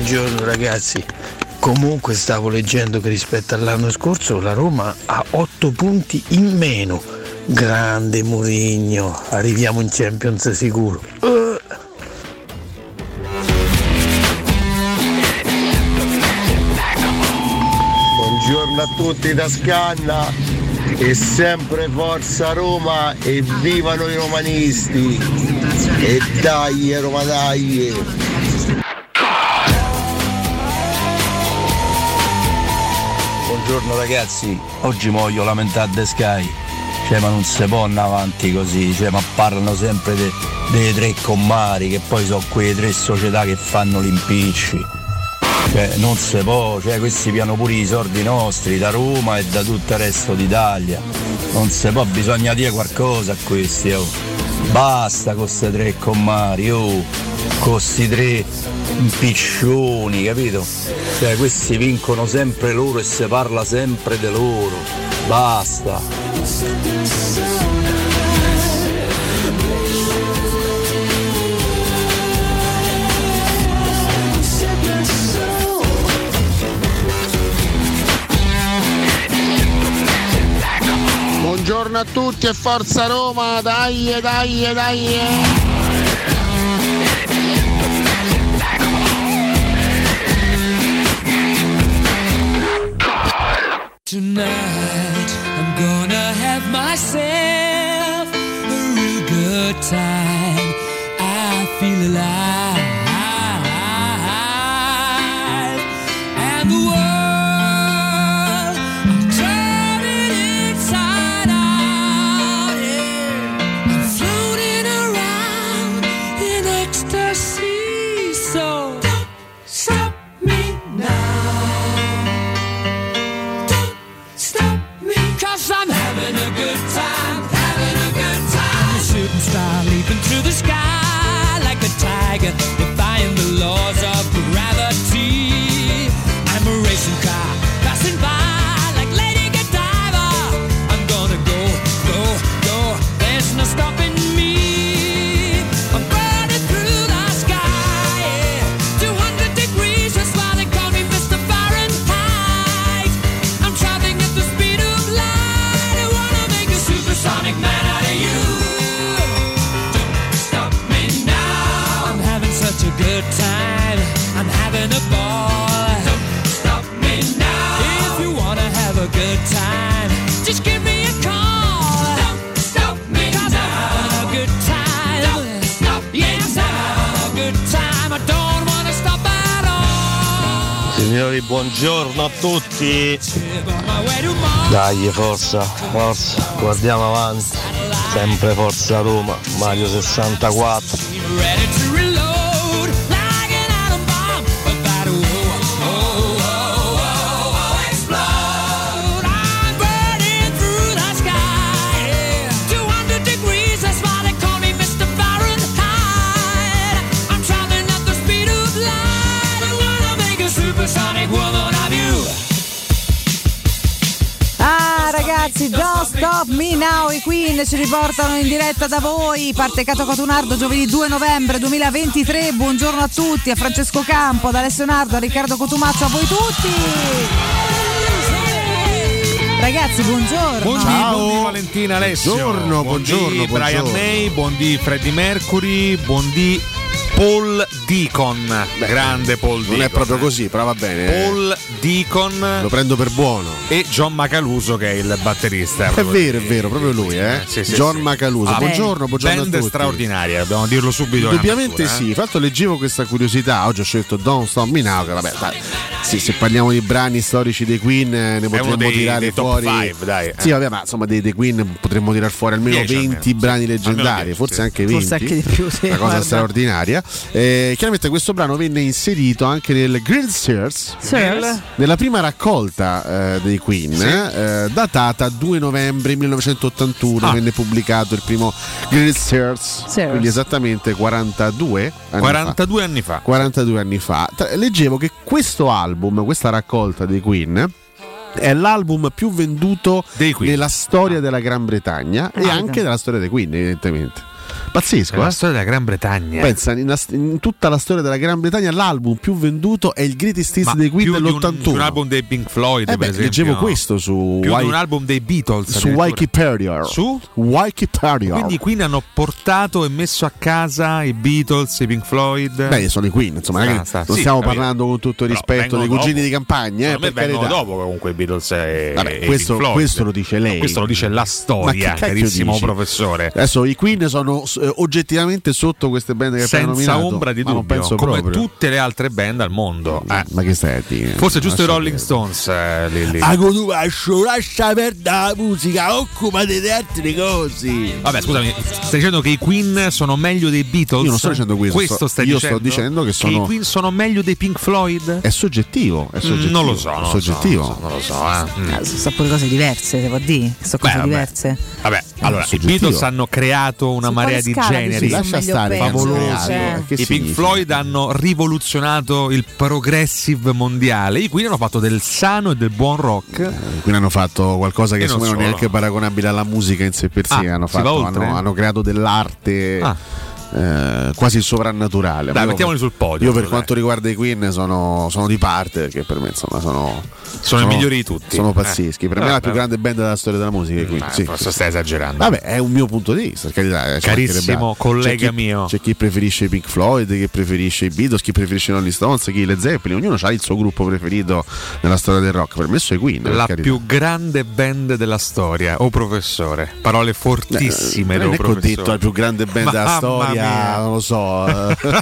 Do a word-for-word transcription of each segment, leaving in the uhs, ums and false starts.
buongiorno ragazzi. Comunque stavo leggendo che rispetto all'anno scorso la Roma ha otto punti in meno. Grande Mourinho, arriviamo in Champions sicuro. Uh. Buongiorno a tutti da Scanna e sempre forza Roma e vivano i romanisti e dai Roma dai. Buongiorno ragazzi, oggi mi voglio lamentare de Sky, cioè ma non si può andare avanti così, cioè ma parlano sempre dei de tre commari che poi sono quelle tre società che fanno gli impicci, cioè non si può, cioè questi piano pure i soldi nostri da Roma e da tutto il resto d'Italia, non si può, bisogna dire qualcosa a questi, oh. Basta con queste tre commari, oh, con questi tre impiccioni, capito? Cioè questi vincono sempre loro e si parla sempre di loro, basta. Buongiorno a tutti e forza Roma, dai dai dai. Tonight I'm gonna have myself a real good time. I feel alive, and the world I'm turning inside out. Yeah, I'm floating around in ecstasy. So don't stop me now. I'm having a good time, having a good time. I'm a shooting star leaping through the sky like a tiger, defying the laws of gravity. I'm a racing car passing by like Lady Godiva. I'm gonna go, go, go. There's no stopping me. I'm burning through the sky, yeah. two hundred degrees, that's why they call me Mister Fahrenheit. I'm traveling at the speed of light. Supersonic man out of you. Don't stop me now. I'm having such a good time. I'm having a ball. Don't stop me now. If you wanna have a good time, just give me a call. Don't stop me now. I'm having a good time. Don't stop me yes, now. I'm having a good time. I don't wanna stop at all. Signori, buongiorno a tutti. Dai, forza, forza, guardiamo avanti. Sempre forza Roma, Mario sessantaquattro. Ragazzi, Don't Stop Me Now, i Queen ci riportano in diretta da voi. Parte Cato Cotunardo giovedì due novembre duemilaventitré. Buongiorno a tutti, a Francesco Campo, ad Alessio Nardo, a Riccardo Cotumaccio, a voi tutti. Ragazzi, buongiorno. Buondì, buondì Valentina, Alessio. Buongiorno, buongiorno, buondì buongiorno. Brian May, buondì Freddie Mercury, buondì Paul Deacon. Beh, grande Paul Deacon. Non è proprio così, però va bene. Paul Deacon. Lo prendo per buono. E John Macaluso che è il batterista. È vero, è vero, proprio lui, eh. Sì, sì, John sì. Macaluso. Ah, buongiorno, buongiorno band a tutti. straordinaria, dobbiamo dirlo subito. Indubbiamente natura, sì, eh? infatti leggevo questa curiosità, oggi ho scelto Don't Stop Me Now, che vabbè, dai, sì, se parliamo di brani storici dei Queen ne potremmo dei, tirare dei top fuori five, dai, eh. Sì, vabbè, ma insomma dei, dei Queen potremmo tirare fuori almeno dieci venti almeno. brani leggendari, dieci, forse sì. anche venti. Forse anche di più, sì, una cosa guarda. straordinaria. Eh, chiaramente questo brano venne inserito anche nel Greatest Hits, Sirs. nella prima raccolta eh, dei Queen, Sì. eh, datata due novembre millenovecentottantuno, Ah. venne pubblicato il primo Greatest Hits, Sirs. quindi esattamente quarantadue anni quarantadue anni fa. fa. quarantadue anni fa. Tra- Leggevo che questo album, questa raccolta dei Queen, è l'album più venduto Dei Queen. nella storia della Gran Bretagna e Ah, anche no. della storia dei Queen, evidentemente. Pazzesco, È la eh? storia della Gran Bretagna. Pensa, in, in tutta la storia della Gran Bretagna l'album più venduto è il Greatest Hits dei Queen più di un, dell'ottantuno. di un album dei Pink Floyd, Eh per beh, esempio. leggevo questo su più Why- di un album dei Beatles. su addirittura. Wikipedia. Su? Wikipedia. Quindi i Queen hanno portato e messo a casa i Beatles, i Pink Floyd. Beh, sono i Queen, insomma, non, è Ah, che- sta- non sì, stiamo capito. parlando con tutto il Però rispetto dei vengono cugini dopo. di campagna, eh, Secondo me per vengono carità. dopo comunque i Beatles e, Vabbè, e i questo, Pink Floyd. questo lo dice lei. No, questo lo dice la Ma storia, che cacchio carissimo dici? professore. Adesso i Queen sono eh, oggettivamente sotto queste band che abbiamo Senza nominato, ombra di ma non dubbio, penso come proprio. tutte le altre band al mondo. Eh. Ma che stai a dire? Forse giusto i Lascia Rolling perdere. Stones eh, lì, lì. Ah, tu lascio, lascia perdere la musica, occupati di altre cose. Vabbè, scusami, stai dicendo che i Queen sono meglio dei Beatles? Io non sto dicendo questo, Questo sto- stai io dicendo? sto dicendo che sono- i Queen sono meglio dei Pink Floyd? È soggettivo, è soggettivo. Mm, non lo so, non è lo so, soggettivo. non lo so, non lo so, eh. Mm. Eh, sono pure cose diverse, si può dire. Sono cose Beh, vabbè. diverse. Vabbè, allora i soggettivo. Beatles hanno creato una Su marea quale di scala generi. dici sono Lascia meglio stare, o peggio? favolosi. Cioè, Che I Pink significa? Floyd hanno rivoluzionato il progressive mondiale. I Queen hanno fatto del sano e del buon rock. Quindi hanno fatto qualcosa che E non secondo me non è solo. neanche paragonabile alla musica in sé per sé. Ah, hanno, si va fatto, oltre? hanno, hanno creato dell'arte Ah. eh, quasi sovrannaturale. Dai, Ma io- mettiamoli sul podio. Io per dai. quanto riguarda i Queen sono, sono di parte, perché per me insomma sono, Sono i migliori di tutti. Sono Eh. pazzeschi. Per me è la più Eh, grande band della storia della musica. i Queen, Ma sì. forse stai esagerando. Vabbè, è un mio punto di vista, per carità, ci Carissimo mancherebbe altro. collega C'è chi- mio. C'è chi preferisce i Pink Floyd, chi preferisce i Beatles, chi preferisce i Rolling Stones, chi le Zeppelin, ognuno ha il suo gruppo preferito nella storia del rock. Per me sono i Queen. per La carità. più grande band della storia, o professore. Parole fortissime, Eh, non lo è che ho professore. detto la più grande band della Mamma storia, mia. non lo so. eh.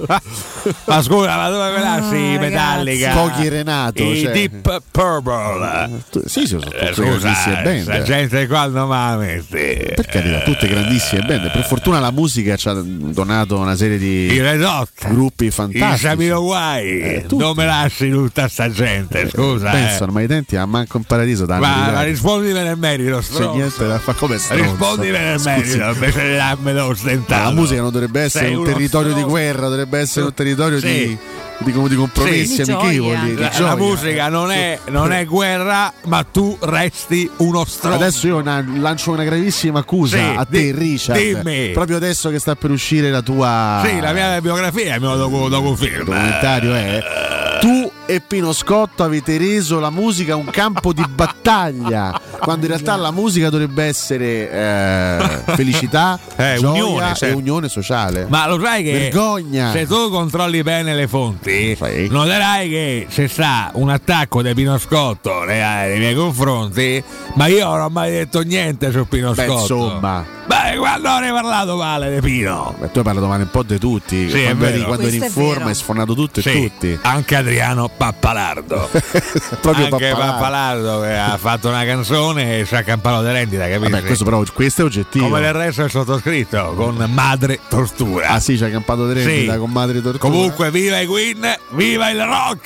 Ma scusa, ma dove conosci i Ah, Metallica? Pochi Renato, I cioè. Deep Purple. Tu- sì, sì, sono tutte Eh, grandissime scusa, band. sta gente qua non me la metti. Per carità, tutte grandissime band. Per fortuna la musica ci ha donato una serie I di Red Hot, gruppi i fantastici. Jamiroquai, Eh, tutti. non me lasci tutta sta gente, scusa. eh. Pensano, ma i tempi a manco in paradiso danno Ma, ma l'idea. rispondimi nel merito, C'è stronzo. niente da fare come stronzo. Rispondimi nel merito invece di darmelo ostentato. Ma la musica non dovrebbe essere Sei un uno territorio di stronzo. guerra, dovrebbe essere un territorio Sì. di, di, come- di compromessi Sì, di amichevoli. gioia. Di La, gioia. la musica non è, non è guerra, ma tu resti uno stronzo. Adesso io una- lancio una gravissima accusa Sì, a te, di- Richard. dimmi. Proprio adesso che sta per uscire la tua Sì, la mia biografia è il mio docu- docufilm. documentario è tu e Pino Scotto avete reso la musica un campo di battaglia, quando in realtà la musica dovrebbe essere eh, felicità, Eh, gioia unione, e certo. unione sociale. Ma lo sai che Vergogna. se tu controlli bene le fonti, Sì. noterai che c'è sta un attacco di Pino Scotto nei, nei miei confronti, ma io non ho mai detto niente su Pino Beh, Scotto. insomma. Beh, quando ne hai parlato male di Pino? Beh, tu hai parlato male un po' di tutti. Sì, è quando eri, vero. quando eri in Questo è forma vero. hai sfonato tutto e Sì, tutti. anche Adriano Pappalardo. Proprio anche Pappalardo. Pappalardo che ha fatto una canzone e ci ha campato di rendita, capisci? Vabbè, questo però questo è oggettivo. Come del resto è sottoscritto con Madre Tortura. Ah sì, ci ha campato di rendita Sì. con Madre Tortura. Comunque, viva i Queen, viva il rock!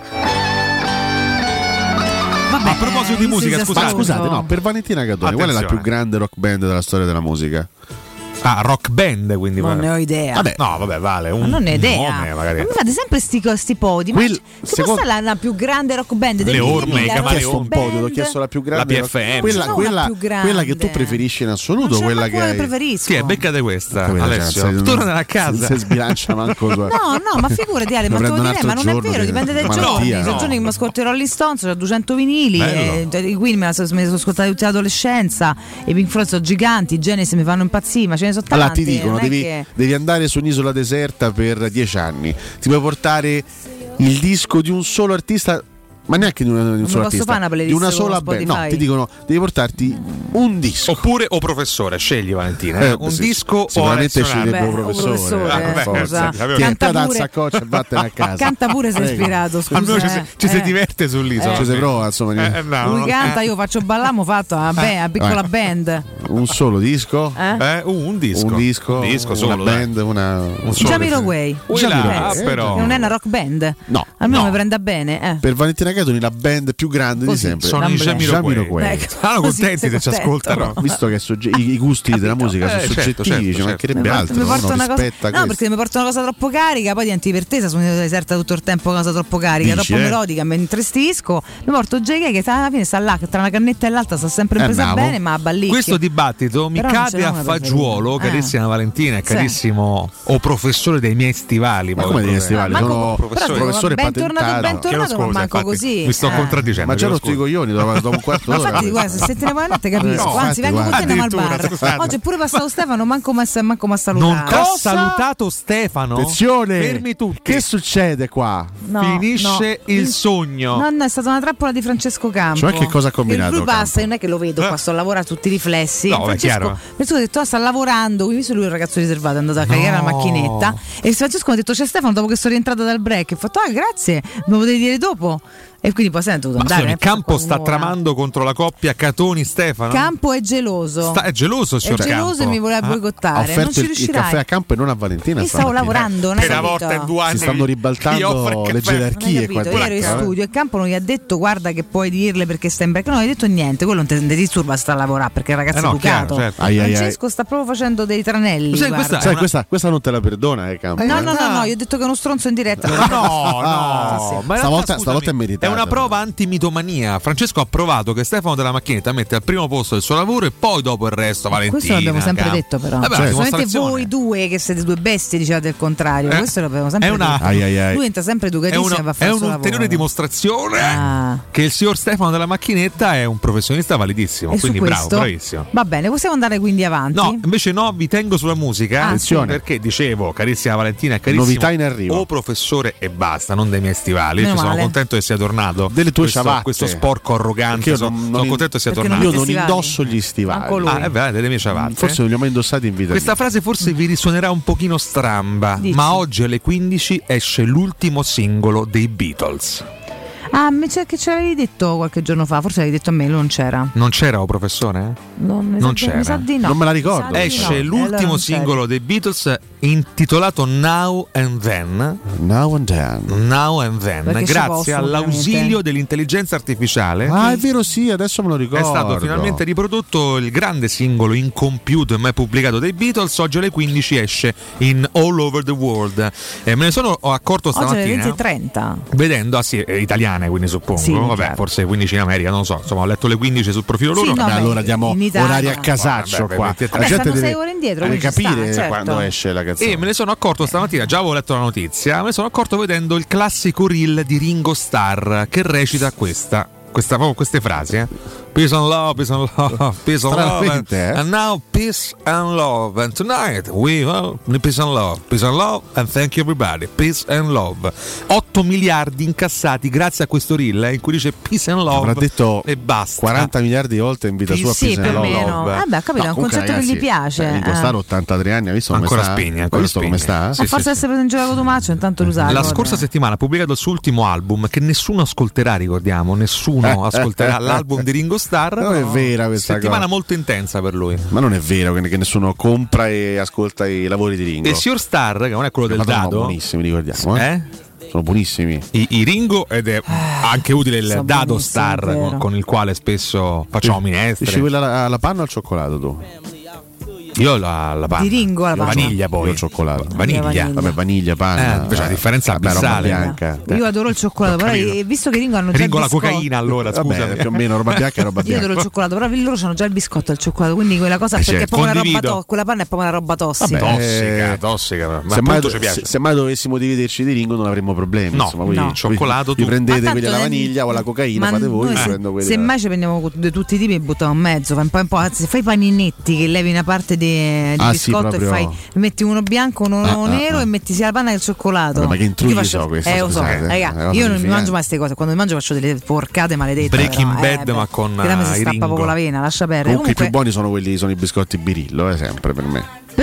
Vabbè, A proposito di eh, musica, sì, scusate, Ma scusate, no, per Valentina Gattoni, qual è la Attenzione. più grande rock band della storia della musica? Ah, rock band, quindi Non va- ne ho idea. Vabbè, No, vabbè, vale. Un Ma non ne ho idea. nome, magari. Ma mi fate sempre sti, sti podi. Ma Quel- c- che secondo- può stare la, la più grande rock band del Le mondo? orme, i La Ho camaleoni. chiesto un rock podio, ho band? chiesto la più grande. La P F M. Quella, No, quella- la più grande. quella che tu preferisci in assoluto, Non c'è quella manco che una hai. preferisco. Sì, è beccate questa, Capito, cioè, Alessio. se- Torna a casa. Se, se sbilancia manco su. No, no, ma figurati Ale, Mi ma te lo prendo un direi, ma altro non è giorno vero, di dipende dai malattia. giorni. No, Sono no. giorni che mi ascolto i Rolling Stones, ho duecento vinili, Bello. e, i Queen me la so- me li sono ascoltati tutta l'adolescenza, i Pink Floyd sono giganti, i Genesis mi fanno impazzire, ma ce ne sono tanti. Allora ti dicono, non è devi, che- devi andare su un'isola deserta per dieci anni, ti puoi portare il disco di un solo artista, ma neanche di, una, di un mi solo posso artista, fare una di una playlist sola su band. No, Spotify? ti dicono, devi portarti un disco. Oppure o professore, scegli Valentina. eh. Eh, un sì, disco sicuramente o Alessio sceglierebbe Nardi. un Beh, un professore. professore, eh, eh, forza. scusa. Tieni, Canta te danza pure- a coccia e vattene a casa. Canta pure se è Prego. ispirato, scusa. Almeno ci, si- eh. ci si Eh. diverte sull'isola. Ci si prova, insomma. Eh, no, Lui no. canta, io faccio ballare, ho fatto una, be- una piccola Eh. band. Un solo disco. Eh? Eh, uh, un disco. Un disco, Un disco una solo. dai. band, una, Un solo. Jamiroquai. Ui là, Jamiroquai, ah, però. Che non è una rock band. No, Almeno no. mi prenda bene. Eh. Per Valentina Megadoni, la band più grande Così, di sempre. sono i Jamiroquai. Ecco. Saranno Così, contenti sei se ci contento. ascoltano. Visto che sogge- i, i gusti della musica Eh, sono certo, soggettivi, certo, ci certo. mancherebbe Mi altro. porta- mi porta uno una cosa, rispetta no, questo. perché mi porta una cosa troppo carica, poi diventi ipertesa, sono deserta tutto il tempo una cosa troppo carica, Dici, troppo eh? melodica, mi intristisco. Mi porto J K che sta- alla fine sta là, che tra una cannetta e l'altra sta sempre Eh, presa bravo. bene, ma a ballicchia. Questo dibattito mi Però non ce cade l'ho a una fagiolo, preferita. carissima Valentina e Sì. carissimo o professore dei miei stivali. Ma voglio come degli dire. stivali? Manco- Sono però professore, dico, professore bentornato, patentato. bentornato, Chiedo ma scusa, manco infatti, così. mi sto Eh. contraddicendo. Ma già chiedo rotto i scusa. coglioni dopo, dopo un quarto Ma d'ora. infatti, guarda, se te ne vuoi andare, capisco. No, Anzi, infatti, vengo con te guarda. andiamo al Addirittura, bar. scusate. Oggi è pure passato Stefano, manco mi ha manco m'ha salutato. Non ti ha Cosa? salutato Stefano? Attenzione! Fermi tutti. Che succede qua? No, Finisce no. il sogno. No, no, è stata una trappola di Francesco Campo. Cioè, che cosa ha combinato Il lui Campo? basta, io non è che lo vedo qua, sto a lavorare a tutti i riflessi. No, è Francesco, chiaro. Francesco ha detto, ah, sta lavorando, quindi visto lui è un ragazzo riservato, è andato a No. caricare la macchinetta. E Francesco mi ha detto, c'è Stefano dopo che sono rientrata dal break. E ho fatto, ah, grazie, me lo potevi dire dopo. E quindi poi se ne è dovuto Ma andare. scusami, eh, Campo poi sta un'ora. tramando contro la coppia Catoni-Stefano? Campo è geloso. Sta- è geloso il È signor geloso Campo. e mi voleva Ah, Ha boicottare. Non offerto ci il, il riuscirai. caffè a Campo e non a Valentina. Io stavo stamattina. lavorando, non hai Per una capito? volta in due anni Si stanno Ti ribaltando offre il le caffè. Non hai gerarchie qua capito, io ero in dentro, eh. studio e Campo non gli ha detto guarda che puoi dirle perché stai in break, no, non gli ha detto niente, quello non ti, non ti disturba, sta a lavorare perché il ragazzo Eh no, è educato. chiaro, certo. Ai, ai, ai. Francesco sta proprio facendo dei tranelli. Sai, guarda. questa- Sai, una- questa, questa non te la perdona, eh, Campo. No, eh. no, no, no, io ho detto che è uno stronzo in diretta. No, no, ma in Stavolta- realtà, stavolta è scusami, meritato. È una prova antimitomania. Francesco ha provato che Stefano della Macchinetta mette al primo posto il suo lavoro e poi dopo il resto Valentina. Questo l'abbiamo sempre Campo. detto però. Vabbè, Cioè, una solamente dimostrazione. voi due che siete due bestie dicevate il contrario. Eh, Questo l'abbiamo sempre è una- detto. Ai, ai, ai. Lui entra sempre È, educatissimo una- e va a è fare il suo un'ulteriore lavoro. dimostrazione Ah. che il signor Stefano della Macchinetta è un professionista validissimo. E su Quindi bravo, questo? bravissimo. Va bene, possiamo andare quindi avanti? No, invece no, vi tengo sulla musica. Ah, Attenzione. Perché dicevo, carissima Valentina e carissimo Novità in arrivo. o professore e basta, non dei miei stivali. Meno Ci sono male. contento che sia tornato. Delle tue questo, ciabatte. questo sporco arrogante. Perché io Sono, non- sono non- contento che sia perché tornato. Io non stivali. indosso gli stivali. Manco lui. Ah, è vero, delle mie ciabatte. Forse non li ho mai indossati in vita Questa mia. frase forse vi risuonerà un pochino stramba, Dici. ma oggi alle quindici esce l'ultimo singolo dei Beatles. Ah, mi c'è che ce l'avevi detto qualche giorno fa, forse l'avevi detto a me, lui non c'era. Non c'era, o professore? Non, mi Non sa, c'era. Mi sa di no. Non me la ricordo. Mi sa di Esce no. l'ultimo Allora non c'era. singolo dei Beatles intitolato Now and Then. Now and then. Now and Then, Perché ci grazie posso, all'ausilio ovviamente. dell'intelligenza artificiale. Ah, è vero, sì, adesso me lo ricordo. È stato finalmente riprodotto il grande singolo incompiuto e mai pubblicato dei Beatles. Oggi alle quindici esce in All Over the World. E me ne sono accorto Oggi alle stamattina venti e trenta. vedendo, ah sì, è italiane quindi suppongo. Sì, Vabbè, certo. forse quindici in America, non lo so. Insomma, ho letto le quindici sul profilo loro. Sì, no, Beh, beh, allora diamo in Italia. orari a casaccio Vabbè, qua. ventitré. La Vabbè, gente stanno deve, sei ore indietro, deve quindi ci sta, capire certo. quando esce la canzone. E me ne sono accorto stamattina, già avevo letto la notizia, me ne sono accorto vedendo il classico reel di Ringo Starr che recita questa, questa proprio queste frasi, eh. Peace and love, peace and love, peace and love. And, Stranamente, eh? and now peace and love. And tonight we will peace and love, peace and love, and thank you everybody. Peace and love. otto miliardi incassati grazie a questo reel eh, in cui dice peace and love. Avrà detto e basta. quaranta miliardi di volte in vita Sì, sua. Sì, Peace più and o Love. meno. Love. Vabbè, ho capito, è un comunque, concetto che ragazzi, gli piace. eh, Ringo eh. Starr ottantatré anni, ha visto come Ancora sta? spegni, Hai ancora visto come spegni. sta? Sì, A forza di essere preso in giro con Tomaccio, intanto lo usato. La scorsa settimana ha pubblicato il suo ultimo album che nessuno ascolterà, ricordiamo, nessuno ascolterà l'album di Ringo Starr. Non è vera questa settimana cosa. molto intensa per lui. Ma non è vero che, che nessuno compra e ascolta i lavori di Ringo. E il signor Starr, che non è quello del Ma sono dado, buonissimi, ricordiamo. Eh? eh? Sono buonissimi. I, i Ringo ed è anche utile il sono dado buonissimi, Star vero. con, con il quale spesso facciamo minestre. Dici quella alla, alla panna o al cioccolato tu? Io la, la panna. Di Ringo alla la panna. vaniglia poi. Io il cioccolato. Vaniglia. Vaniglia. Vabbè, vaniglia, panna. Eh, invece la differenza Vabbè, roba abissale. bianca. Io adoro il cioccolato, Ho però capito. eh, visto che Ringo hanno già Ringo il la biscotto. cocaina allora, Vabbè, scusami. più o meno roba bianca e roba Io bianca. adoro il cioccolato, però loro hanno già il biscotto e il cioccolato, quindi quella cosa Eh, perché certo. è proprio una roba Condivido. to- quella panna è proprio una roba tossica. Vabbè, Tossica, Eh, tossica. Ma Se mai, appunto ci piace. se, se mai dovessimo dividerci di Ringo non avremmo problemi. No, insomma, voi, no. voi- Cioccolato vi tu. prendete Ma quelli alla tanto, vaniglia o alla cocaina, ma fate voi, noi io se, prendo quelli se alla- mai ci prendiamo di tutti i tipi e buttiamo in mezzo, fai un po', un po', anzi, fai i paninetti che levi una parte di, di Ah, sì, biscotto proprio. e fai metti uno bianco, uno Ah, ah, nero ah. e metti sia la panna che il cioccolato. Vabbè, ma che intrugli Io faccio- so questi, Eh, lo so, scusate, raga, è una cosa io non mi terrificante. mangio mai queste cose, quando mi mangio faccio delle porcate maledette. Breaking però, eh, Bad, beh, ma con, che da me si eh, i stappa Ringo. proprio la vena, lascia perdere. Comunque, i più Comunque, buoni sono quelli, sono i biscotti Birillo, eh, sempre per me. per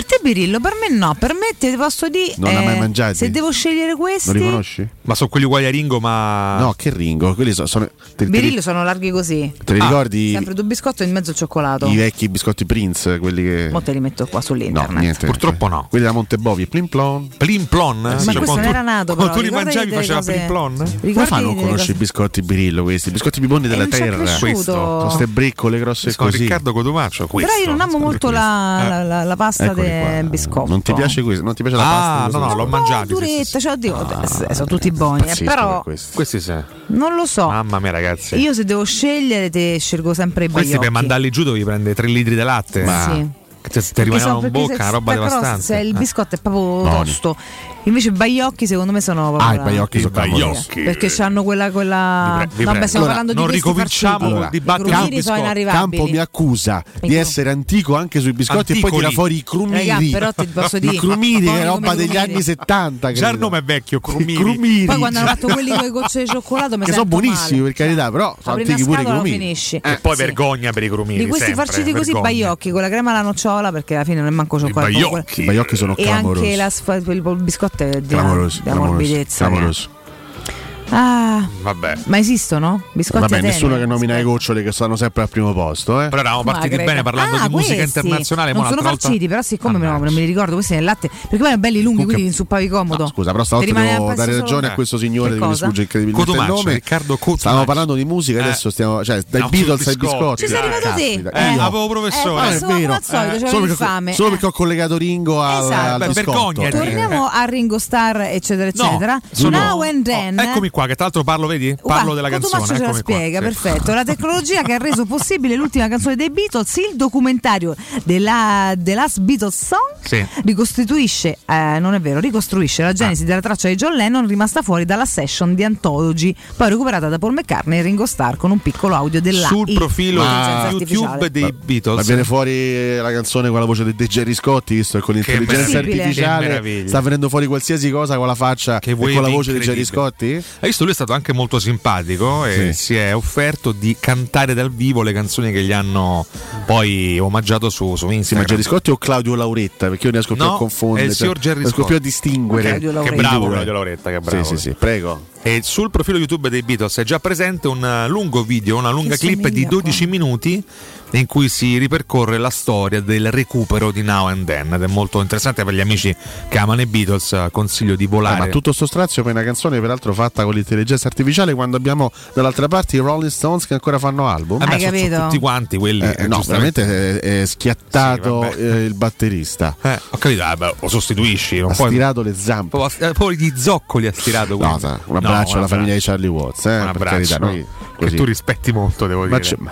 te Birillo, per me no, per me te posso dire Non eh, l'ha mai mangiati? se devo scegliere questi. Non li conosci? Ma sono quelli uguali a Ringo, ma No, che Ringo, quelli sono, sono te, te, Birillo sono larghi così. te li Ah, ricordi Sempre due biscotti e in mezzo il cioccolato. i vecchi biscotti Prince, quelli che Mo te li metto qua No, sull'internet. niente. Purtroppo no. Quelli da Montebovi, Plin Plon. Plin Plon? Ma Cioè, questo quando non tu- era nato, quando però, tu li ricordati mangiavi delle faceva cose- Plin Plon? Ricordati Come fanno a non delle conoscere i cose- biscotti Birillo questi? I biscotti bibonni Eh, della non ci è terra. cresciuto. Questo. Sono ste briccole grosse Sono così. Riccardo Cotumaccio. Però io non amo molto la, Eh. la, la, la pasta Eccoli qua. del biscotto. Non ti piace questo? Non ti piace la Ah, pasta? no, Questo- no, l'ho Un po' mangiati. duretta, questi. cioè, oddio, eh, sono tutti buoni, eh, Pazzesco però per questo. Questi sì. non lo so. Mamma mia, ragazzi. Io se devo scegliere te scelgo sempre i Questi baiocchi. per mandarli giù devi prendere tre litri di latte. Ma sì. Che ti, ti Perché rimangono so- in perché bocca, se- una roba però devastante. se il Eh. biscotto è proprio Buoni. tosto. Invece i baiocchi secondo me sono proprio Ah, i la- baiocchi sono I clamorosi. baiocchi. perché hanno quella quella Vi pre- vi no, beh, prego. stiamo Allora, parlando di non questi ricominciamo farciti. col Allora, dibattito I sui crumini sono biscotti. inarrivabili. Campo mi accusa I di cru- essere antico anche sui biscotti e poi tira Anticoli. fuori i crumini. Raga, però ti posso dire I crumini, buoni che è roba come degli crumini. anni settanta. Già il nome è vecchio, I crumini. crumini. Poi quando hanno fatto quelli con le gocce di cioccolato mi che sento sono buonissimi, male. per carità, però La sono prima antichi pure i scatola lo crumini. finisci. E poi Sì. vergogna per i crumini. Di questi sempre, farciti così vergogna. baiocchi con la crema alla nocciola, perché alla fine non è manco I cioccolato. baiocchi. I baiocchi sono E clamorosi. anche la sfa- il, il biscotto è di una, Clamorosi, di una clamorosi, morbidezza. clamorosi. Ah, Vabbè. ma esistono? Biscotti Vabbè, Atene? nessuno che nomina i Aspetta. gocciole che stanno sempre al primo posto, eh. Però eravamo Ma partiti greca. bene parlando Ah, di musica questi. internazionale. Non mo sono l'altra volta- farciti, però siccome me lo- Mannaggia. non me li ricordo, questi nel latte, perché poi erano belli lunghi, Comunque- quindi insuppavi comodo. No, scusa, però Ti stavolta rimane devo appresso dare solo- ragione a questo signore Che di cui mi cosa? sfugge incredibilmente il Cotumaccio, nome. Riccardo Cotumaccio. Stavamo parlando di musica, Eh. adesso stiamo, cioè, dai No, Beatles sul ai biscotto. biscotti. Ci sei arrivato te? Caspita, Eh, io- avevo professore. Ah, è Passiamo vero. come al solito, Eh, c'era solo, perché, l'infame, solo eh. perché ho collegato Ringo al, Esatto. al Beh, biscotto. vergognati. Torniamo a Ringo Starr, eccetera, No, eccetera. sono- Now and then. Oh, eccomi qua, che tra l'altro parlo, vedi? Parlo della Cotumaccio canzone. ce la eccomi qua. spiega, Sì. perfetto. La tecnologia che ha reso possibile l'ultima canzone dei Beatles, il documentario della The Last Beatles Song, Sì. ricostituisce, eh, non è vero, ricostruisce la genesi della traccia di John Lennon rimasta fuori dalla session di Anthology, poi recuperata da Paul McCartney e Ringo Starr con un piccolo audio della Sul profilo intelligenza di artificiale. YouTube dei Beatles. Ma viene fuori la canzone con la voce di Jerry Scotti, visto che con l'intelligenza meraviglia. Che artificiale meraviglia. sta venendo fuori qualsiasi cosa con la faccia Che e wave con la voce di incredibile. Jerry Scotti? Hai visto, lui è stato anche molto simpatico e Sì. si è offerto di cantare dal vivo le canzoni che gli hanno poi omaggiato su, su Sì, ma Instagram. Jerry Scotti o Claudio Lauretta? Perché io ne riesco più No, a confondere. è il signor Jerry non riesco Scotti. più a distinguere. Claudio Che Lauretta. bravo Due. Claudio Lauretta, che bravo. Sì, sì, sì, prego. E sul profilo YouTube dei Beatles è già presente un eh, lungo video, una lunga Che clip di somiglia dodici qua. minuti in cui si ripercorre la storia del recupero di Now and Then ed è molto interessante per gli amici che amano i Beatles. eh, Consiglio di Eh, volare. ma tutto sto strazio per una canzone peraltro fatta con l'intelligenza artificiale quando abbiamo dall'altra parte i Rolling Stones che ancora fanno album. Eh beh, Hai sono- sono capito? tutti quanti quelli. Eh, eh, no, giustamente. veramente è, è schiattato Sì, vabbè. eh, il batterista. Eh, ho capito, ah, beh, lo sostituisci. Non Ha puoi- stirato le zampe. Poi, poi gli zoccoli ha stirato. No, quindi. sa, un abbraccio No, alla famiglia di Charlie Watts. Eh, Un per abbraccio carità, noi che così. tu rispetti molto, devo Ma dire. c'è-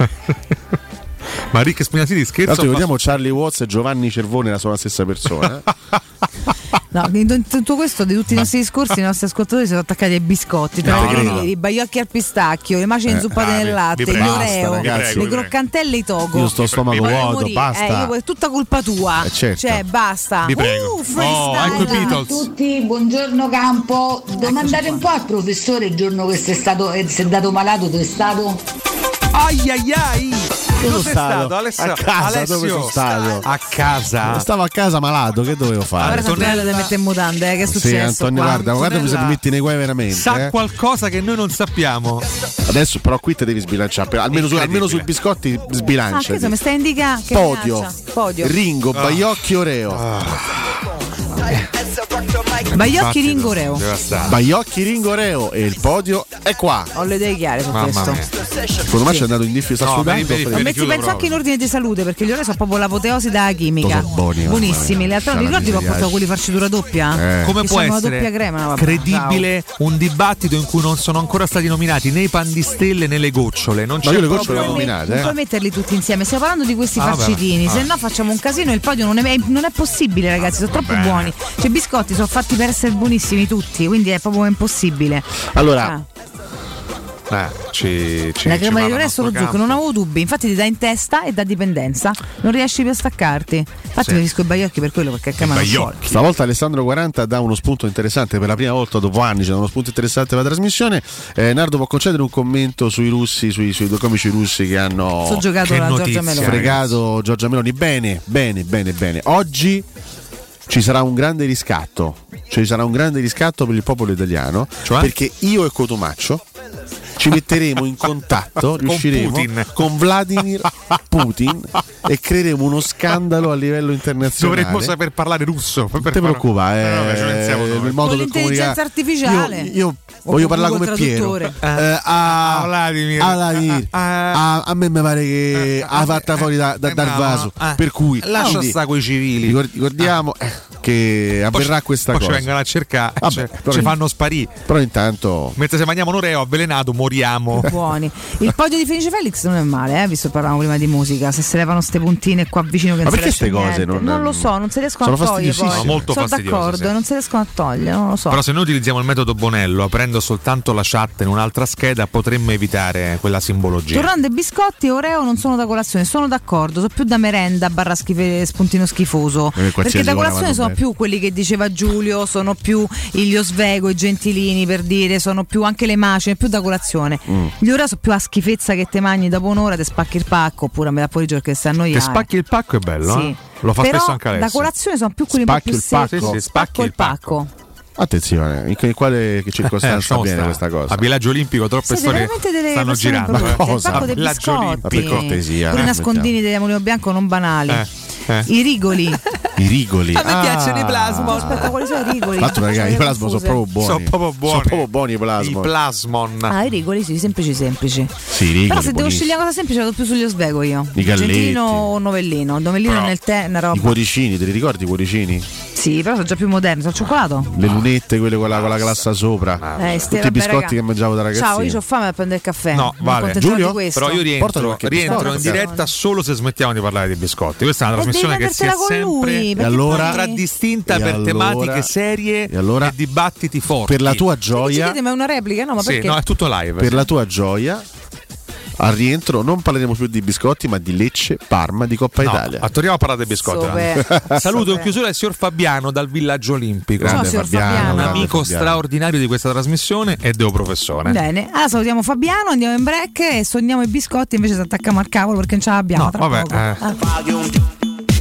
Ma Rick Spinazzi Tra scherzo. l'altro ma- ricordiamo Charlie Watts e Giovanni Cervone sono la stessa persona. eh. No, in tutto questo, di tutti i nostri discorsi, i nostri ascoltatori si sono attaccati ai biscotti, tra No, i no, crumini, no. i baiocchi al pistacchio, le macine inzuppate ah, vi- nel latte, vi gli prego, oreo, basta, ragazzi. le croccantelle e i togo. Io sto stomaco Vi prego. vuoto, Morì. basta. Eh, io- è tutta colpa tua. Eh, certo. Cioè, basta. Vi prego. Uh, freestyle. Oh, ecco i Ciao a Beatles. tutti, buongiorno Campo. Domandate un po' al professore il giorno che sei stato eh, si è dato malato, dove è stato? Ai ai ai! Dove Dove sono sei stato? Alessio? A casa, Alessio? dove sono stato? A casa? Stavo a casa malato, che dovevo Ora fare? Antonella ti mette in mutande, eh, che è Sì, successo Antonio, qua? guarda, guarda se mi metti nei guai veramente. Sa eh. qualcosa che noi non sappiamo. Adesso però qui te devi sbilanciare, almeno, su, almeno sui biscotti Ah, sbilancia. che so, mi stai indicando che Podio, minaccia? Podio. Ringo, Baiocchi, Oreo. Baiocchi Ringo Oreo. Devastante. Baiocchi, Ringo, Oreo e il podio è qua. Ho le idee chiare su Mamma questo. mia. Secondo me c'è andato in diffida, sta No, sudando. vedi, vedi, freddo. Ma vedi. metti chiudo penso anche in proprio. ordine di salute, perché gli oreo sono proprio l'apoteosi della chimica. Sono buoni, mamma buonissimi. mia. Le altre non C'ha ti la ricordi che ho portato miseria. quelli farcitura doppia? Eh. Come Che può c'hanno la essere doppia crema? Vabbè, credibile un dibattito in cui non sono ancora stati nominati né i pan di stelle né le gocciole? Non Ma c'è io le proprio- gocciole le ho nominate, Non eh. puoi metterli tutti insieme, stiamo parlando di questi Ah, vabbè. farcitini, Ah. se no facciamo un casino e il podio non è, non è possibile, ragazzi, sono troppo bene. buoni. Cioè i biscotti sono fatti per essere buonissimi tutti, quindi è proprio impossibile. Allora, Ah. Eh, ci, ci, la ci crema di vanno Lorè è al solo nostro zucchero, non avevo dubbi, infatti ti dà in testa e dà dipendenza, non riesci più a staccarti. Infatti Sì. mi fisco i baiocchi per quello, perché chiamano sciolti. Stavolta Alessandro quaranta dà uno spunto interessante per la prima volta dopo anni, c'è uno spunto interessante per la trasmissione. eh, Nardo può concedere un commento sui russi, sui, sui due comici russi che hanno So giocato la Giorgia Meloni. fregato Giorgia Meloni. Bene, bene, bene, bene. Oggi ci sarà un grande riscatto, cioè ci sarà un grande riscatto per il popolo italiano, Cioè? perché io e Cotumaccio ci metteremo in contatto, Con riusciremo Putin. con Vladimir Putin e creeremo uno scandalo a livello internazionale. Dovremmo saper parlare russo. Per Non ti preoccupare, No, no, beh, ce ne siamo noi. il modo Con per l'intelligenza comunicare. artificiale. Io, io O voglio con parlare Google come Piero. Traduttore. Eh, a, A Vladimir. a Vladimir. Ah, A, a me mi pare che ha fatta fuori da, da- eh, dal no, vaso. eh. Per cui Lascia quindi, sta coi civili. ricor- ricordiamo eh, che avverrà Poi- questa poi cosa. ci vengono a cercare, Vabbè, cioè, però- ci fanno sparire. Però intanto Mentre se mangiamo un oreo avvelenato moriamo. Buoni. Il podio di Felice Felix non è male, eh, visto che parlavamo prima di musica. Se si levano ste puntine qua vicino che Ma non si perché riesce ste cose niente. non- Non lo so, non si riescono sono a togliere. fastidiosissime. Poi. No, molto Sono fastidiose, d'accordo, sì. non si riescono a togliere, non lo so. Però se noi utilizziamo il metodo Bonello aprendo soltanto la chat in un'altra scheda potremmo evitare quella simbologia. Tornando ai biscotti e Oreo non sono da colazione, sono d'accordo, sono più da merenda barra schife, spuntino schifoso. Eh, qualsiasi Perché da ora colazione vanno sono bene. più quelli che diceva Giulio, sono più gli Osvego, i Gentilini per dire, sono più anche le macine, più da colazione. Mm. Gli Oreo sono più a schifezza che te mangi dopo un'ora, te spacchi il pacco, oppure a metà pomeriggio che stai a annoiare. Che spacchi il pacco è bello, Sì. eh? Lo fa Però spesso anche Alessio. da colazione sono più quelli Spacchi un po' il più pacco? secchi. Sì, sì, spacchi il pacco. attenzione, in, in quale che circostanza lasciamo avviene stare. questa cosa? A Villaggio Olimpico troppe Siete storie veramente delle stanno persone girando. brutte. Ma Il cosa? pacco dei Villaggio biscotti. Olimpico. Ma per cortesia, Pure eh, i nascondini di mulino bianco non banali. Eh, eh. I rigoli. I rigoli. A me Ah. piacciono i plasmon. Aspetta, quali sono i rigoli? Tra l'altro, ragazzi, i Sono plasmon sono confuse. proprio buoni. Sono proprio buoni. Sono proprio buoni i plasmon. I plasmon. Ah, i rigoli, sì, semplici semplici. Sì, i rigoli. Però se devo buonissimi. scegliere una cosa semplice vado più sugli Osvego io. I galletti. Gentino o Novellino? Novellino Però- nel tè, una roba. I cuoricini, te li ricordi i cuoricini? Sì, però sono già più moderni, sono al cioccolato. Le lunette, quelle con la, con la glassa sopra. Eh, ste- Tutti i vabbè, biscotti raga. che mangiavo da ragazzino. Ciao, io ho fame a prendere il caffè. No, Mi vale. accontenterò Giulio? di questo. Però io Portami rientro, qualche rientro in biscotto. diretta solo se smettiamo di parlare di biscotti. Questa è una E trasmissione devi che si è mettertela con sempre lui, perché allora- poi- contraddistinta E per allora- tematiche serie e allora- e dibattiti forti. Per la tua Ci gioia, chiede, ma è una replica? No, ma Sì, perché? no, è tutto live. per sì. la tua gioia, al rientro non parleremo più di biscotti, ma di Lecce, Parma, di Coppa No, Italia. a torniamo a parlare dei biscotti. Super. Saluto in Super. chiusura il signor Fabiano dal Villaggio Olimpico. Grande signor Fabiano, Fabiano. Un grande amico Fabiano. straordinario di questa trasmissione e deo professore. Bene, allora salutiamo Fabiano, andiamo in break e sogniamo i biscotti, invece ci attacchiamo al cavolo perché non ce l'abbiamo. No, tra vabbè, poco. eh. Ah.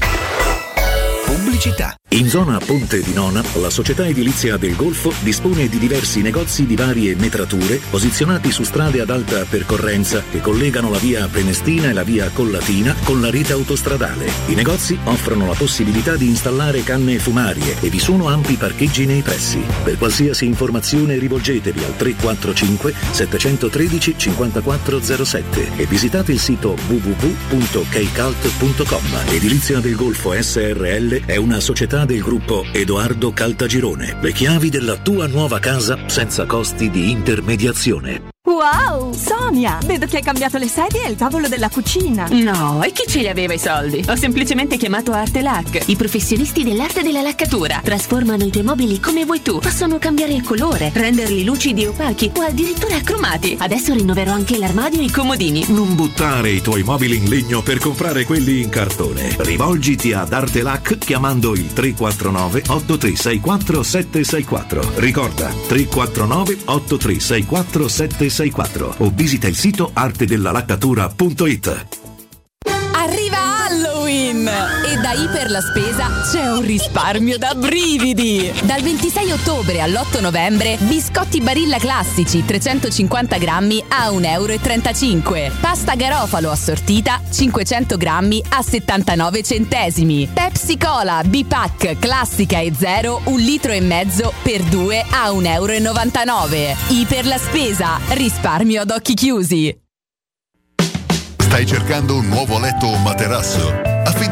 Pubblicità. In zona Ponte di Nona, la società edilizia del Golfo dispone di diversi negozi di varie metrature posizionati su strade ad alta percorrenza che collegano la via Prenestina e la via Collatina con la rete autostradale. I negozi offrono la possibilità di installare canne fumarie e vi sono ampi parcheggi nei pressi. Per qualsiasi informazione rivolgetevi al tre quattro cinque sette uno tre cinque quattro zero sette e visitate il sito w w w punto keicalt punto com. Edilizia del Golfo S R L è una società del gruppo Edoardo Caltagirone. Le chiavi della tua nuova casa senza costi di intermediazione. Wow, Sonia, vedo che hai cambiato le sedie e il tavolo della cucina. No, e chi ce li aveva i soldi? Ho semplicemente chiamato Artelac, i professionisti dell'arte della laccatura. Trasformano i tuoi mobili come vuoi tu. Possono cambiare il colore, renderli lucidi e opachi o addirittura cromati. Adesso rinnoverò anche l'armadio e i comodini. Non buttare i tuoi mobili in legno per comprare quelli in cartone. Rivolgiti ad Artelac chiamando il tre quattro nove otto tre sei quattro sette sei quattro. Ricorda tre quattro nove otto tre sei quattro sette sei quattro o visita il sito arte della laccatura punto it. Arriva Halloween e da Iper la Spesa c'è un risparmio da brividi. Dal ventisei ottobre all'otto novembre biscotti Barilla classici trecentocinquanta grammi a un euro e trentacinque. Pasta Garofalo assortita cinquecento grammi a settantanove centesimi. Pepsi Cola B-Pack classica e zero un litro e mezzo per due a un euro e novantanove. Iper la Spesa, risparmio ad occhi chiusi. Stai cercando un nuovo letto o materasso? Affida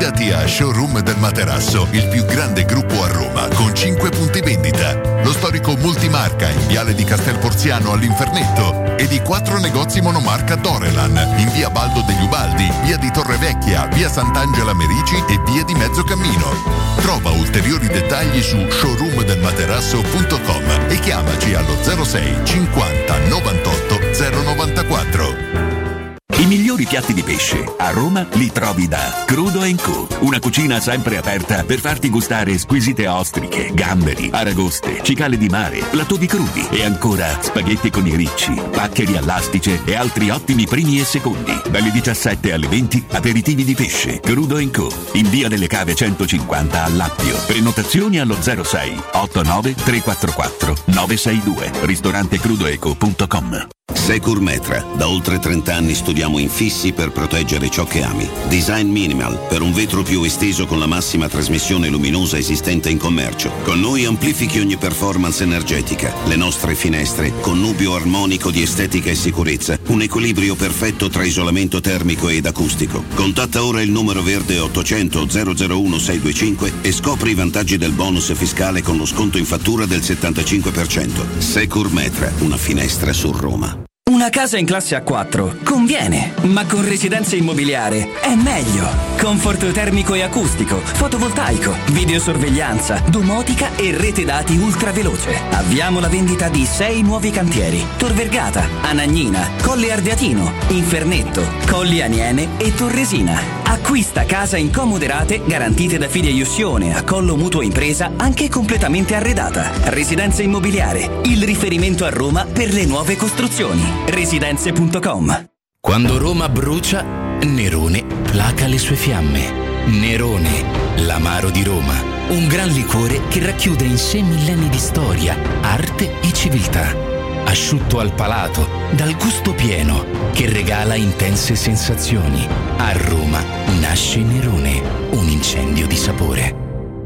Affidati a Showroom del Materasso, il più grande gruppo a Roma, con cinque punti vendita. Lo storico multimarca in Viale di Castel Porziano all'Infernetto e di quattro negozi monomarca Dorelan in via Baldo degli Ubaldi, via di Torrevecchia, via Sant'Angela Merici e via di Mezzocammino. Trova ulteriori dettagli su showroom del materasso punto com e chiamaci allo zero sei cinquanta novantotto zero novantaquattro. I migliori piatti di pesce a Roma li trovi da Crudo and Co. Una cucina sempre aperta per farti gustare squisite ostriche, gamberi, aragoste, cicale di mare, platoni crudi e ancora spaghetti con i ricci, paccheri all'astice e altri ottimi primi e secondi. Dalle diciassette alle venti aperitivi di pesce. Crudo and Co. in via delle Cave centocinquanta a Lappio. Prenotazioni allo zero sei ottantanove trequarantaquattro novecentodue. ristorante crudo eco punto com. Securmetra. Da oltre trenta anni studiamo infissi per proteggere ciò che ami. Design minimal, per un vetro più esteso con la massima trasmissione luminosa esistente in commercio. Con noi amplifichi ogni performance energetica. Le nostre finestre, connubio armonico di estetica e sicurezza. Un equilibrio perfetto tra isolamento termico ed acustico. Contatta ora il numero verde ottocento zero zero uno sei due cinque e scopri i vantaggi del bonus fiscale con lo sconto in fattura del settantacinque per cento. Securmetra, una finestra su Roma. Una casa in classe A quattro conviene, ma con Residenza Immobiliare è meglio. Comfort termico e acustico, fotovoltaico, videosorveglianza, domotica e rete dati ultraveloce. Avviamo la vendita di sei nuovi cantieri: Tor Vergata, Anagnina, Colle Ardeatino, Infernetto, Colli Aniene e Torresina. Acquista casa in comode rate garantite da fideiussione a collo mutuo impresa, anche completamente arredata. Residenza Immobiliare, il riferimento a Roma per le nuove costruzioni. Residenze punto com. Quando Roma brucia, Nerone placa le sue fiamme. Nerone, l'amaro di Roma. Un gran liquore che racchiude in sé millenni di storia, arte e civiltà. Asciutto al palato, dal gusto pieno, che regala intense sensazioni. A Roma nasce Nerone, un incendio di sapore.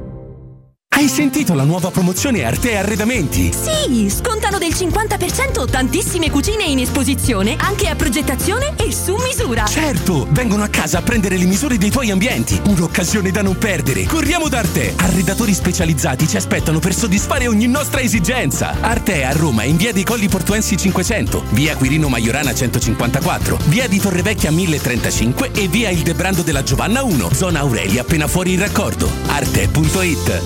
Hai sentito la nuova promozione Arte Arredamenti? Sì, scontano del cinquanta per cento tantissime cucine in esposizione, anche a progettazione e su misura. Certo, vengono a casa a prendere le misure dei tuoi ambienti. Un'occasione da non perdere. Corriamo da Arte. Arredatori specializzati ci aspettano per soddisfare ogni nostra esigenza. Arte a Roma in via dei Colli Portuensi cinquecento, via Quirino Maiorana centocinquantaquattro, via di Torrevecchia mille trentacinque e via Il Debrando della Giovanna uno, zona Aurelia appena fuori il raccordo. arte punto it.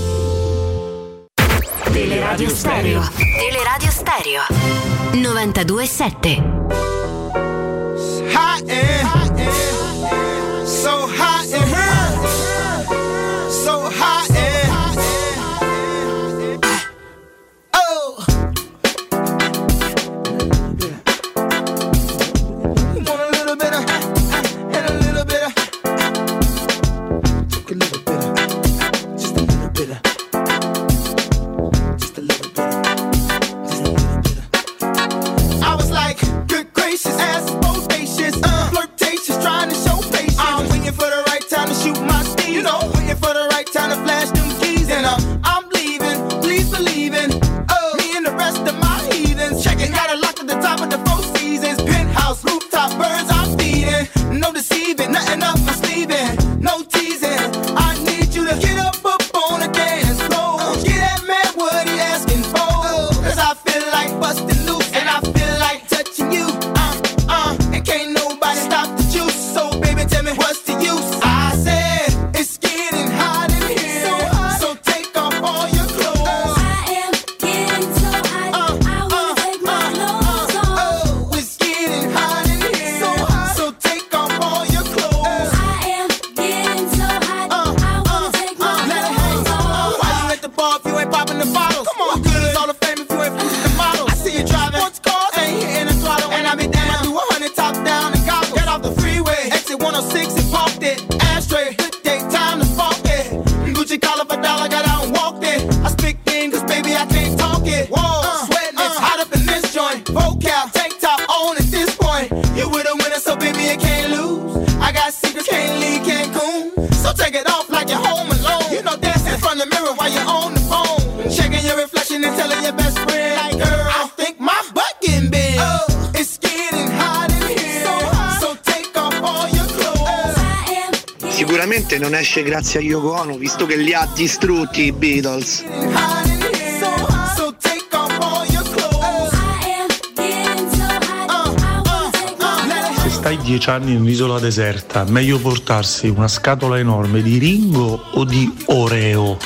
Teleradio Stereo. Teleradio Stereo. novantadue sette. Hot air. So hot in here. So hot air. Oh. Want a little bit of and a little bit of. Took a little bit of. Just a little bit of. Trying to show patience. I'm waiting for the right time to sicuramente non esce grazie a Yoko Ono, visto che li ha distrutti i Beatles. Se stai dieci anni in un'isola deserta, meglio portarsi una scatola enorme di Ringo o di Oreo?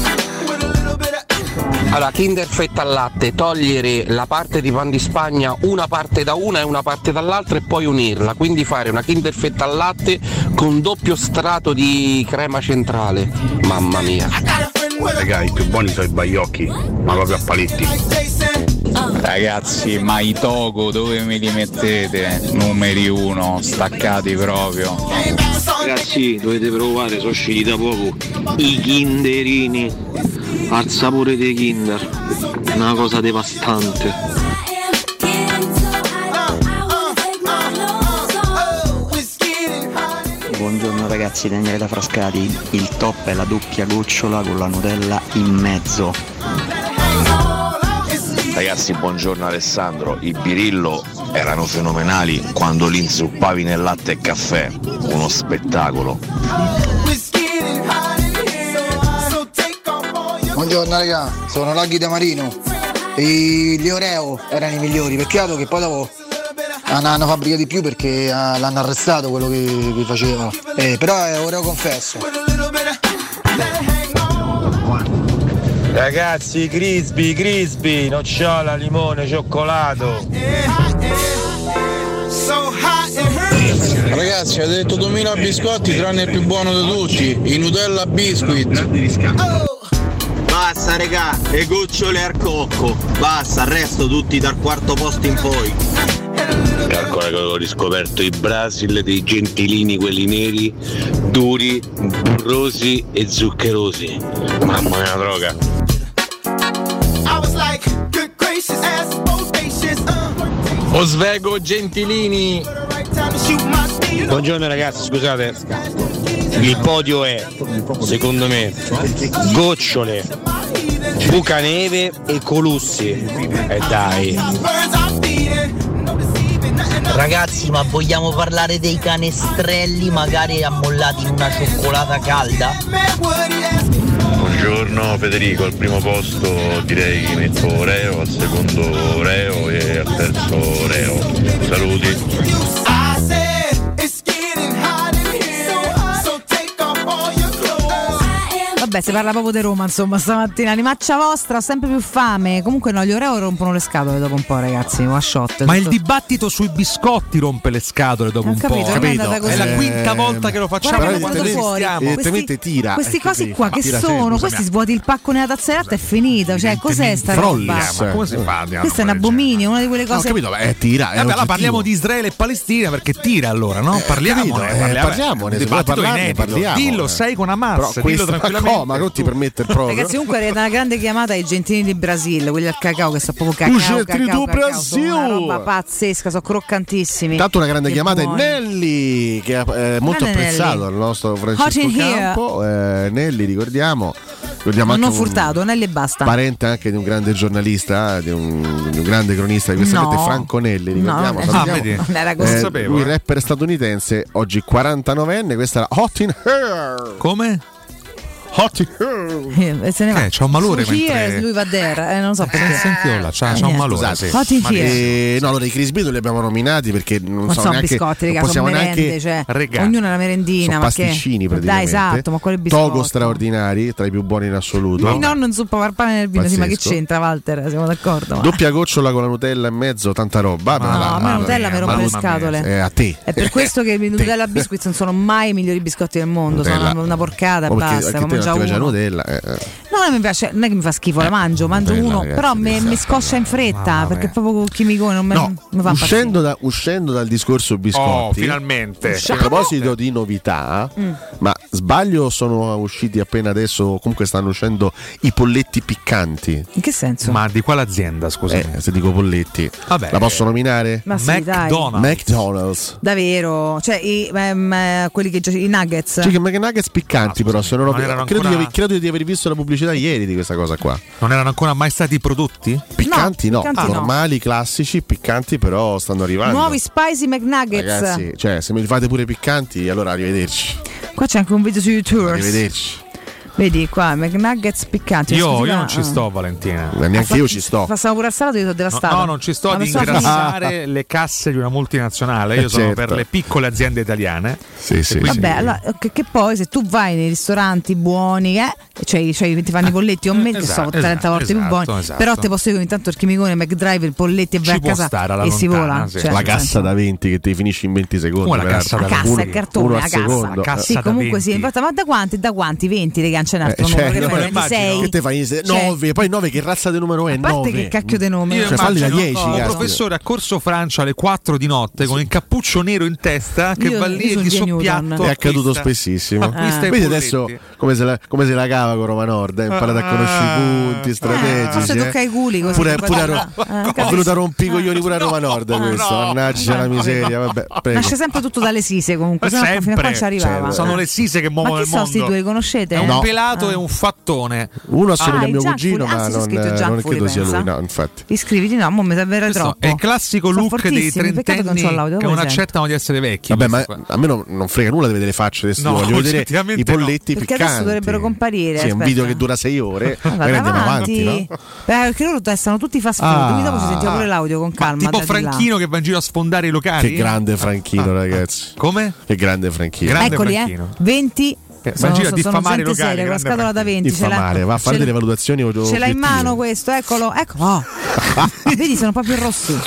Allora, Kinder fetta al latte, togliere la parte di pan di Spagna, una parte da una e una parte dall'altra e poi unirla, quindi fare una Kinder fetta al latte con doppio strato di crema centrale. Mamma mia. Raga, i più buoni sono i baiocchi, ma proprio a paletti. Ragazzi, ma i Togo dove me li mettete? Numeri uno, staccati proprio. Ragazzi, dovete provare, sono usciti da poco i Kinderini al sapore dei Kinder, una cosa devastante. Buongiorno ragazzi, Daniele da Frascati. Il top è la doppia gocciola con la Nutella in mezzo. Ragazzi, buongiorno Alessandro, i Birillo erano fenomenali quando li inzuppavi nel latte e caffè, uno spettacolo. Buongiorno raga, sono Laghi da Marino e gli Oreo erano i migliori, peccato che poi dopo hanno fabbricato di più perché uh, l'hanno arrestato quello che, che faceva, eh, però è Oreo confesso. Ragazzi, crispy, crispy, nocciola, limone, cioccolato. Ragazzi, avete detto duemila biscotti tranne il più buono di tutti, i Nutella Biscuit. Basta regà, e gocciole al cocco, basta, il resto tutti dal quarto posto in poi. Calcola che ho riscoperto i Brasil dei gentilini, quelli neri, duri, burrosi e zuccherosi. Mamma mia droga. Osvego gentilini. Buongiorno ragazzi, scusate. Il podio è, secondo me, gocciole, bucaneve e colussi. E dai. Ragazzi, ma vogliamo parlare dei canestrelli magari ammollati in una cioccolata calda? Buongiorno Federico, al primo posto direi che metto Oreo, al secondo Oreo e al terzo Oreo. Saluti. Vabbè, si parla proprio di Roma, insomma, stamattina. Animaccia vostra, ho sempre più fame. Comunque no, gli Oreo rompono le scatole dopo un po', ragazzi. One shot. Ma tutto... il dibattito sui biscotti rompe le scatole dopo Ho un capito, po'. Capito. È, è la quinta volta che lo facciamo. Guarda, quando fuori. resistiamo. Evidentemente tira. Questi cosi qua che tira sono? sempre, Questi svuoti il pacco nella tazza di latte e è finita. Cioè, cos'è sta roba? Ma come si fa? Questo è un abominio, una di quelle cose. Ho capito, ma è tira. È Vabbè, allora parliamo di Israele e Palestina perché tira allora, no? Parliamone, eh, parliamo. parliamone, Un se vuoi dibattito parlarne, inedito. parliamo. Dillo, sei con Hamas, Però dillo tranquillamente. No, ma non ti permette il proprio. Ragazzi, comunque è una grande chiamata ai gentini di Brasile, quelli al cacao che sono proprio cacao, Gentini cacao, do cacao, Brasil. sono una roba pazzesca, sono croccantissimi. Tanto una grande Che chiamata buoni. è Nelly, che è molto Grande apprezzato Nelly. dal nostro Hot Francesco in here. Campo. Eh, Nelly, ricordiamo, ricordiamo Non anche ho furtato, un Nelly e basta. parente anche di un grande giornalista, di un, di un grande cronista di questa No. rete, Franco Nelly, ricordiamo. No, salutiamo. ah, vedi. Non era così. Eh, Sapevo, lui eh. rapper statunitense, oggi quarantanovenne, questa era Hot in Here. Come? Hot in Here. Eh, se ne va. Eh, c'ha un malore Su here, mentre- lui va there, eh, non so perché. Sentiola, c'ha, c'ha un niente. malore. Scusate. sì. Hot in Ma- here. Eh, no, allora i Chris Beatles li abbiamo nominati perché non, Non so sono neanche, biscotti, non raga, sono possiamo merende, neanche cioè, regà. ognuno una merendina, sono ma che- pasticcini Dai, praticamente. esatto, ma quale biscotto? Togo straordinari, tra i più buoni in assoluto. Il nonno zuppa far pane nel vino, sì, ma che Pazzesco. c'entra Walter? Siamo d'accordo? Ma- Doppia gocciola con la Nutella in mezzo, tanta roba. No, a me la Nutella mi rompe le scatole. Eh, a te. È per questo che i Nutella Biscuits non sono mai i migliori biscotti del mondo, Nutella. sono una, una porcata e Oh, perché basta. anche Ma te non mangia ti piace la uno. Nutella. eh, eh. No, non mi piace, non è che mi fa schifo, la mangio, mangio Nutella, uno, ragazzi, però mi, questa- mi scoscia in fretta Mamma perché mia. proprio con chimicone non mi, No, mi fa uscendo, da- uscendo dal discorso biscotti, Oh, finalmente. a proposito di novità, Mm. ma sbaglio, sono usciti appena adesso, comunque stanno uscendo i polletti piccanti. In che senso? Ma di quale azienda, scusa? Eh, se dico polletti, Vabbè. la posso nominare? Ma sì, dai. McDonald's. Davvero? Cioè i, ehm, eh, quelli che gio- i nuggets. Chicken McNuggets piccanti, però se non ho- non erano credo, di ancora- aver, credo di aver visto la pubblicità ieri di questa cosa qua. Non erano ancora mai stati prodotti? Piccanti no, piccanti no. normali, classici, piccanti però stanno arrivando. Nuovi spicy McNuggets. Ragazzi, cioè, se me li fate pure piccanti, allora arrivederci. Qua c'è anche un video su YouTube. Arrivederci. Vedi qua, McNuggets piccanti. Io, io non ci sto, Valentina. Ma neanche io ci sto. Passavo pure al salato e io sono devastato. No, no, non ci sto ad ingrassare le casse di una multinazionale. Io eh sono certo. per le piccole aziende italiane. Sì, sì. Vabbè, sì. Allora, che, che poi se tu vai nei ristoranti buoni, eh, cioè, cioè ti fanno i polletti o me, esatto, so, trenta esatto, volte esatto, più buoni. Esatto. Però te posso dire che ogni tanto il chimicone, McDrive, il polletti e vai ci a casa e lontana, si vola. Sì. Cioè, la cassa senso. da venti che ti finisci in venti secondi. Come la cassa da venti? La cassa, il cartone, la cassa. La cassa sì, comunque sì, ma da quanti? Da quanti? venti, le non c'è un altro eh, numero. sei che te fai nove, poi nove che razza di numero è? A parte nove. Che cacchio di nome? Io cioè, falli da dieci. Un professore a Corso Francia alle quattro di notte con il cappuccio nero in testa che io, va lì e di soppiatto. È accaduto spessissimo. Eh. Vedi adesso come se, la, come se la cava con Roma Nord, ha imparato a conoscere i punti strategici. Forse eh. tocca i culi così. Pure, pure a Ro- eh, è venuto a rompicoglioni pure a Roma Nord questo. Mannaggia la miseria. Vabbè, prego. Nasce sempre tutto dalle sise comunque. Sennò fino a qua ci arrivava. Sono le sise che muovono il mondo. Ma chi sono questi due? Conoscete? È un pelato e un fattone. Uno assomiglia a mio cugino, ma non credo sia lui. No, infatti. Iscriviti, no, mo mi serve troppo. È il classico look dei trentenni che non accettano di essere vecchi. Vabbè, ma a me non frega nulla di vedere le facce di no, voglio vedere i polletti no. piccanti. Perché adesso dovrebbero comparire. Sì, è un video che dura sei ore. Allora, andiamo avanti, no? Beh, perché loro testano tutti fast food. Ah, quindi dopo ci sentiamo pure l'audio con calma. Tipo Franchino che va in giro a sfondare i locali. Che grande Franchino, ragazzi. Come? Che grande Franchino. Grande Eccoli, Franchino. eh. venti Sono, sono, diffamare sono serie, con la scatola da venti diffamare, va a fare delle valutazioni o ce l'ha in mano questo, eccolo, eccolo. Oh. Vedi, sono proprio rossi.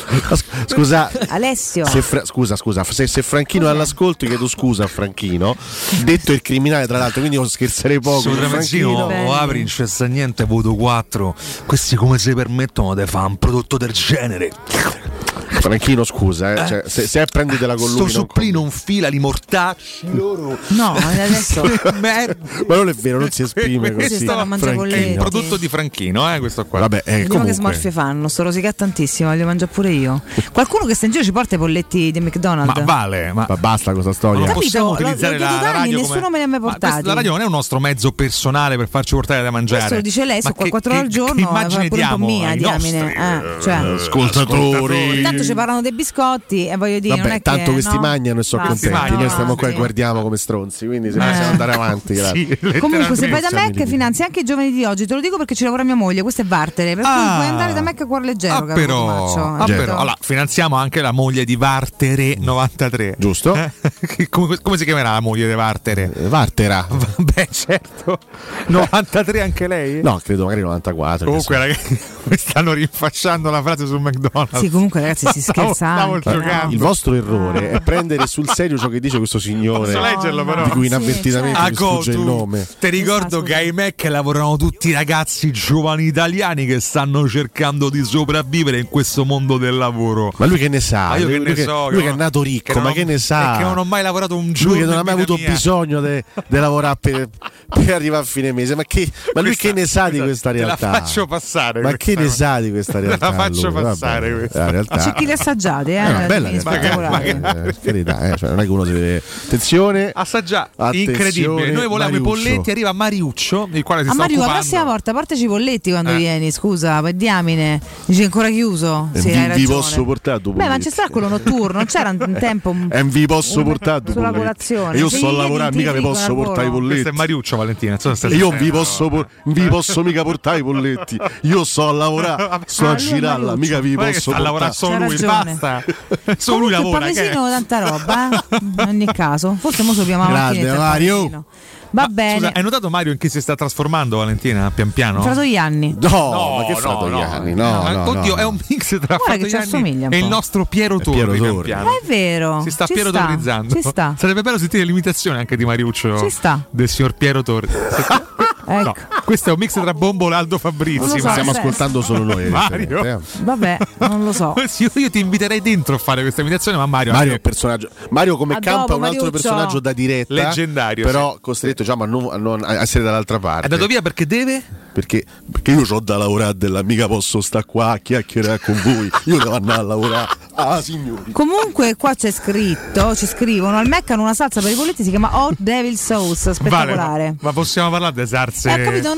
Scusa Alessio se fra, scusa scusa se, se Franchino è all'ascolto chiedo scusa a Franchino, detto il criminale tra l'altro, quindi io scherzerei poco. Franchino o apri, non c'è sta niente, voto quattro. Questi come si permettono di fare un prodotto del genere? Franchino, scusa, eh. Cioè, se, se prenditela con lui. Sto supplino un fila di mortacci loro. No, adesso. Ma non è vero, non si esprime così. Il prodotto di Franchino, eh, questo qua. Vabbè, eh, vediamo che smorfie fanno. Sto rosicà tantissimo, voglio mangiare pure io. Qualcuno che sta in giro ci porta i polletti di McDonald's. Ma vale, ma, ma basta questa storia. Non possiamo utilizzare la, la radio. Nessuno come... me ne ha mai portati. La radio non è un nostro mezzo personale per farci portare da mangiare. Questo lo dice lei, su quattro ore al giorno. Che immagine diamo mia, diamine. Eh, cioè. Ascoltatori. Intanto ci parlano dei biscotti e voglio dire, vabbè, non è tanto che, questi no? mangiano e sono contenti. Mangiano, noi stiamo qua sì. e guardiamo come stronzi, quindi se eh. possiamo andare avanti. Sì, comunque se vai da Mac finanzi anche i giovani di oggi, te lo dico perché ci lavora mia moglie, questo è Vartere, per cui ah. puoi andare da Mac a cuore leggero. Ah, però, ah, però. Allora, finanziamo anche la moglie di Vartere novantatré, giusto? Eh? come, come si chiamerà la moglie di Vartere? Vartera. Beh, certo. novantatré anche lei? No, credo magari novantaquattro. Comunque ragazzi, mi stanno rinfacciando la frase su McDonald's. Sì, comunque ragazzi si scherza stavo, anche, stavo no? Il vostro errore è prendere sul serio ciò che dice questo signore. Posso leggerlo però? Di cui inavvertitamente sì, mi sfugge il nome. Ti ricordo che ai Mac lavorano tutti i ragazzi giovani italiani che stanno cercando di sopravvivere in questo mondo del lavoro. Ma lui che ne sa? Ma io lui, che ne che, so, lui che che è nato ricco, che ma non, che ne sa? Che non ho mai lavorato un giorno. Lui che non ha mai avuto mia. bisogno di lavorare per, per arrivare a fine mese. Ma, che, ma lui questa, che ne sa di questa realtà? Te la faccio passare. Ma che ne sa di questa realtà? Te la faccio lui? passare Vabbè, questa. La realtà. C'è chi li assaggiate, eh? È una bella realtà. Eh, carità, eh, cioè non è che uno si vede. Attenzione, assaggiare. Incredibile. Noi volevamo i polletti, arriva Mariuccio, il quale si a sta Mario, occupando. la prossima volta portaci i polletti quando eh. vieni, scusa, poi diamine. Dice ancora chiuso. E sì, vi, hai vi ragione. posso portare due Beh, ma c'è stato quello notturno, non c'era un tempo. E vi posso portare due sulla polletti. colazione. E io Se sto a gli lavorare, mica vi posso portare i polletti. Questo è Mariuccio, Valentina. So e io vi posso, por- vi posso mica portare i polletti. Io sto a lavorare, sto a girarla, mica vi posso portare. A lavorare solo lui, basta. Solo lui lavora. Pavesino tanta roba, eh? In ogni caso. Forse mo subiamo grande Mario. Va ma, bene. Scusa, hai notato Mario in chi si sta trasformando, Valentina, pian piano? Fratoianni. No, no, ma che no, Fratoianni? No, no, no, oddio, no. è un mix tra Fratoianni e il nostro Piero Torri. Pian piano. È vero. Si sta ci Piero sta, Torrizzando. Ci sta. Sarebbe bello sentire l'imitazione anche di Mariuccio. Ci sta. Del signor Piero Torri. Ecco. No, questo è un mix tra Bombola e Aldo Fabrizi. So, stiamo aspetta. ascoltando solo noi. Mario. Eh. Vabbè, non lo so. Io, io ti inviterei dentro a fare questa imitazione, ma Mario. Mario è un personaggio. Mario come a campo dopo, è un altro Mariuccio. personaggio da diretta. Leggendario. Però sì. costretto diciamo, a, non, a, non, a essere dall'altra parte. È andato via perché deve? Perché, perché io ho da lavorare della mica posso stare qua a chiacchierare con voi. Io devo andare a lavorare. Ah, signori. Comunque qua c'è scritto, ci scrivono al Mecca una salsa per i polletti si chiama Hot Devil Sauce, spettacolare. Vale, ma, ma possiamo parlare di salse? Eh, capito,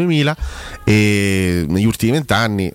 duemila, e negli ultimi vent'anni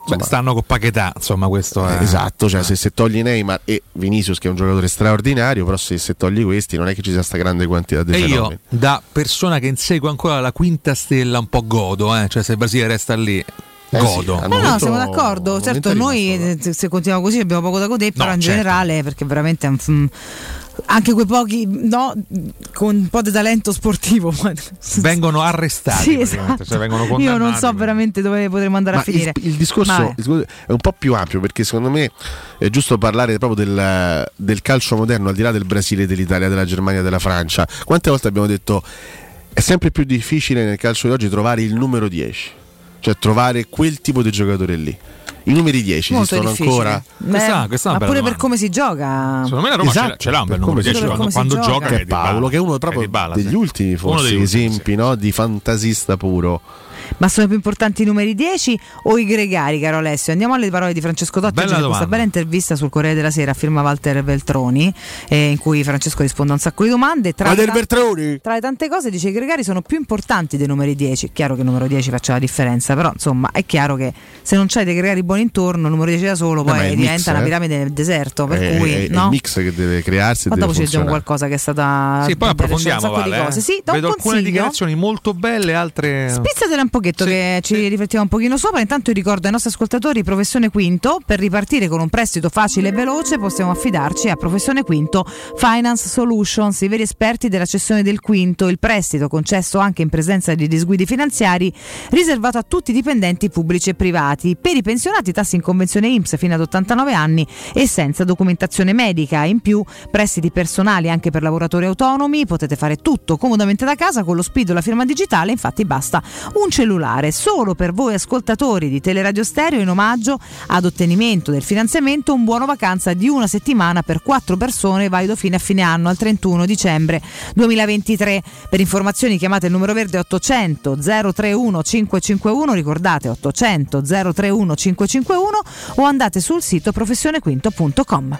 Beh, stanno con Paquetà, insomma, questo è... Esatto, cioè se, se togli Neymar e Vinicius, che è un giocatore straordinario, però se, se togli questi non è che ci sia sta grande quantità di e fenomeni. io, da persona che insegue ancora la quinta stella, un po' godo, eh? Cioè se il Brasile resta lì Eh godo. sì, No, no, siamo d'accordo. Certo, noi eh, se continuiamo così abbiamo poco da godere, però No, in certo. generale, perché veramente mm, anche quei pochi, no, con un po' di talento sportivo vengono arrestati, sì, praticamente, esatto. cioè vengono Io condannati. non so veramente dove potremmo andare Ma a finire. Il, il, discorso, Vabbè. il discorso è un po' più ampio, perché secondo me è giusto parlare proprio del, del calcio moderno, al di là del Brasile, dell'Italia, della Germania, della Francia. Quante volte abbiamo detto è sempre più difficile nel calcio di oggi trovare il numero dieci, cioè trovare quel tipo di giocatore lì. I numeri dieci Molto esistono difficile. ancora? Beh, Questa- questa è una ma bella pure per domanda. come si gioca. Secondo me la Roma ce l'ha- Esatto, ce l'ha un bel per numero come dieci, si gioca. quando, Come si quando gioca. gioca Che è è Dybala. Paolo, che è uno È proprio Dybala, degli sì. ultimi Uno forse degli ultimi, esempi, no, di fantasista puro. Ma sono più importanti i numeri dieci o i gregari, caro Alessio? Andiamo alle parole di Francesco Totti. Bella Oggi c'è domanda. questa bella intervista sul Corriere della Sera a firma Walter Veltroni, eh, in cui Francesco risponde a un sacco di domande. Tra, Walter le Veltroni! tra le tante cose dice che i gregari sono più importanti dei numeri dieci. Chiaro che il numero dieci faccia la differenza, però insomma è chiaro che se non c'hai dei gregari buoni intorno, il numero dieci da solo Eh, ma è poi il diventa mix, una eh. piramide nel deserto. Per È, cui è- è no? il mix che deve crearsi e Ma deve dopo ci leggiamo funzionare. qualcosa che è stata. Sì, poi c'è approfondiamo, un sacco di Vale, cose. eh. Sì, do un Vedo alcune consiglio. dichiarazioni molto belle, altre Spizzatela un pochetto che ci riflettiamo un pochino sopra. Intanto io ricordo ai nostri ascoltatori Professione Quinto, per ripartire con un prestito facile e veloce possiamo affidarci a Professione Quinto Finance Solutions, i veri esperti della cessione del quinto, il prestito concesso anche in presenza di disguidi finanziari, riservato a tutti i dipendenti pubblici e privati. Per i pensionati tassi in convenzione I N P S fino ad ottantanove anni e senza documentazione medica. In più prestiti personali anche per lavoratori autonomi, potete fare tutto comodamente da casa con lo Speed o la firma digitale, infatti basta un cellulare. Solo per voi ascoltatori di Teleradio Stereo, in omaggio ad ottenimento del finanziamento, un buono vacanza di una settimana per quattro persone, valido fino a fine anno al trentuno dicembre duemilaventitré. Per informazioni chiamate il numero verde ottocento zero trentuno cinquecentocinquantuno, ricordate ottocento zero trentuno cinquecentocinquantuno, o andate sul sito professionequinto punto com.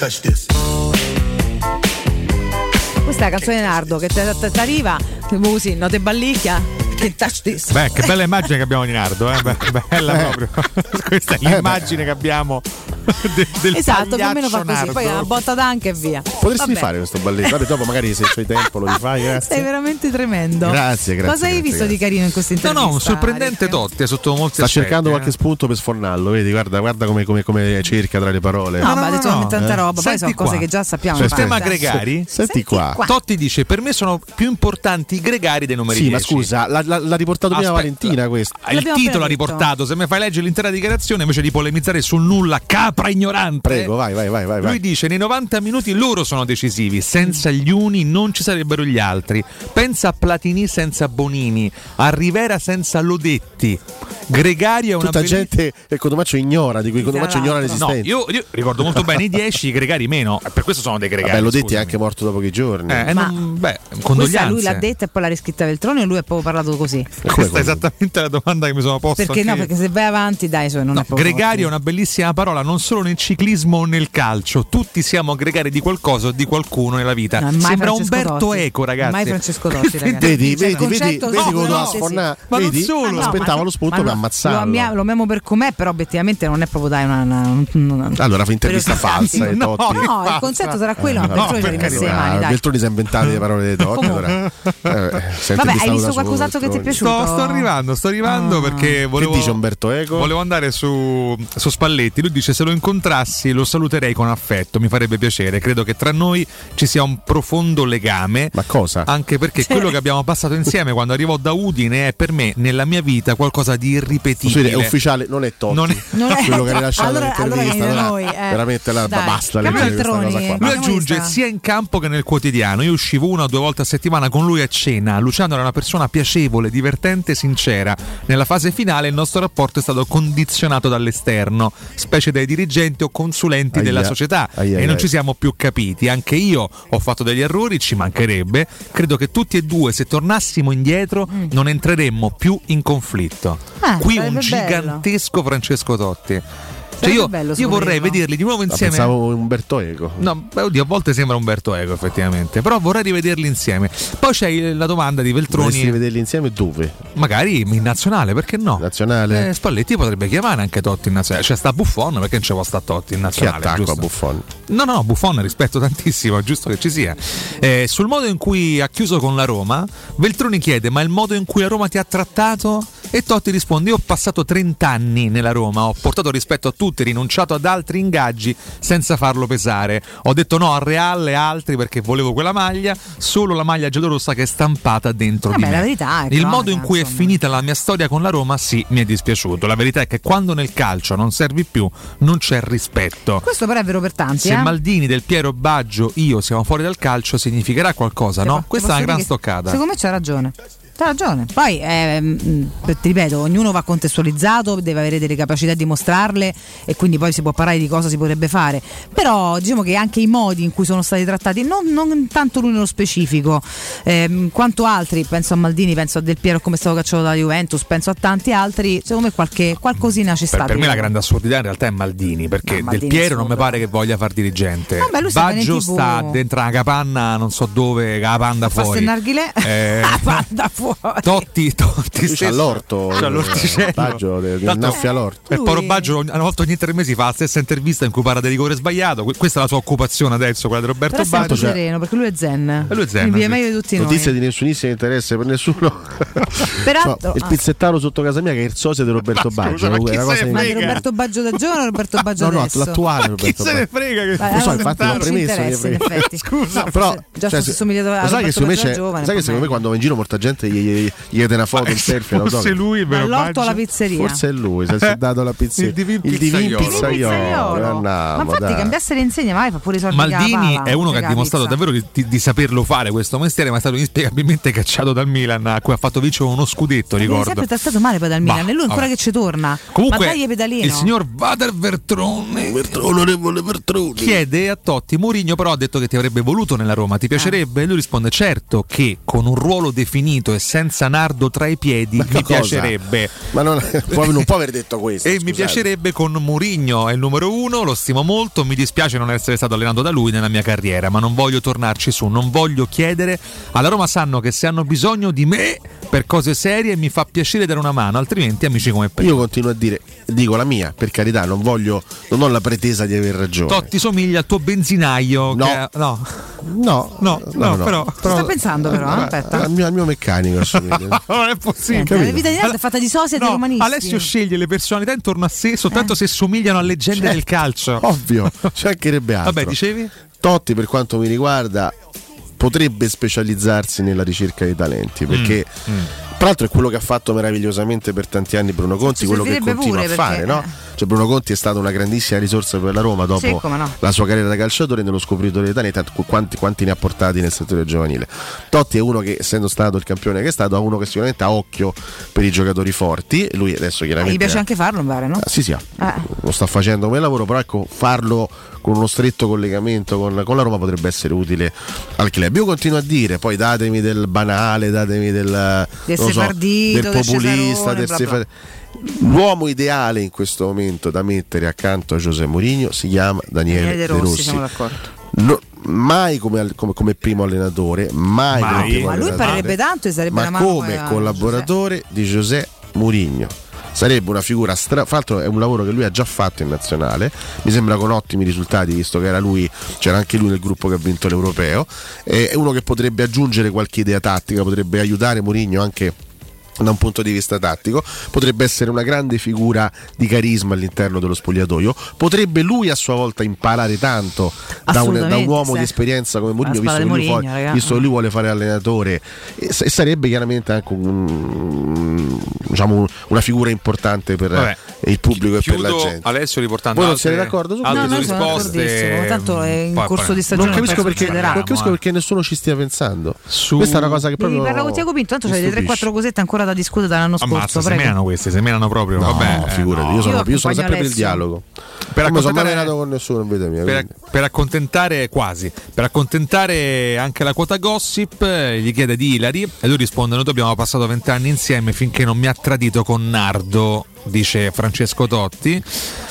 Questa è la canzone di Nardo che ti arriva così, note ballicchia. Che touch this. Beh, che bella immagine che abbiamo di Nardo, eh? Beh, bella proprio. Questa è l'immagine che abbiamo de- del Esatto, più o meno fa pagliaccio così, poi Nardo. una botta d'anche e via. Potresti Vabbè. rifare questo balletto? Vabbè, dopo magari se c'hai tempo lo rifai, grazie. Sei veramente tremendo. Grazie, grazie, Cosa hai grazie, visto grazie. di carino in questa No, intervista? no, un sorprendente Ricca? Totti, è sotto molti Sta aspetti, cercando eh. qualche spunto per sfornarlo, vedi? Guarda, guarda come, come, come cerca tra le parole. No, ma ha detto no, tanta eh. roba, poi Senti sono cose qua. che già sappiamo. Cioè, in Tema parte. gregari? Senti qua. qua. Totti dice: per me sono più importanti i gregari dei numeri Sì, dieci. ma scusa, l'ha, l'ha- l'ha riportato prima Aspetta. Valentina questo. Il L'abbiamo titolo ha appena detto. riportato. Se mi fai leggere l'intera dichiarazione invece di polemizzare sul nulla, capra ignorante. Prego, vai, vai, vai, vai. Lui vai. dice: nei novanta minuti loro sono decisivi, senza gli uni non ci sarebbero gli altri. Pensa a Platini senza Bonini, a Rivera senza Lodetti. Gregari è una Tutta belli- gente che Cotomaccio ignora, di cui Cotomaccio ignora No, l'esistenza. io, io ricordo molto bene i dieci, i Gregari meno. Per questo sono dei Gregari. Vabbè, Lodetti è scusami. anche morto dopo pochi giorni. Eh, Ma- non, beh, Questa condoglianze. lui l'ha detta e poi l'ha riscritta Veltroni, o lui ha proprio parlato così? Questa è esattamente la domanda che mi sono posto. Perché no, anche io. perché se vai avanti, dai, so, non No, è proprio gregario è una bellissima parola non solo nel ciclismo o nel calcio. Tutti siamo gregari di qualcosa o di qualcuno nella vita. No, mai Sembra Francesco Umberto Totti. Eco, ragazzi. Mai Francesco Totti, ragazzi. Vedi, Cioè, il vedi, vedi, concetto vedi sì, come no, lo sì, sforna- Ma non vedi? solo. Aspettava ma- lo spunto ma per no, ammazzarlo. Lo, ammia- lo amiamo per com'è, però obiettivamente non è proprio dai una, una, una- Allora, fa intervista falsa ai No, Totti. No, il concetto sarà quello, ma no, Veltroni ci ha per rimesso le carità. mani, dai. Veltroni si è inventato le parole dei Totti. Comunque. Allora, eh, si è Vabbè, hai intervistato visto da qualcos'altro solo che ti è Veltroni. piaciuto? Sto, sto arrivando, sto arrivando Ah. perché volevo. Che dice Umberto Eco? Volevo andare su, su Spalletti. Lui dice: se lo incontrassi lo saluterei con affetto, mi farebbe piacere. Credo che tra noi ci sia un profondo legame. Ma cosa? Anche perché quello che abbiamo passato insieme quando arrivò da Udine è per me nella mia vita qualcosa di Posso irripetibile. dire, è ufficiale, non è Totti. Non è- Non è- quello che ha rilasciato allora, allora l'intervista. vieni da allora, noi, eh. veramente la, Dai, basta chiama leggere questa Veltroni. cosa qua. Lui Abbiamo aggiunge vista. sia in campo che nel quotidiano. Io uscivo una o due volte a settimana con lui a cena. Luciano era una persona piacevole, divertente, sincera. Nella fase finale il nostro rapporto è stato condizionato dall'esterno, specie dai dirigenti o consulenti Aia. della società, Aia, e non aia. ci siamo più capiti. Anche io ho fatto degli errori, ci mancherebbe. Credo che tutti e due, se tornassimo indietro, non entreremmo più in conflitto. Eh, Qui sarebbe un bello. gigantesco Francesco Totti. Cioè io, io vorrei vederli di nuovo insieme. Ma pensavo Umberto Eco. No, beh, oddio, a volte sembra Umberto Eco effettivamente, però vorrei rivederli insieme. Poi c'è la domanda di Veltroni. Vorresti rivederli insieme dove? Magari in nazionale, perché no? Nazionale. Eh, Spalletti potrebbe chiamare anche Totti in nazionale. Cioè sta Buffon, perché non c'è può sta Totti in nazionale? Che attacco giusto? a Buffon. No, no, Buffon rispetto tantissimo, è giusto che ci sia. Eh, sul modo in cui ha chiuso con la Roma, Veltroni chiede: ma il modo in cui la Roma ti ha trattato? E Totti risponde: io ho passato trenta anni nella Roma, ho portato rispetto a tutti, rinunciato ad altri ingaggi senza farlo pesare. Ho detto no al Real e altri perché volevo quella maglia, solo la maglia giallorossa che è stampata dentro Vabbè, di me. la verità è il cronaca, modo in cui insomma. è finita la mia storia con la Roma, sì, mi è dispiaciuto. La verità è che quando nel calcio non servi più, non c'è rispetto. Questo però è vero per tanti. Se eh? Maldini, Del Piero, Baggio, io siamo fuori dal calcio, significherà qualcosa, Ti no? po- Questa ti è una posso gran dire che stoccata. Secondo me c'ha ragione. C'ha ragione. Poi ehm, ti ripeto, ognuno va contestualizzato, deve avere delle capacità di dimostrarle e quindi poi si può parlare di cosa si potrebbe fare. Però diciamo che anche i modi in cui sono stati trattati, non, non tanto lui nello specifico, ehm, quanto altri, penso a Maldini, penso a Del Piero come è stato cacciato dalla Juventus, penso a tanti altri, secondo me qualche qualcosina c'è Per, stata. per me la grande assurdità in realtà è Maldini, perché No, Maldini Del Piero è non mi pare che voglia far dirigente. Vabbè, lui sta bene in Baggio tivù. sta dentro una capanna, non so dove, la panda Fa fuori. stennarghilè. Eh, La panda fuori. Totti, Totti Lui c'ha stesso. l'orto, C'ha l'orticello. Baggio, de- Tanto- innaffia l'orto. E il povero Baggio una volta ogni tre mesi fa la stessa intervista in cui parla del rigore sbagliato. Que- Questa è la sua occupazione adesso, quella di Roberto Però è sempre Baggio. sereno perché lui è zen. E lui è zen, Quindi sì. è meglio di tutti noi. Notizie di nessunissimo interesse per nessuno. Peraltro, No, il ah. pizzettaro sotto casa mia che è il sosia di Roberto Ma scusa, Baggio. ma è chi una se cosa ne Ma di frega? Roberto Baggio da giovane o Roberto Baggio No, no, adesso? l'attuale Chi Roberto se ne Baggio. frega che Vai, Lo so, allora, infatti l'ho non ci premesso. interessa, che- in effetti. Scusa. No, Però forse già cioè, fosse somigliato a lo sai che Roberto secondo me Baggio da c'è, giovane, sai che un po' secondo me quando va in giro molta gente gli, gli, gli chiede una foto, un selfie, un forse autografo. lui è vero Dall'orto Baggio. alla pizzeria. Forse è lui, se si è dato la pizzeria. Il divin Il divin pizzaiolo. pizzaiolo. Ma Andiamo, infatti dai. cambiasse le insegne, magari fa pure i soldi che la Maldini pava, è uno che frega ha dimostrato pizza. davvero di, di- di saperlo fare questo mestiere, ma è stato inspiegabilmente cacciato dal Milan, a cui ha fatto vincere uno scudetto, Viene ricordo. sempre trattato male poi dal Bah, Milan e lui ancora vabbè. che ci torna. Comunque ma dai pedalino. il signor Vader Vertrone Onorevole Vertroni. chiede a Totti: Mourinho però ha detto che ti avrebbe voluto nella Roma, ti piacerebbe? Ah. E lui risponde: certo che con un ruolo definito e senza Nardo tra i piedi Ma che mi cosa? piacerebbe. Ma non, può- non può aver detto questo. E mi scusate. piacerebbe con Mourinho, è il numero uno, lo stimo molto, mi dispiace non essere stato allenato da lui nella mia carriera, ma non voglio tornarci su, non voglio chiedere. Alla Roma sanno che se hanno bisogno di me per cose serie mi fa piacere dare una mano, altrimenti amici come prima. Io continuo a dire, dico la mia, per carità, non voglio, non ho la pretesa di aver ragione. Totti somiglia al tuo benzinaio. No. che- no. No, No, no, però- Ci sta pensando però, eh, aspetta. Al mio, al mio meccanico assomiglia. non è possibile. Niente, la vita di Nardo è fatta di sosia e di No, romanisti. Alessio sceglie le personalità intorno a sé soltanto Eh. se somigliano a leggende del calcio. Ovvio, ci mancherebbe altro. Vabbè, dicevi? Totti, per quanto mi riguarda, potrebbe specializzarsi nella ricerca di talenti, perché Mm, tra l'altro è quello che ha fatto meravigliosamente per tanti anni Bruno Conti, Ci quello che servirebbe continua pure, a fare, perché, no? eh. Cioè Bruno Conti è stata una grandissima risorsa per la Roma dopo Sì, come no. la sua carriera da calciatore nello scopritore dei talenti, quanti, quanti ne ha portati nel settore giovanile. Totti è uno che, essendo stato il campione che è stato, ha uno che sicuramente ha occhio per i giocatori forti. Lui adesso Eh, chiaramente gli piace anche farlo, mi pare, no? Ah, sì, sì, ah, Eh. lo sta facendo come lavoro, però ecco, farlo con uno stretto collegamento con, con la Roma potrebbe essere utile al club. Io continuo a dire, poi datemi del banale, datemi del, Del non lo so, sefardito, del del populista, Cesarone, del bla bla. sefa- L'uomo ideale in questo momento da mettere accanto a José Mourinho si chiama Daniele, Daniele De De Rossi, Rossi. siamo d'accordo. No, mai come, al- come- come primo allenatore, mai, Mai. come primo Ma lui allenatore, parerebbe tanto e sarebbe ma una mano come poi a collaboratore di José Mourinho. Sarebbe una figura stra... fra l'altro è un lavoro che lui ha già fatto in nazionale, mi sembra con ottimi risultati, visto che era lui, c'era anche lui nel gruppo che ha vinto l'Europeo. È uno che potrebbe aggiungere qualche idea tattica, potrebbe aiutare Mourinho anche da un punto di vista tattico, potrebbe essere una grande figura di carisma all'interno dello spogliatoio, potrebbe lui a sua volta imparare tanto da un, da un uomo sì. di esperienza come Mourinho, La visto, spada che di lui, Mourinho, vuole, raga. visto che lui vuole fare allenatore, e, e sarebbe chiaramente anche un, diciamo, una figura importante per Vabbè, il pubblico e per la chiudo gente. Alessio riportando Voi non altre, siete d'accordo su altre No, tue noi siamo risposte. d'accordissimo, tanto è in Poi- corso poi- di stagione, Non capisco, penso perché, succederà. non capisco eh. perché nessuno ci stia pensando. Su- Questa è una cosa che Devi proprio parlare con Tiago Pinto, tanto mi c'hai le tre quattro stupisce. cosette ancora da discutere dall'anno scorso. Ammazza, se prego. menano queste, se menano proprio. No, Vabbè, figurati, no. io sono, Io io sono accompagno sempre per il Alessio. dialogo. Per Non mi sono mai accontentare- allenato con nessuno in vita mia. Per, quindi. per accontentare quasi per accontentare anche la quota gossip, eh, gli chiede di Ilari e lui risponde: noi abbiamo passato vent'anni insieme finché non mi ha tradito con Nardo, dice Francesco Totti.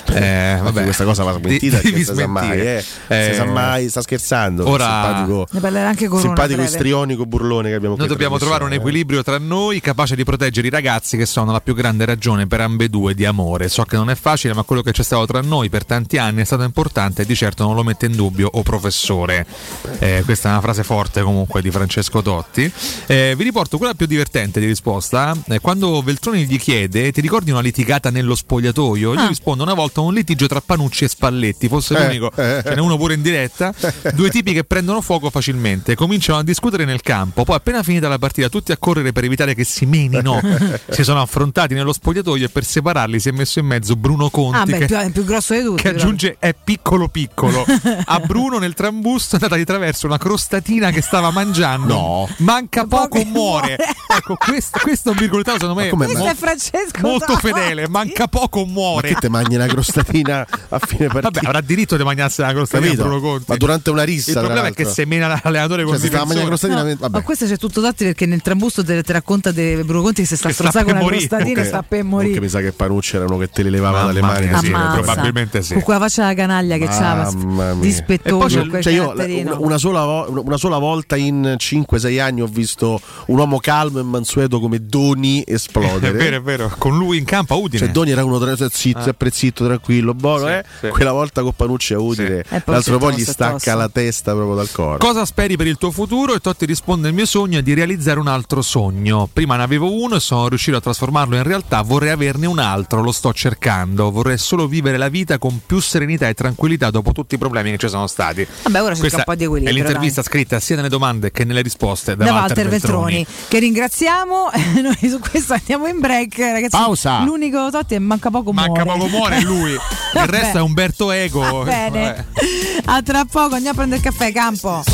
Eh, vabbè, questa cosa va smentita, Di- non si sa mai, eh. Eh, si sa mai, sta scherzando. ora- simpatico, Ne parlerà anche con simpatico una breve. istrionico burlone che abbiamo qui. Noi dobbiamo trovare un equilibrio tra noi capace di proteggere i ragazzi, che sono la più grande ragione per ambedue di amore. So che non è facile, ma quello che c'è stato tra noi per tanti anni è stato importante e di certo non lo mette in dubbio o professore. Eh, questa è una frase forte comunque di Francesco Totti. Eh, vi riporto quella più divertente di risposta. Eh, quando Veltroni gli chiede: ti ricordi una litigata nello spogliatoio? Gli Ah. risponde: una volta un litigio tra Panucci e Spalletti, fosse Eh, l'unico, eh. ce n'è uno pure in diretta. Due tipi che prendono fuoco facilmente, cominciano a discutere nel campo, poi appena finita la partita tutti a correre per evitare che si menino. Si sono affrontati nello spogliatoio e per separarli si è messo in mezzo Bruno Conti, Ah, beh, che, più, è più grosso di tutti. che aggiunge è piccolo piccolo. A Bruno nel trambusto è andata di traverso una crostatina che stava mangiando. No. Manca poco poco muore. Ecco, questo, questo è un virgolettato secondo me come- Questo mo- è Francesco molto Totti. fedele. Manca poco muore. Che te mangi una crostatina a fine partita? Vabbè, avrà diritto di mangiarsi una crostatina Capito? Bruno Conti. Ma durante una rissa, Il tra problema è che l'altro. semina l'allenatore con Cioè, si stava mangiando la crostatina, No, vabbè. ma questo c'è tutto Totti perché nel trambusto te, te racconta di Bruno Conti che si sta Che sta strozzando per con una morire. crostatina e Ok. sta per Comunque morire. mi sa che Panucci era uno che te le levava Mamma dalle mani mia, così, sì, Ammazza. probabilmente sì. Con quella faccia da canaglia che c'ha, Mamma mia. dispettoso. E poi c'è- quel cioè io caratterino. una, una sola vo- una sola volta in cinque sei anni ho visto un uomo calmo e mansueto come Doni esplodere. È vero, è vero. Con lui in campo a Udine. Cioè Doni era uno tra- zitto, Ah. sempre zitto, tranquillo, buono, Sì, eh? sì. Quella volta con Panucci a Udine, Sì. E poi l'altro si poi gli tosse, stacca tosse. la testa proprio dal corpo. Cosa speri per il tuo futuro? E Totti risponde: il mio sogno è di realizzare un altro sogno. Prima ne avevo uno e sono riuscito a trasformarlo in realtà. Vorrei averne un altro, lo sto cercando. Vorrei solo vivere la vita con più serenità e tranquillità dopo tutti i problemi che ci sono stati. Vabbè, ora cerca Questa un po' di equilibrio. è l'intervista scritta sia nelle domande che nelle risposte da, da Walter, Walter Veltroni. Veltroni, che ringraziamo. Noi su questo andiamo in break, ragazzi. Pausa. L'unico Totti è manca poco Manca muore. poco muore lui. Il Vabbè. resto è Umberto Eco. Va bene. Vabbè. A tra poco andiamo a prendere il caffè, Campo.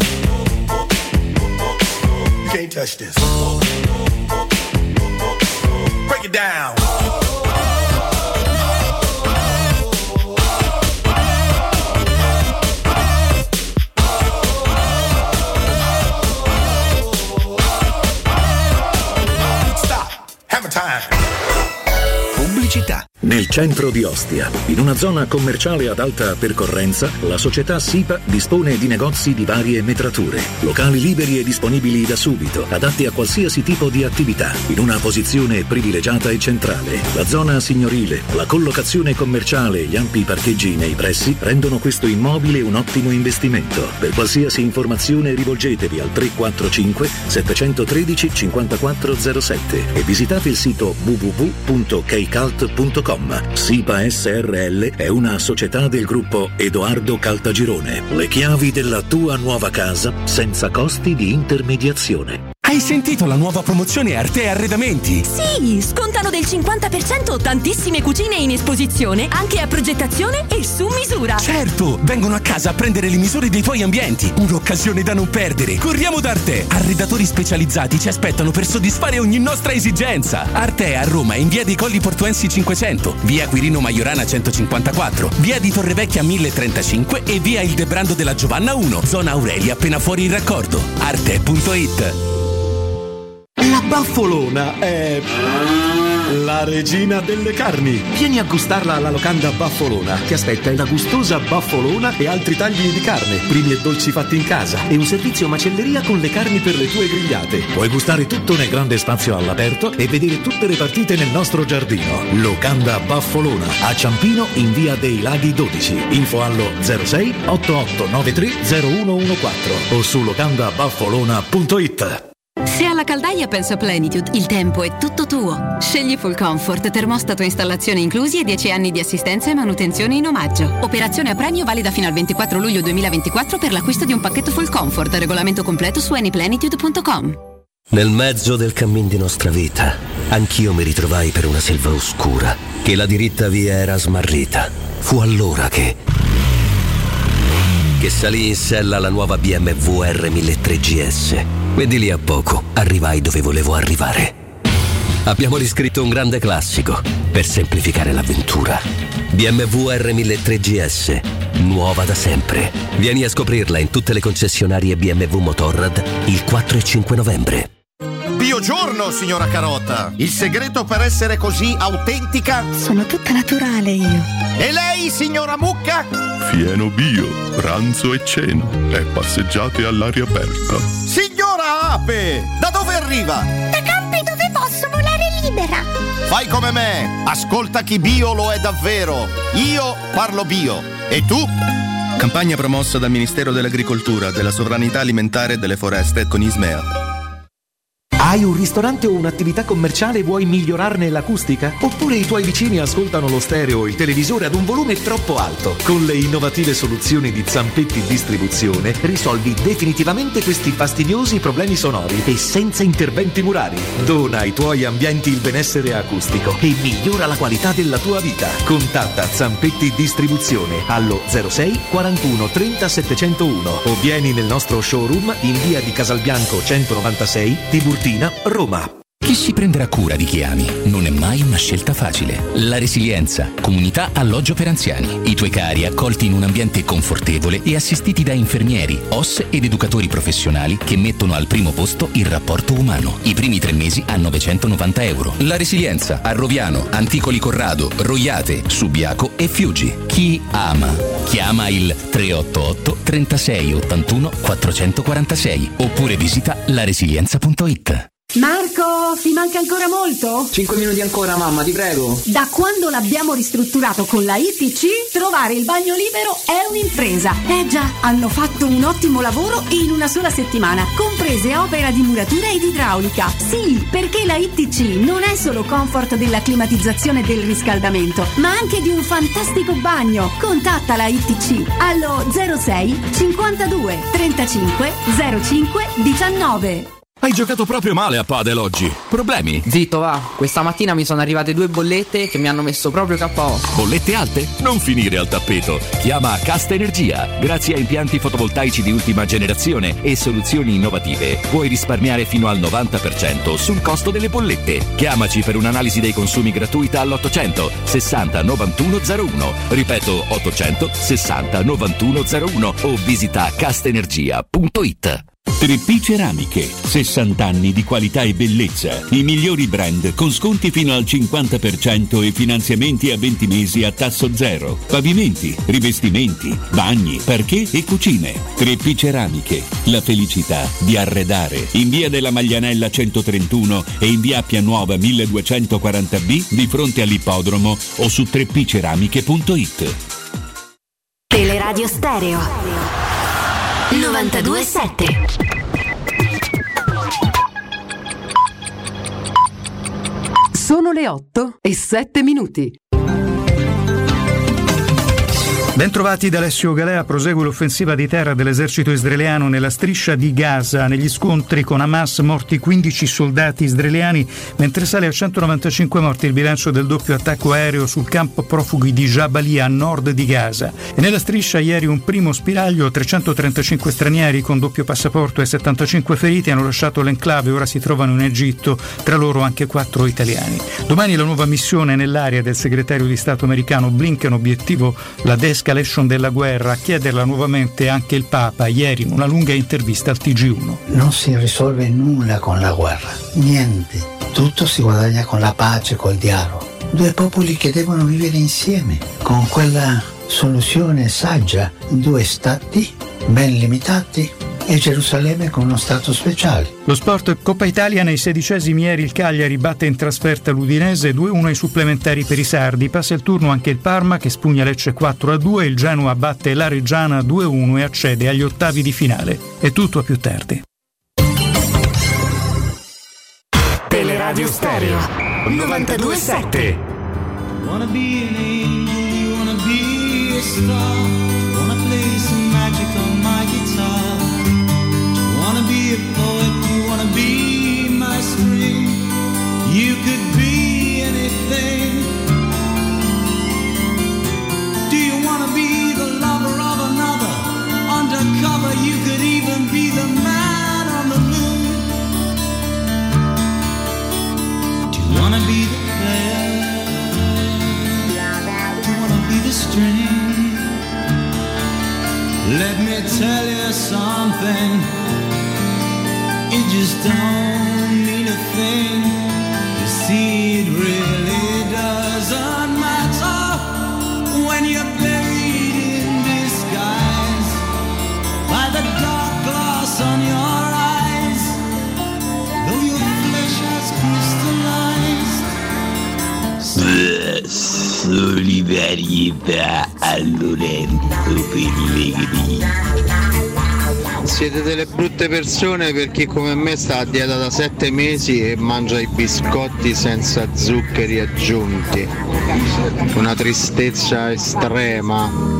You can't touch this. Break it down. Stop. Hammer time. Pubblicità. Nel centro di Ostia, in una zona commerciale ad alta percorrenza, la società SIPA dispone di negozi di varie metrature, locali liberi e disponibili da subito, adatti a qualsiasi tipo di attività, in una posizione privilegiata e centrale. La zona signorile, la collocazione commerciale e gli ampi parcheggi nei pressi rendono questo immobile un ottimo investimento. Per qualsiasi informazione rivolgetevi al tre quattro cinque sette uno tre cinque quattro zero sette e visitate il sito w w w punto keycult punto com. SIPA S R L è una società del gruppo Edoardo Caltagirone. Le chiavi della tua nuova casa senza costi di intermediazione. Hai sentito la nuova promozione Arte Arredamenti? Sì, scontano del cinquanta per cento tantissime cucine in esposizione, anche a progettazione e su misura. Certo, vengono a casa a prendere le misure dei tuoi ambienti. Un'occasione da non perdere. Corriamo da Arte. Arredatori specializzati ci aspettano per soddisfare ogni nostra esigenza. Arte a Roma, in via dei Colli Portuensi cinquecento, via Quirino Maiorana centocinquantaquattro, via di Torrevecchia mille trentacinque e via Il Debrando della Giovanna uno, zona Aurelia appena fuori il raccordo. arte punto it. La Baffolona è la regina delle carni. Vieni a gustarla alla locanda Baffolona. Ti aspetta una gustosa baffolona e altri tagli di carne, primi e dolci fatti in casa e un servizio macelleria con le carni per le tue grigliate. Puoi gustare tutto nel grande spazio all'aperto e vedere tutte le partite nel nostro giardino. Locanda Baffolona, a Ciampino in via dei Laghi dodici. Info allo zero sei otto otto nove tre zero uno uno quattro o su locanda baffolona punto it. Se alla caldaia penso a Plenitude, il tempo è tutto tuo. Scegli Full Comfort, termostato e installazione inclusi e dieci anni di assistenza e manutenzione in omaggio. Operazione a premio valida fino al ventiquattro luglio duemilaventiquattro per l'acquisto di un pacchetto Full Comfort. Regolamento completo su anyplenitude punto com. Nel mezzo del cammin di nostra vita, anch'io mi ritrovai per una selva oscura, che la diritta via era smarrita. Fu allora che... che salì in sella alla nuova B M W R milletre G S. E di lì a poco arrivai dove volevo arrivare. Abbiamo riscritto un grande classico per semplificare l'avventura. B M W R milletre G S, nuova da sempre. Vieni a scoprirla in tutte le concessionarie B M W Motorrad il quattro e cinque novembre. Buongiorno, signora Carota. Il segreto per essere così autentica? Sono tutta naturale io. E lei, signora Mucca? Fieno bio, pranzo e cena e passeggiate all'aria aperta. Signora Ape, da dove arriva? Da campi dove posso volare libera. Fai come me, ascolta chi bio lo è davvero. Io parlo bio. E tu? Campagna promossa dal Ministero dell'Agricoltura, della Sovranità Alimentare e delle Foreste con Ismea. Hai un ristorante o un'attività commerciale e vuoi migliorarne l'acustica? Oppure i tuoi vicini ascoltano lo stereo o il televisore ad un volume troppo alto? Con le innovative soluzioni di Zampetti Distribuzione risolvi definitivamente questi fastidiosi problemi sonori e senza interventi murari. Dona ai tuoi ambienti il benessere acustico e migliora la qualità della tua vita. Contatta Zampetti Distribuzione allo zero sei quarantuno trenta settecentouno o vieni nel nostro showroom in via di Casalbianco centonovantasei, Tiburtina, Roma. Chi si prenderà cura di chi ami non è mai una scelta facile. La Resilienza, comunità alloggio per anziani. I tuoi cari accolti in un ambiente confortevole e assistiti da infermieri, O S ed educatori professionali che mettono al primo posto il rapporto umano. I primi tre mesi a novecentonovanta euro. La Resilienza a Roviano, Anticoli Corrado, Roiate, Subiaco e Fiuggi. Chi ama? Chiama il tre otto otto trentasei ottantuno quattrocentoquarantasei oppure visita la resilienza punto it. Marco, ti manca ancora molto? cinque minuti ancora, mamma, ti prego. Da quando l'abbiamo ristrutturato con la I T C, trovare il bagno libero è un'impresa. Eh già, hanno fatto un ottimo lavoro in una sola settimana, comprese opera di muratura ed idraulica. Sì, perché la I T C non è solo comfort della climatizzazione e del riscaldamento, ma anche di un fantastico bagno. Contatta la I T C allo zero sei cinquantadue trentacinque zero cinque diciannove. Hai giocato proprio male a padel oggi. Problemi? Zitto, va. Questa mattina mi sono arrivate due bollette che mi hanno messo proprio K O. Bollette alte? Non finire al tappeto. Chiama Casta Energia. Grazie a impianti fotovoltaici di ultima generazione e soluzioni innovative, puoi risparmiare fino al novanta per cento sul costo delle bollette. Chiamaci per un'analisi dei consumi gratuita all'ottocento sessanta novantuno zero uno. Ripeto, ottocento sessanta novantuno zero uno o visita castenergia punto it. tre P Ceramiche, sessanta anni di qualità e bellezza, i migliori brand con sconti fino al cinquanta per cento e finanziamenti a venti mesi a tasso zero, pavimenti, rivestimenti, bagni, parquet e cucine. tre P Ceramiche, la felicità di arredare. In via della Maglianella centotrentuno e in via Appia Nuova milleduecentoquaranta B di fronte all'ippodromo o su tre p ceramiche punto it. Teleradio Stereo novantadue sette. Sono le otto e sette minuti. Bentrovati da Alessio Galea. Prosegue l'offensiva di terra dell'esercito israeliano nella striscia di Gaza. Negli scontri con Hamas morti quindici soldati israeliani, mentre sale a centonovantacinque morti il bilancio del doppio attacco aereo sul campo profughi di Jabalia a nord di Gaza. E nella striscia ieri un primo spiraglio, trecentotrentacinque stranieri con doppio passaporto e settantacinque feriti hanno lasciato l'enclave e ora si trovano in Egitto, tra loro anche quattro italiani. Domani la nuova missione nell'area del segretario di Stato americano Blinken, obiettivo la desca della guerra, a chiederla nuovamente anche il Papa ieri in una lunga intervista al T G uno. Non si risolve nulla con la guerra, niente, tutto si guadagna con la pace, col dialogo. Due popoli che devono vivere insieme, con quella soluzione saggia, due stati ben limitati e Gerusalemme con uno stato speciale. Lo sport: Coppa Italia, nei sedicesimi ieri il Cagliari batte in trasferta l'Udinese due a uno ai supplementari per i sardi. Passa il turno anche il Parma che spugna Lecce quattro a due, il Genoa batte la Reggiana due a uno e accede agli ottavi di finale. È tutto, a più tardi. Teleradio Stereo novantadue sette. Wanna be an angel, you wanna be a star, wanna play some magic on my guitar, wanna be a poet, you wanna be my spring, you could be anything. Do you wanna be the lover of another, undercover, you could even be the man on the moon. Do you wanna be the player, the string? Let me tell you something, it just don't mean a thing. gli dà a Lorenzo Pellegrini. Siete delle brutte persone per chi come me sta a dieta da sette mesi e mangia i biscotti senza zuccheri aggiunti. Una tristezza estrema.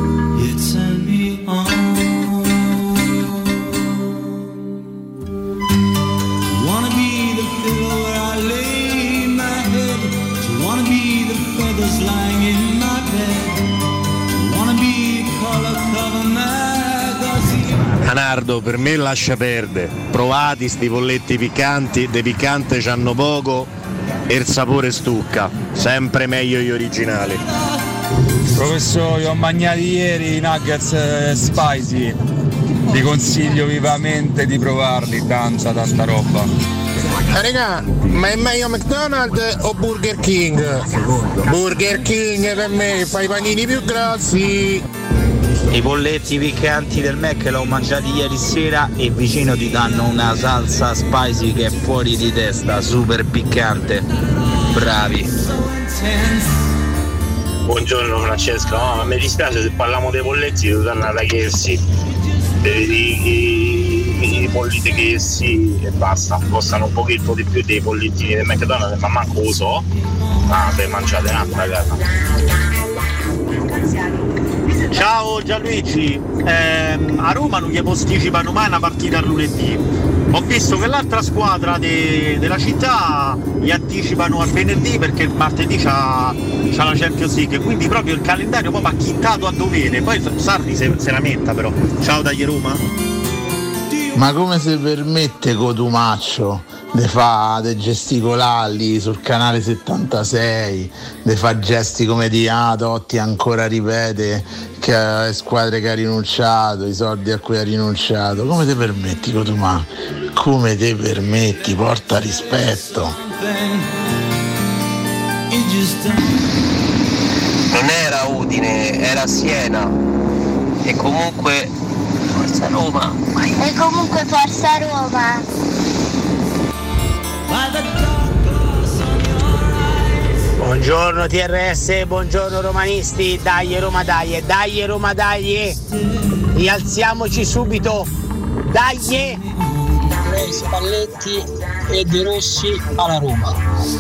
Leonardo, per me lascia perdere. Provati sti polletti piccanti, de piccante c'hanno poco e il sapore stucca. Sempre meglio gli originali. Professore, ho mangiato ieri i nuggets eh, spicy. Vi consiglio vivamente di provarli, tanta tanta roba. Eh, raga, ma è meglio McDonald's o Burger King? Burger King per me, fa i panini più grossi. I polletti piccanti del Mac l'ho mangiati ieri sera e vicino ti danno una salsa spicy che è fuori di testa, super piccante. Bravi. Buongiorno Francesco, no, ma mi dispiace se parliamo dei polletti devo tornare da K F C. I polletti K F C e basta, costano un pochetto di più dei pollettini del McDonald's, ma manco lo so. Ah, se mangiate un'altra casa. Ciao Gianluigi, ehm, a Roma non gli posticipano mai una partita a lunedì. Ho visto che l'altra squadra de- della città gli anticipano al venerdì perché il martedì c'ha, c'ha la Champions League, quindi proprio il calendario proprio acchittato a dovere. Poi Sarri se, se lamenta però. Ciao dagli Roma. Ma come si permette Cotumaccio di fa dei gesticolari sul canale settantasei, di fa gesti come di ah Totti ancora ripete che le squadre che ha rinunciato, i soldi a cui ha rinunciato? Come ti permetti Cotumaccio? Come ti permetti? Porta rispetto. Non era Udine, era Siena. E comunque Forza Roma. E comunque Forza Roma. Buongiorno T R S, buongiorno romanisti, dai Roma dai, dai Roma dai, rialziamoci subito, dai! Spalletti e De Rossi alla Roma.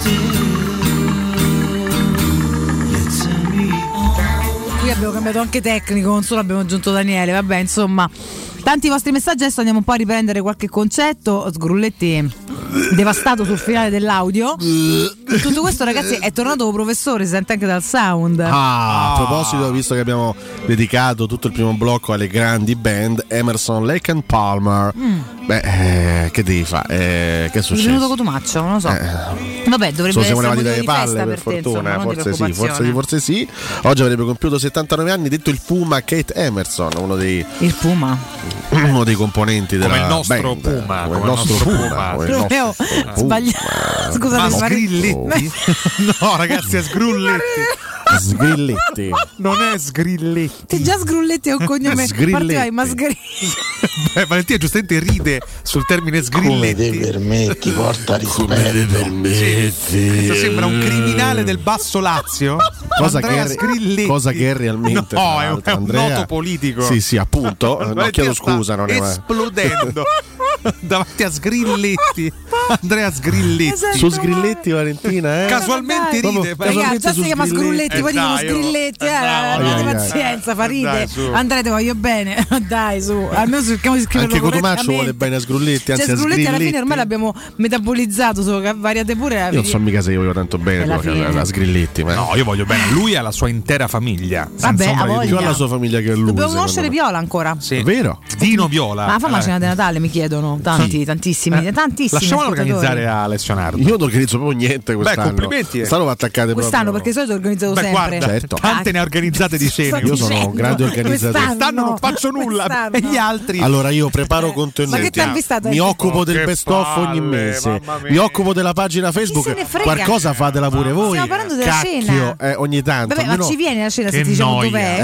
Qui abbiamo cambiato anche tecnico, non solo abbiamo aggiunto Daniele, vabbè insomma. Tanti vostri messaggi, adesso andiamo un po' a riprendere qualche concetto. Sgrulletti devastato sul finale dell'audio. In tutto questo ragazzi è tornato un professore, si sente anche dal sound. Ah, a proposito, visto che abbiamo dedicato tutto il primo blocco alle grandi band, Emerson, Lake and Palmer, mm. beh, eh, che devi fare? Eh, che è successo? È venuto Cotumaccio, non lo so. Eh, Vabbè, dovrebbe essere siamo levati dalle palle per, per te, fortuna, insomma, forse sì, forse, forse sì. Oggi avrebbe compiuto settantanove anni, detto il Puma Kate Emerson, uno dei il Puma uno dei componenti della come il nostro band, Puma, come il nostro Puma, Puma. Il nostro Puma. Sbagliato. Scusate, ma Sgrilletti? No, ragazzi, è Sgrulletti. Sgrilletti. Non è Sgrilletti. Ti già Sgrulletti è un cognome. Sgrilletti. Ma Sgrilletti. Beh, Valentina giustamente ride sul termine Sgrilletti. Come ti permetti, porta rispetto. Come ti permetti. Questo sembra un criminale del Basso Lazio. Cosa Andrea che, Sgrilletti. cosa che è realmente no, è un, è un Andrea, noto politico. Sì, sì, appunto. No, chiedo scusa, non è esplodendo davanti a Sgrilletti. Andrea Sgrilletti. Esatto. Su Sgrilletti, Valentina, eh? Casualmente ride. Ragazzi, già si chiama Sgrulletti, poi dicono Sgrilletti. Eh, avete pazienza, fa ride. Andrea, ti voglio bene. Dai, su. Almeno cerchiamo di scriverlo. Anche Cotumaccio vuole bene a Sgrulletti, anzi cioè, a Sgrulletti Sgrilletti. alla fine ormai l'abbiamo metabolizzato, solo che variate pure. Io non so mica se io voglio tanto bene a Sgrilletti, ma no, io voglio bene a lui e alla sua intera famiglia. Vabbè, a voglia. Più alla sua famiglia che a lui. Dobbiamo conoscere Viola ancora. Sì. È vero? Dino Viola. Ma fa una cena di Natale, mi chiedono. Tanti, sì. tantissimi, eh. tantissimi. Lasciamolo organizzare a Lezionardo. Io non organizzo proprio niente quest'anno. Beh, complimenti. Quest'anno va attaccate quest'anno proprio. perché di solito organizzato Beh, sempre. Guarda, certo. Tante ne ha organizzate di cene. Io sono un grande organizzatore. Quest'anno non faccio nulla. Quest'anno. E gli altri? Allora io preparo contenuti. Ma che tempi state? Mi occupo oh, del best of palle, ogni mese. Mi occupo della pagina Facebook. Qualcosa fatela pure voi. Stiamo parlando della Cacchio, cena. eh, ogni tanto. Vabbè, ma ci viene la cena se ti diciamo dov'è? Eh?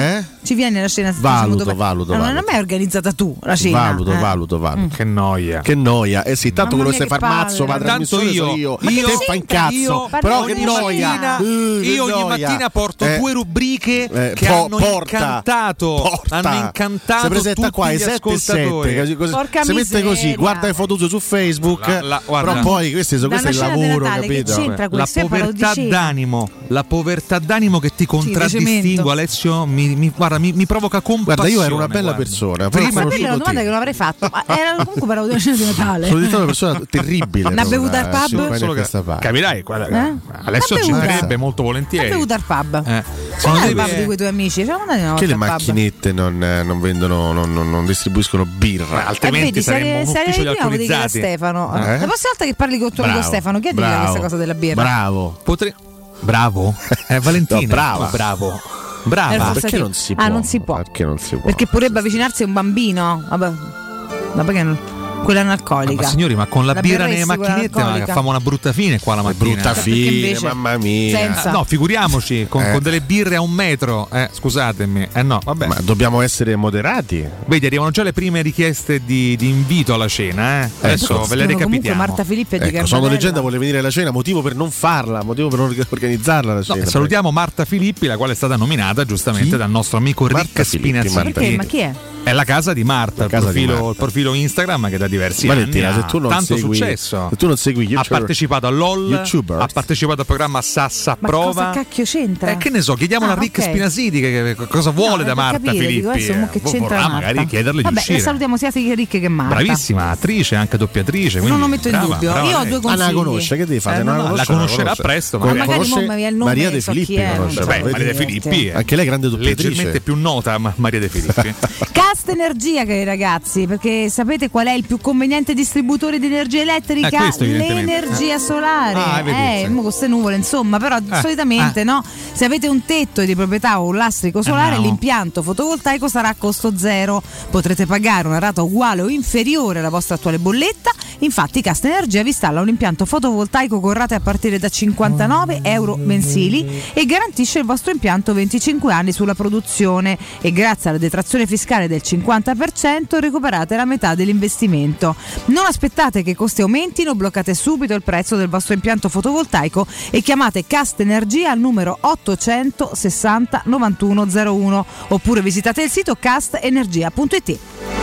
Ci vieni alla cena? Valuto, dopo... valuto, no, valuto. Non è mai organizzata tu la cena. Valuto, eh. valuto, valuto. Mm. Che noia. Che noia. Eh sì, tanto Mamma quello mia, stai che far mazzo, palle. ma la Tanto trasmissione io, sono io. io, Te fa incazzo. io, Però ogni che noia. mattina, Uh, io ogni noia. mattina porto Eh. due rubriche Eh, che po- hanno porta, incantato porta. hanno incantato si presenta tutti qua ai gli sette e sette, ascoltatori. così, così, Porca si mette così, miseria. guarda le foto su Facebook, La- la- guarda. però poi questo, Da questo è il una cena di lavoro, Natale, che capito? c'entra La questo? Io parlo di povertà cena. d'animo, la povertà d'animo che ti cemento. contraddistingue, Alessio, mi, mi, guarda, mi, mi provoca compassione. Guarda, io ero una bella guarda. persona, Prima Ma però quella è una domanda che non avrei fatto. Ma era comunque parlavo di una cena di Natale. sono diventato una persona terribile. L'ha bevuta al pub? Solo Solo che che capirai, guarda, Eh? Alessio L'ha ci bevuta. farebbe molto volentieri. L'ha bevuta al pub. Eh. Sono Sono il pub dei- di quei tuoi amici. Cioè, andate una che volta le al pub. macchinette non, eh, non vendono, non, non- non distribuiscono birra. Eh, altrimenti vedi, se saremmo eri- un se eri ufficio di prima lo dica a autorizzati. Stefano. Eh? La prossima volta che parli con, con Stefano, chiedi bravo, questa cosa della birra. Bravo. Potre- Bravo? Eh, Valentina. No, brava. Oh, bravo. Era Brava. forse Perché tipo- non si Ah, può? non si può. Perché non si può? Perché potrebbe avvicinarsi a un bambino. Vabbè. Ma perché non? Quella analcolica. Ma signori, ma con la, La birra berresti, nelle quella macchinette ma analcolica? facciamo una brutta fine qua la mattina. Brutta Perché fine, invece- mamma mia. Senza. Ah, no, figuriamoci, con, Eh. con delle birre a un metro. Eh, scusatemi. Eh no, vabbè. Ma dobbiamo essere moderati. Vedi, arrivano già le prime richieste di, di invito alla cena. Eh. Adesso Perché ve le scrivono comunque recapitiamo. Marta Filippi e di Ecco, Garbatella. sono leggenda, vuole venire alla cena, motivo per non farla, motivo per non organizzarla la No, cena. salutiamo Marta Filippi, la quale è stata nominata giustamente Chi? dal nostro amico Marta Rick Filippi, Spinazzini. Marta Perché? Ma chi è? È la casa di Marta, il casa di profilo, Marta. il profilo Instagram che da diversi Valentina, anni se tu ha non tanto segui, successo. se tu non segui Ha YouTuber- partecipato a LOL, YouTubers. ha partecipato al programma Sassa Ma Prova. cosa cacchio c'entra? Eh, che ne so, chiediamolo Ah, a Rick ok. Spinasiti che, che cosa vuole No, da per Marta capire, Filippi. dico, adesso, mo che Eh, c'entra vorrà Marta? magari chiederle di Vabbè, uscire. salutiamo sia Rick che Marta. Bravissima attrice, anche doppiatrice. quindi Non lo metto in brava, dubbio. brava Io ho lei. due Ah, consigli. la conosce, che devi fare? Eh, Non no, la no. La conosce, conoscerà conosce. presto, Co- Ma magari conosce mo mi viene il nome, Maria De so Filippi chi è, conosce, non so. Beh, vedi? Maria De Filippi è Anche lei grande doppiatrice. leggermente più nota, ma Maria De Filippi. Cast Energia, cari ragazzi, perché sapete qual è il più conveniente distributore di energia elettrica? Eh, questo, evidentemente. L'energia solare. Ah, vedi, eh, sì. mo con queste nuvole, insomma, però solitamente no. Se avete un tetto di proprietà o un lastrico solare, no. l'impianto fotovoltaico sarà a costo zero. Potrete pagare una rata uguale o inferiore alla vostra attuale bolletta. Infatti, Cast Energia vi installa un impianto fotovoltaico con rate a partire da cinquantanove euro mensili e garantisce il vostro impianto venticinque anni sulla produzione, e grazie alla detrazione fiscale del cinquanta per cento recuperate la metà dell'investimento. Non aspettate che i costi aumentino, bloccate subito il prezzo del vostro impianto fotovoltaico e chiamate Cast Energia al numero ottocentosessanta novantuno zero uno oppure visitate il sito cast energia punto it.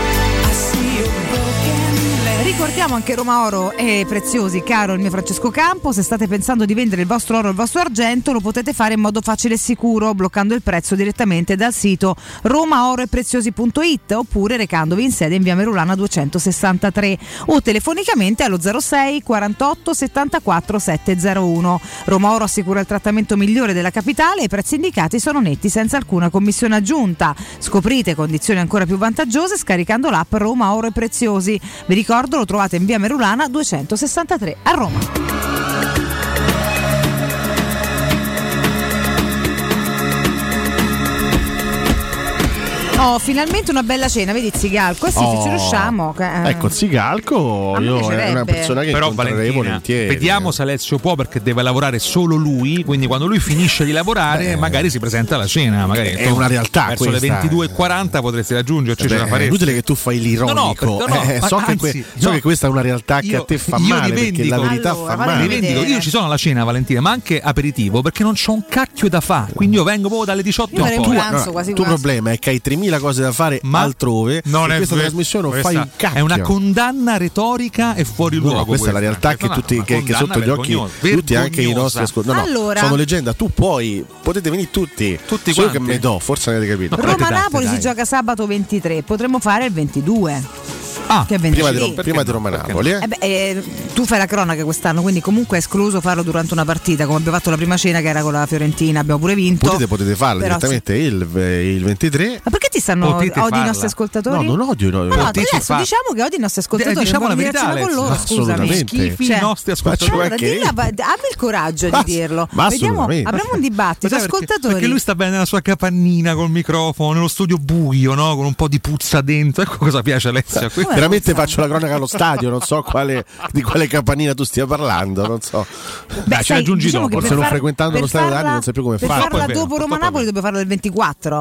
Ricordiamo anche Roma Oro e Preziosi, caro il mio Francesco Campo. Se state pensando di vendere il vostro oro o il vostro argento, lo potete fare in modo facile e sicuro, bloccando il prezzo direttamente dal sito roma oro e preziosi punto it oppure recandovi in sede in via Merulana duecentosessantatré o telefonicamente allo zero sei quarantotto settantaquattro settecentouno. Roma Oro assicura il trattamento migliore della capitale e i prezzi indicati sono netti senza alcuna commissione aggiunta. Scoprite condizioni ancora più vantaggiose scaricando l'app Roma Oro e Preziosi. Vi ricordo, lo trovate in via Merulana duecentosessantatré a Roma. Oh, finalmente una bella cena, vedi Zigalco? Eh sì, Oh. se ci riusciamo. eh. Ecco, Zigalco A me io è piacerebbe. una persona che Però incontrerei Valentina, volentieri. vediamo se Alessio può, perché deve lavorare solo lui, quindi quando lui finisce di lavorare Beh, magari si presenta alla cena, magari è una realtà verso questa, le ventidue e quaranta potresti raggiungerci, ce la Beh, è faresti. inutile che tu fai l'ironico. No, no, perché no, Eh, ma so che, que- anzi, so no. che questa è una realtà che Io- a te fa io male, perché rivendico- la verità Allora, fa vale male. vedere. Rivendico, io ci sono alla cena, Valentina, ma anche aperitivo, perché non c'ho un cacchio da fare, quindi io vengo proprio dalle diciotto Io in farei un poi. pranzo Allora, quasi il tuo quasi. problema è che hai tremila cose da fare Ma altrove non e è questa ver- trasmissione non questa fai un cacchio. è una condanna retorica e fuori No, luogo. questa è la realtà che, no, tutti, una che, che condanna sotto gli occhi vergognosa, tutti, anche i nostri vergognosa. ascoltatori. No, no, Allora- sono leggenda. Tu puoi, potete venire tutti. Tutti Solo quanti. che me do, forse avete capito. No, però- Roma-Napoli dai. si gioca sabato ventitré, potremmo fare il ventidue. Ah, che è Prima di, ventitré. prima di Roma-Napoli, eh? Eh beh, eh, tu fai la cronaca quest'anno, quindi comunque è escluso farlo durante una partita, come abbiamo fatto la prima cena che era con la Fiorentina, abbiamo pure vinto. Potete, potete farla Però direttamente il, il ventitré. Ma perché ti stanno Potete odi i farla. nostri ascoltatori? No, non odio. No, No, no, potete adesso far- diciamo che odi i nostri ascoltatori. Eh, diciamo non la dirci verità, con loro, Alessio. scusami. Assolutamente. Schifi Cioè, i nostri faccio ascoltatori. Allora, Perché? dilla- abbi il coraggio Ma- di dirlo. ma Vediamo, assolutamente. apriamo un dibattito. Sai perché? Ascoltatori. Perché lui sta bene nella sua capannina col microfono, nello studio buio, no? Con un po' di puzza dentro. Ecco cosa piace Alessio. a questo. Veramente faccio la cronaca allo stadio, non so quale, di quale campanina tu stia parlando, non so. Beh, ci sai, raggiungi diciamo dopo, che forse per non far- frequentando per lo stadio farla- d'anni non sai più come per fare. farla Purtroppo è vero, dopo purtroppo è Roma-Napoli vero. dobbiamo farla del ventiquattro.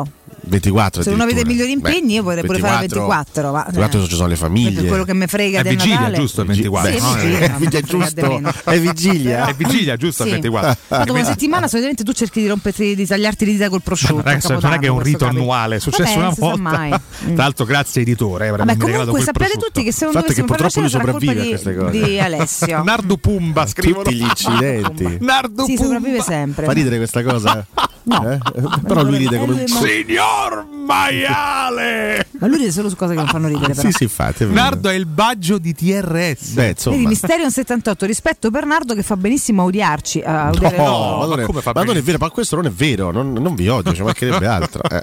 ventiquattro Se uno avete migliori impegni, Beh, io vorrei pure fare ventiquattro. Ma, ventiquattro ci sono le famiglie. Per quello che mi frega è del vigilia, Natale. giusto il ventiquattro? Sì, no? è vigilia, È vigilia, giusto? È vigilia? È vigilia, giusto Sì. il ventiquattro? Dopo una settimana solitamente tu cerchi di romperti, di tagliarti le dita col prosciutto. Ragazzi, non è che è un rito annuale, è successo Vabbè, una si sa volta. mai. Tra l'altro, grazie editore. Vabbè, comunque sappiate tutti che se non dovessimo fare la cena sarà colpa di, di Alessio. Nardo Pumba scrivono. Tutti gli incidenti. Nardo Sì, Pumba. sopravvive sempre. Fa ridere questa cosa? No. Eh? Però lui ride come un Signor Maiale. Ma lui ride solo su cose che non fanno ridere. Però. Sì, sì, infatti. È vero. Nardo è il baggio di T R S. Beh, insomma. Vedi, Mysterion settantotto, rispetto per Nardo che fa benissimo a odiarci. A odiare No, loro. ma, non è, come fa ma non è vero, ma questo non è vero, non, non vi odio, ci mancherebbe altro. Eh.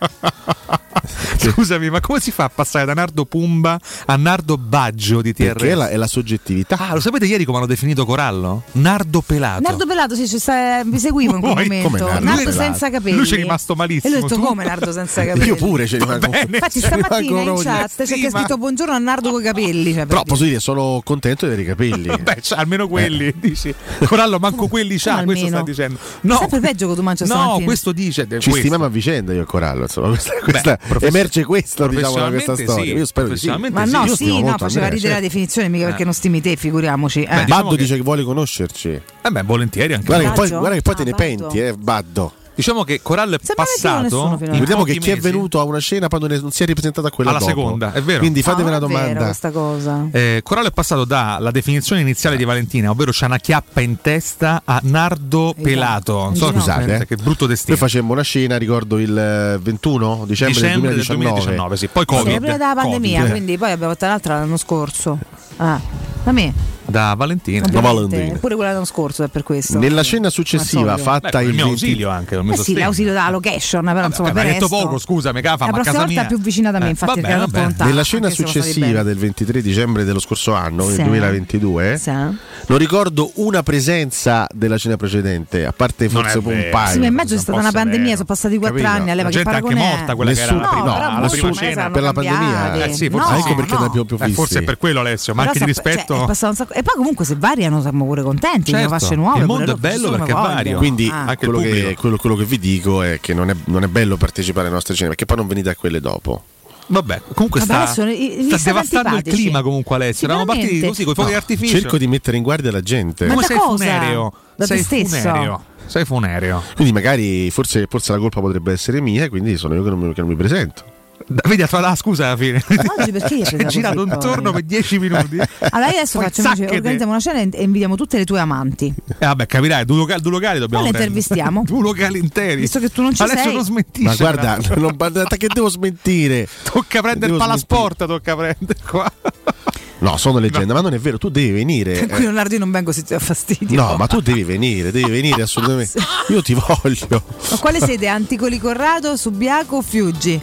Scusami, ma come si fa a passare da Nardo Pumba a Nardo Baggio di T R S? Perché è la, è la soggettività. Ah, lo sapete ieri come hanno definito Corallo? Nardo Pelato. Nardo Pelato, sì, ci sta, vi seguivo in quel Poi, momento. come Nardo Nardo, Pelato? senza capelli. Lui ci è rimasto malissimo. E lui ha detto Tu? come Nardo senza capelli? Io pure ci rimango. bene. Infatti ci stamattina in rimango chat c'è Sì, che ha ma- scritto buongiorno a Nardo coi capelli. Cioè, Però per posso dire, sono contento di avere i capelli. Beh, cioè, almeno quelli, dici. Corallo manco quelli c'ha, Come questo almeno? sta dicendo. dire. No, Sempre peggio che tu mangi no, stamattina. questo dice. Ci questo. stimiamo a vicenda io e Corallo, insomma, questa, questa profes- emerge questo, diciamo, da questa professionalmente storia. sì, Io spero di sì. professionalmente Ma sì, no, io sì, stimo no, molto faceva Andrea, ridere la certo. definizione, mica perché non stimi te, figuriamoci. Eh. Beh, diciamo Baddo che- dice che vuole conoscerci. Eh beh, volentieri anche. Guarda che poi, Baggio? guarda che poi te Ah, ne Baddo. penti, eh, Baddo. Diciamo che Corallo è Se non avete passato. nessuno finora. in Ricordiamo che pochi chi è mesi- venuto a una cena poi non, è- non si è ripresentato a quella alla dopo. seconda, è vero. Quindi No, fatemi non una è vero domanda. questa cosa. Eh, Corallo è passato dalla definizione iniziale di Valentina, ovvero c'ha una chiappa in testa, a Nardo Pelato. Non so, Scusate, scusate, eh. che brutto destino. Noi facemmo una cena, ricordo il eh, ventuno dicembre, Dicembre del del duemiladiciannove, sì. Poi Sì, Covid. prima della pandemia, Covid. quindi poi abbiamo fatto l'altra l'anno scorso. Ah, da me. Da Valentina. Da ovviamente. Valentina. Pure quella dell'anno scorso, è per questo. Nella cena successiva Al solito. fatta Beh, il il mio venti ausilio anche, il mio Eh sì, sostegno. l'ausilio dalla location, però insomma Vabbè, per ma hai detto resto- poco, scusami, cafa, La ma a prossima casa volta mia. più vicina da me, Eh, infatti, vabbè, che era vabbè. lontana. Nella cena anche se sono stati successiva bene. del ventitré dicembre dello scorso anno, Sì. nel duemilaventidue, Sì. non ricordo una presenza della cena precedente, a parte Non forse è vero. un paio. Sì, ma in mezzo c'è non stata una posso pandemia, vero. sono passati quattro Capito? anni. Allora, La che gente anche paragone è? morta quella che era Nessuno- la prima, No, però la molti prima ormai cena. saranno per la pandemia. cambiati. Eh sì, forse No, ecco perché no. non abbiamo più Eh, visti. forse è per quello, Alessio, ma Però anche di sa- cioè, rispetto. è passato un sacco- E poi comunque se variano siamo pure contenti, Certo, ne fasce nuove. il pure mondo è loro bello possono perché è come vario. vogliono. Quindi Ah. Anche il quello, che, pubblico. quello, quello che vi dico è che non è, non è bello partecipare alle nostre cene, perché poi non venite a quelle dopo. Vabbè, comunque Vabbè, sta, adesso i- i- sta mi state devastando il antipatici. clima comunque, Alessio. Eravamo partiti Sicuramente. così con i fuochi No, d'artificio. cerco di mettere in guardia la gente. Ma Come da sei cosa? funereo? Da te sei stesso? funereo. Sei funereo. Quindi magari forse, forse la colpa potrebbe essere mia, quindi sono io che non mi, che non mi presento. Da- Vedi, ah, scusa alla fine. Oggi perché gli hai Ci preso hai girato così, intorno poi? per dieci minuti. Allora io adesso Poi faccio invece, sacchete. organizziamo una cena e invitiamo tutte le tue amanti. Eh, vabbè, capirai, due locali, due locali dobbiamo Poi le prendere. intervistiamo. Due locali interi. Visto che tu non ci Adesso sei. non smentisci. Ma guarda, però. non, non, che devo smentire. Tocca prendere il Devo palasport, tocca prendere qua. No, sono leggenda, ma non è vero, tu devi venire. Qui Leonardo io non vengo se ti dà fastidio. No, ma tu devi venire, devi venire assolutamente. Io ti voglio. Ma quale sede? Anticoli Corrado, Subiaco o Fiuggi?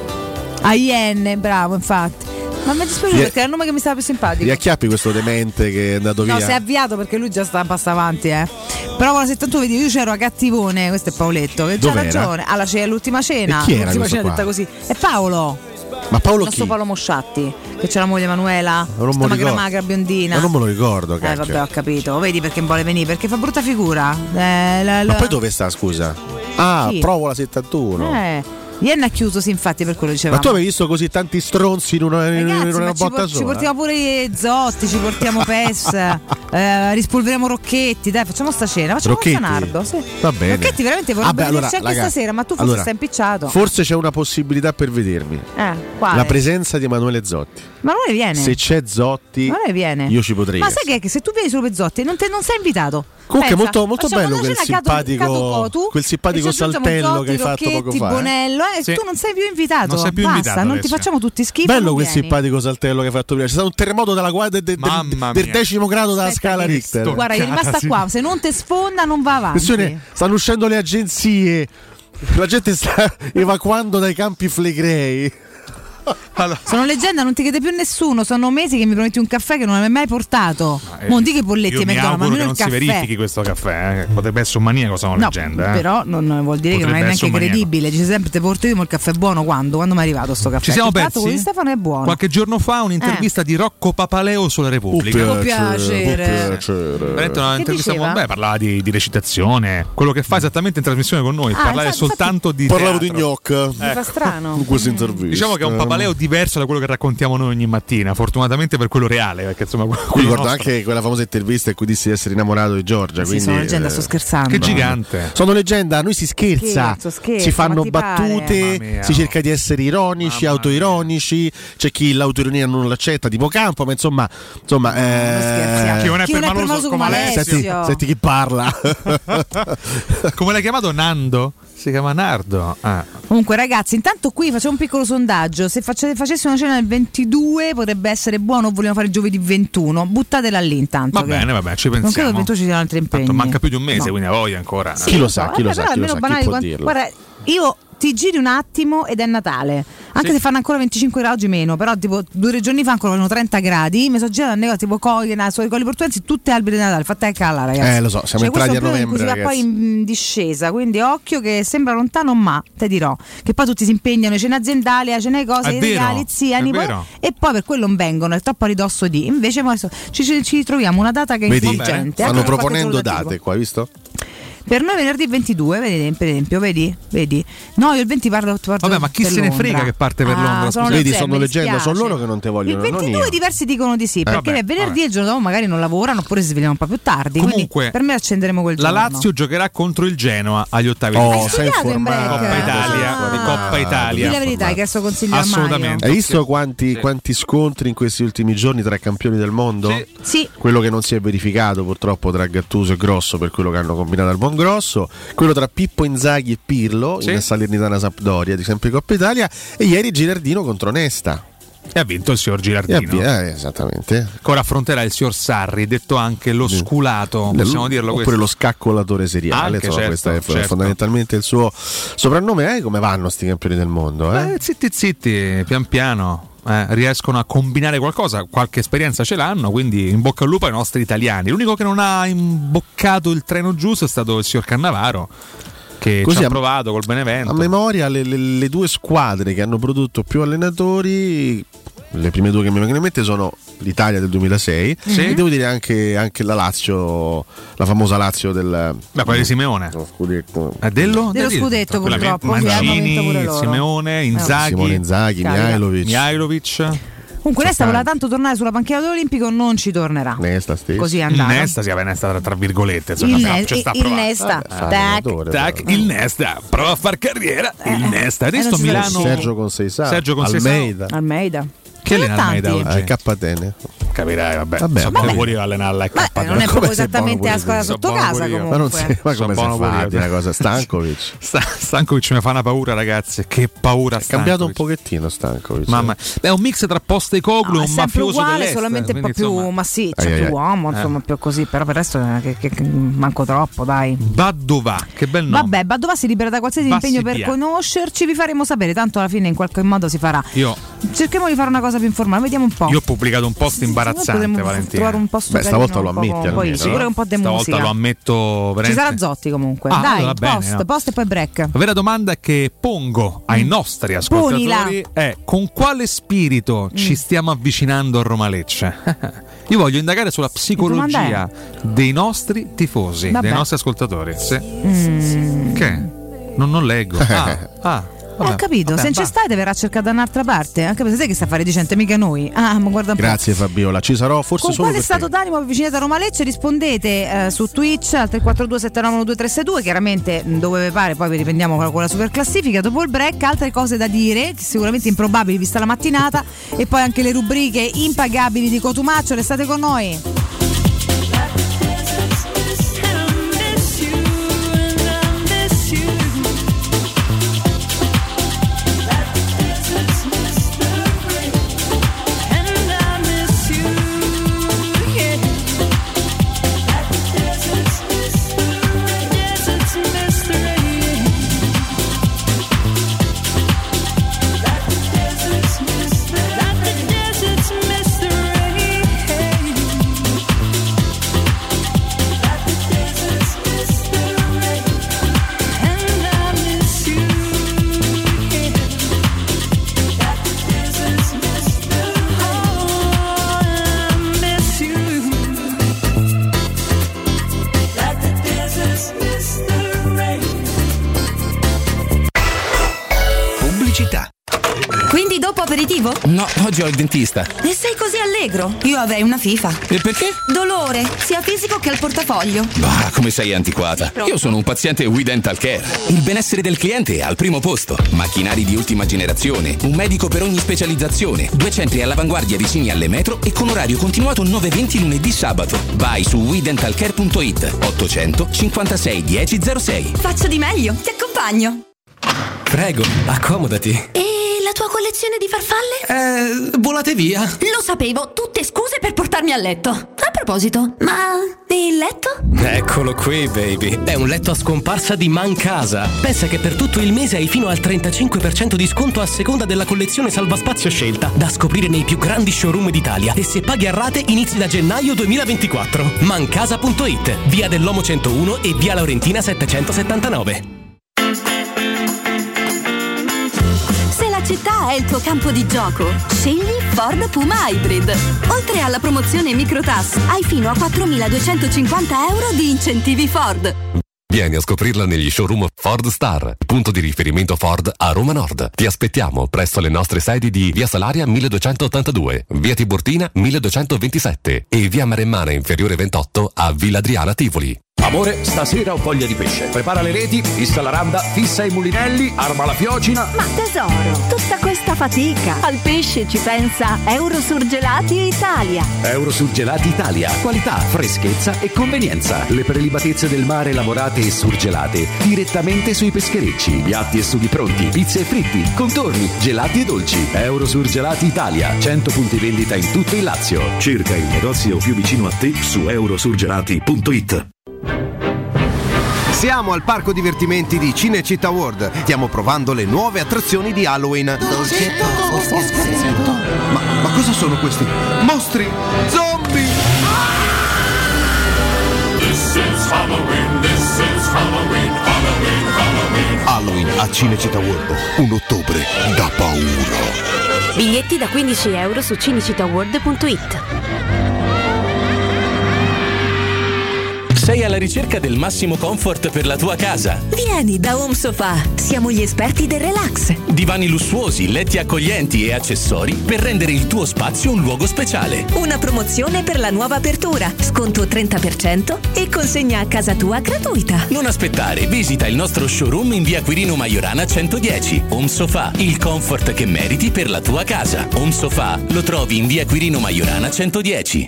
A I N, bravo, infatti. Ma mi è dispiaciuto Gli- perché era il nome che mi stava più simpatico. Riacchiappi questo demente che è andato No, via. si è avviato perché lui già sta passa avanti, eh. Però con la settantuno vedi, io c'ero a Cattivone, questo è Paoletto, che c'ha Dov'era? ragione. Alla cena, all'ultima cena. E chi era l'ultima questo cena qua? detta così. È Paolo. Ma Paolo Il nostro chi? Paolo Mosciatti, che c'è la moglie Emanuela, Non me sta lo magra ricordo. magra biondina. Ma non me lo ricordo, Eh cacchio. vabbè, ho capito. Vedi perché vuole venire? Perché fa brutta figura. Eh, la- Ma la- poi dove sta, scusa? Ah, Chi? provo la settantuno. Eh. Ieri ha chiuso, sì, infatti, per quello Ma dicevamo. tu avevi visto così tanti stronzi in una, in Ragazzi, una ma ci, botta por- ci sola? portiamo pure i Zotti, ci portiamo Pes, eh, rispolveriamo Rocchetti, dai, facciamo sta cena, facciamo Rocchetti? un Sanardo, sì. Va bene. Rocchetti veramente vorrebbe Vabbè, allora, vederci anche raga, stasera, ma tu forse allora, stai impicciato. Forse c'è una possibilità per vedermi. Eh, quale? La presenza di Emanuele Zotti. Ma non ne viene. Se c'è Zotti, Ma non ne viene. io ci potrei Ma essere. sai che, che se tu vieni solo per Zotti non, te, non sei invitato. Comunque è Pensa, molto, molto facciamo bello una quel cena Cato- simpatico, Cato Cotu, quel simpatico e ci aggiungiamo saltello Zotti, che hai fatto poco Rocchetti, fa. eh. Bonello, eh, Sì. tu non sei più invitato. Non sei più Basta, invitato, non ti Alessio. facciamo tutti schifo. Bello non quel vieni. simpatico saltello che hai fatto prima. C'è stato un terremoto della guardia de- de- Mamma del mia. decimo grado della Aspetta scala che- Richter. Guarda, è rimasta Sì. qua. Se non te sfonda, non va avanti. Attenzione, stanno uscendo le agenzie. La gente sta evacuando dai campi flegrei. Allora. Sono leggenda, non ti chiede più nessuno. Sono mesi che mi prometti un caffè che non mi hai mai portato. Eh, non di che bolletti io e mi McDonald's, ma auguro che almeno non il si caffè. verifichi questo caffè, eh. Potrebbe essere un maniaco, sono No, leggenda. Eh. però non vuol dire Potrebbe che non è neanche essere un maniaco. credibile. Dice sempre te portino il caffè buono quando? Quando mi è arrivato sto caffè? Ci siamo Il tratto persi? di Stefano è buono. Qualche giorno fa un'intervista Eh. di Rocco Papaleo sulla Repubblica. Oh, piacere. Veramente una Che intervista diceva? con- beh, parlava di, di recitazione, quello che fa esattamente in trasmissione con noi, Ah, parlare infatti- soltanto di Parlavo teatro. di gnocca. Mi fa strano. In questa intervista. Diciamo che è un papaleo diverso da quello che raccontiamo noi ogni mattina, fortunatamente per quello reale, perché insomma Mi quello ricordo nostro- anche quella famosa intervista in cui dissi di essere innamorato di Giorgia. Sì, quindi, sono leggenda, eh, sto scherzando. Che gigante. Sono leggenda, a noi si scherza, Scherzo, scherzo, si fanno ma ti pare? battute, Mamma mia, si oh. cerca di essere ironici, autoironici, c'è chi l'autoironia non l'accetta, tipo Campo, ma insomma, insomma eh, Chi non è permaloso come Alessio. Senti, senti chi parla. Come l'hai chiamato? Nando? Si chiama Nardo. Ah. Comunque ragazzi, intanto qui facciamo un piccolo sondaggio. Se face- facessimo una cena il ventidue potrebbe essere buono o vogliamo fare giovedì ventuno? Buttatela lì intanto. Va che- bene, vabbè, ci Non credo pensiamo. che il ventidue ci siano altri impegni. Tanto manca più di un mese, No. quindi a voglia ancora. Sì, Chi lo sa, chi lo vabbè, sa, però chi lo almeno sa, chi banali può quanto- dirlo? Guarda, io ti giri un attimo ed è Natale. Anche se fanno ancora venticinque gradi oggi meno, però tipo due o tre giorni fa ancora facevano trenta gradi. Mi sono girata al negozio tipo Coina, sui colli portuensi, tutte alberi di Natale. Fatta cala, ragazzi. Eh, lo so, siamo Cioè, questo entrati è a un periodo in cui novembre, si va poi ragazzi. in discesa, quindi occhio che sembra lontano, ma te dirò che poi tutti si impegnano, cene aziendali, cene ai cose, È i vero, regali, ziani, è poi- vero. e poi per quello non vengono, è troppo a ridosso di. Invece poi so- ci, ci- ci troviamo una data che è Vedi, intelligente. stanno anche per qualche proponendo giorno date qua, visto? per noi venerdì ventidue, vedi, per esempio, vedi? Vedi? No, io il venti parlo, parlo Vabbè, ma chi per se ne Londra. frega che parte per Ah, Londra? sono Scusa. Vedi, leggende, sono mi leggenda, dispiace. sono loro che non te Il vogliono, non ventidue io. diversi dicono di sì, perché vabbè, è venerdì vabbè. e il giorno dopo magari non lavorano oppure si svegliano un po' più tardi. Comunque, quindi per me accenderemo quel La giorno. Lazio giocherà contro il Genoa agli ottavi Oh, di sei finale. studiato in informato. break? Coppa Italia, Ah. di Coppa Italia. Dì la verità, hai chiesto consiglio a Mario. Assolutamente. Hai visto quanti, quanti scontri in questi ultimi giorni tra campioni del mondo? Sì. Sì. Quello che non si è verificato purtroppo tra Gattuso e Grosso, per quello che hanno combinato al buon Grosso, quello tra Pippo Inzaghi e Pirlo Sì. in Salernitana Sampdoria di sempre Coppa Italia, e ieri Gilardino contro Nesta. E ha vinto il signor E Gilardino. avvia- eh, esattamente. Ora affronterà il signor Sarri, detto anche lo sculato, possiamo dirlo Oppure questo. lo scaccolatore seriale, Anche, insomma, certo, questo è f- certo. fondamentalmente il suo soprannome. Eh, come vanno sti campioni del mondo? Eh? Eh, zitti zitti, pian piano. Eh, riescono a combinare qualcosa, qualche esperienza ce l'hanno, quindi in bocca al lupo ai nostri italiani. L'unico che non ha imboccato il treno giusto è stato il signor Cannavaro, che Così ci ha a- provato col Benevento. A memoria, le, le- le due squadre che hanno prodotto più allenatori, le prime due che mi vengono in mente sono l'Italia del duemilasei Sì. e devo dire anche, anche la Lazio, la famosa Lazio del Beh, quella di Simeone. dello scudetto. Eh, dello, Dello del- scudetto, tranquillamente. purtroppo, sì, hanno vinto pure Mancini, loro. Simeone, Inzaghi, Simone Inzaghi, Carica. Mihailovic, Mihailovic. Comunque Nesta Tanti. voleva tanto tornare sulla panchina dell'Olimpico, non ci tornerà. Nesta stesso. Così è Il andata. Nesta si è Nesta tra, tra virgolette, insomma, Il, ci sta- Ne- ci sta il provando. Nesta, Fa tac. allenatore, Tac, però. il Nesta prova a far carriera. Il Nesta eh, adesso non ci Milano. sono Sergio Conceição, Sergio Conceição. Almeida, Almeida. Che Ce n'è allena Almeida tanti. oggi? eh, Capatene. Capirai, vabbè. Vabbè, sono vabbè. buono pure io a allenarla e Beh, K. non è Come proprio sei esattamente buono la pure squadra tu? sotto Sono buono casa pure io. comunque. Ma non si, ma Sono come buono si pure fa a io. dire una cosa? Stankovic. Sta- Stankovic mi fa una paura, ragazzi. Che paura È cambiato un Stankovic. pochettino Stankovic. Mamma, è un mix tra Postecoglou No, e è un sempre mafioso uguale, dell'est. solamente un po' quindi, più insomma, massiccio, Ai, ai, più ai. uomo, Eh. insomma, più così. Però per il resto eh, che, che- che manco troppo, dai. Badovà, che bel nome. Vabbè, Badovà si libera da qualsiasi Bassi impegno per via. conoscerci, vi faremo sapere, tanto alla fine in qualche modo si farà. Io, Cerchiamo di fare una cosa più informale, vediamo un po'. io ho pubblicato un post imbarazzante, Potremmo Valentina. trovare un posto Beh, stavolta carino, lo un po' ammetti, con- poi almeno, sicuro no? che un po' di Stavolta musica. lo ammetto Ci veramente. sarà Zotti comunque. Ah, Dai, allora bene, post, no. post e poi break. La vera domanda che pongo ai nostri ascoltatori Ponila. è: con quale spirito Mm. ci stiamo avvicinando a Roma Lecce? Io voglio indagare sulla psicologia dei nostri tifosi, Vabbè. dei nostri ascoltatori. Se- Mm. Che? Non, non leggo. Ah, ah, vabbè, Ho capito, vabbè, se non ci va. stai te verrà cercata da un'altra parte. Anche perché sai che sta a fare decente, mica noi. Ah, ma guarda un po'. Grazie Fabiola, ci sarò forse Con solo quale per stato te. d'animo avvicinate a Roma Lecce? Rispondete eh, su Twitch al tre quattro due sette nove uno due tre sei due, chiaramente mh, dove vi pare, poi vi riprendiamo con la, con la super classifica. Dopo il break altre cose da dire, sicuramente improbabili vista la mattinata, e poi anche le rubriche impagabili di Cotumaccio. Restate con noi. Mystery. aperitivo? No, oggi ho il dentista. E sei così allegro? Io avrei una FIFA. E perché? Dolore, sia fisico che al portafoglio. Bah, come sei antiquata. Io sono un paziente We Dental Care. Il benessere del cliente è al primo posto. Macchinari di ultima generazione, un medico per ogni specializzazione, due centri all'avanguardia vicini alle metro e con orario continuato nove venti lunedì sabato. Vai su we dental care punto it. ottocento cinquantasei dieci zero sei. Faccio di meglio, ti accompagno. Prego, accomodati. E la tua collezione di farfalle? Eh, volate via. Lo sapevo, tutte scuse per portarmi a letto. A proposito, ma il letto? Eccolo qui, baby. È un letto a scomparsa di Mancasa. Pensa che per tutto il mese hai fino al trentacinque per cento di sconto a seconda della collezione salvaspazio scelta, da scoprire nei più grandi showroom d'Italia. E se paghi a rate inizi da gennaio duemilaventiquattro. Mancasa punto it, via dell'Omo centouno e via Laurentina settecentosettantanove. Città è il tuo campo di gioco. Scegli Ford Puma Hybrid. Oltre alla promozione microtax, hai fino a quattromiladuecentocinquanta euro di incentivi Ford. Vieni a scoprirla negli showroom Ford Star, punto di riferimento Ford a Roma Nord. Ti aspettiamo presso le nostre sedi di via Salaria milleduecentottantadue, via Tiburtina milleduecentoventisette e via Maremmana Inferiore ventotto a Villa Adriana Tivoli. Amore, stasera ho voglia di pesce. Prepara le reti, fissa la randa, fissa i mulinelli, arma la fiocina. Ma tesoro, tutta questa fatica. Al pesce ci pensa Eurosurgelati Italia. Eurosurgelati Italia. Qualità, freschezza e convenienza. Le prelibatezze del mare lavorate e surgelate direttamente sui pescherecci. Piatti e sughi pronti, pizze e fritti, contorni, gelati e dolci. Eurosurgelati Italia. cento punti vendita in tutto il Lazio. Cerca il negozio più vicino a te su eurosurgelati punto it. Siamo al parco divertimenti di Cinecittà World. Stiamo provando le nuove attrazioni di Halloween. Ma, ma cosa sono questi? Mostri! Zombie! This is Halloween, this is Halloween, Halloween, Halloween. Halloween a Cinecittà World. Un ottobre da paura. Biglietti da quindici euro su cinecittà world punto it. Sei alla ricerca del massimo comfort per la tua casa. Vieni da Home Sofa, siamo gli esperti del relax. Divani lussuosi, letti accoglienti e accessori per rendere il tuo spazio un luogo speciale. Una promozione per la nuova apertura, sconto trenta per cento e consegna a casa tua gratuita. Non aspettare, visita il nostro showroom in via Quirino Maiorana centodieci. Home Sofa, il comfort che meriti per la tua casa. Home Sofa lo trovi in via Quirino Maiorana centodieci.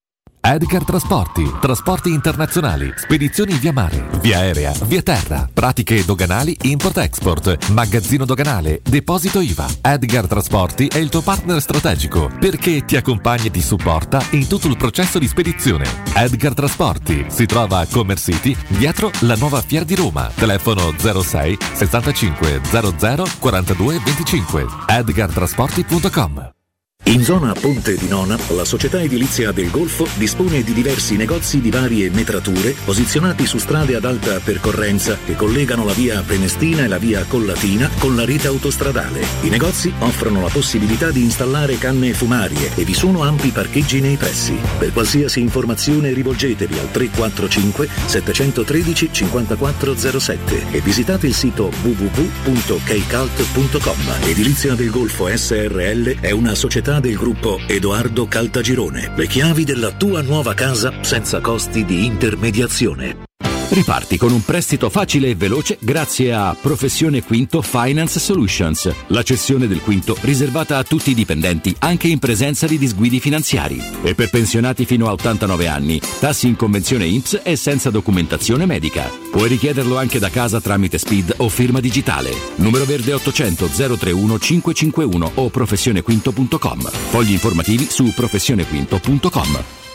Edgar Trasporti, trasporti internazionali, spedizioni via mare, via aerea, via terra, pratiche doganali import-export, magazzino doganale, deposito I V A. Edgar Trasporti è il tuo partner strategico perché ti accompagna e ti supporta in tutto il processo di spedizione. Edgar Trasporti si trova a Commerce City, dietro la nuova Fiera di Roma. Telefono zero sei sessantacinque zero zero quarantadue venticinque. edgar trasporti punto com. In zona Ponte di Nona, la società edilizia del Golfo dispone di diversi negozi di varie metrature posizionati su strade ad alta percorrenza che collegano la via Prenestina e la via Collatina con la rete autostradale. I negozi offrono la possibilità di installare canne fumarie e vi sono ampi parcheggi nei pressi. Per qualsiasi informazione rivolgetevi al tre quattro cinque sette uno tre cinque zero sette e visitate il sito w w w punto keycult punto com. Edilizia del Golfo S R L è una società del gruppo Edoardo Caltagirone. Le chiavi della tua nuova casa senza costi di intermediazione. Riparti con un prestito facile e veloce grazie a Professione Quinto Finance Solutions. La cessione del quinto riservata a tutti i dipendenti, anche in presenza di disguidi finanziari. E per pensionati fino a ottantanove anni, tassi in convenzione I N P S e senza documentazione medica. Puoi richiederlo anche da casa tramite S P I D o firma digitale. Numero verde ottocento zero trentuno cinquecentocinquantuno o professionequinto punto com. Fogli informativi su professionequinto punto com.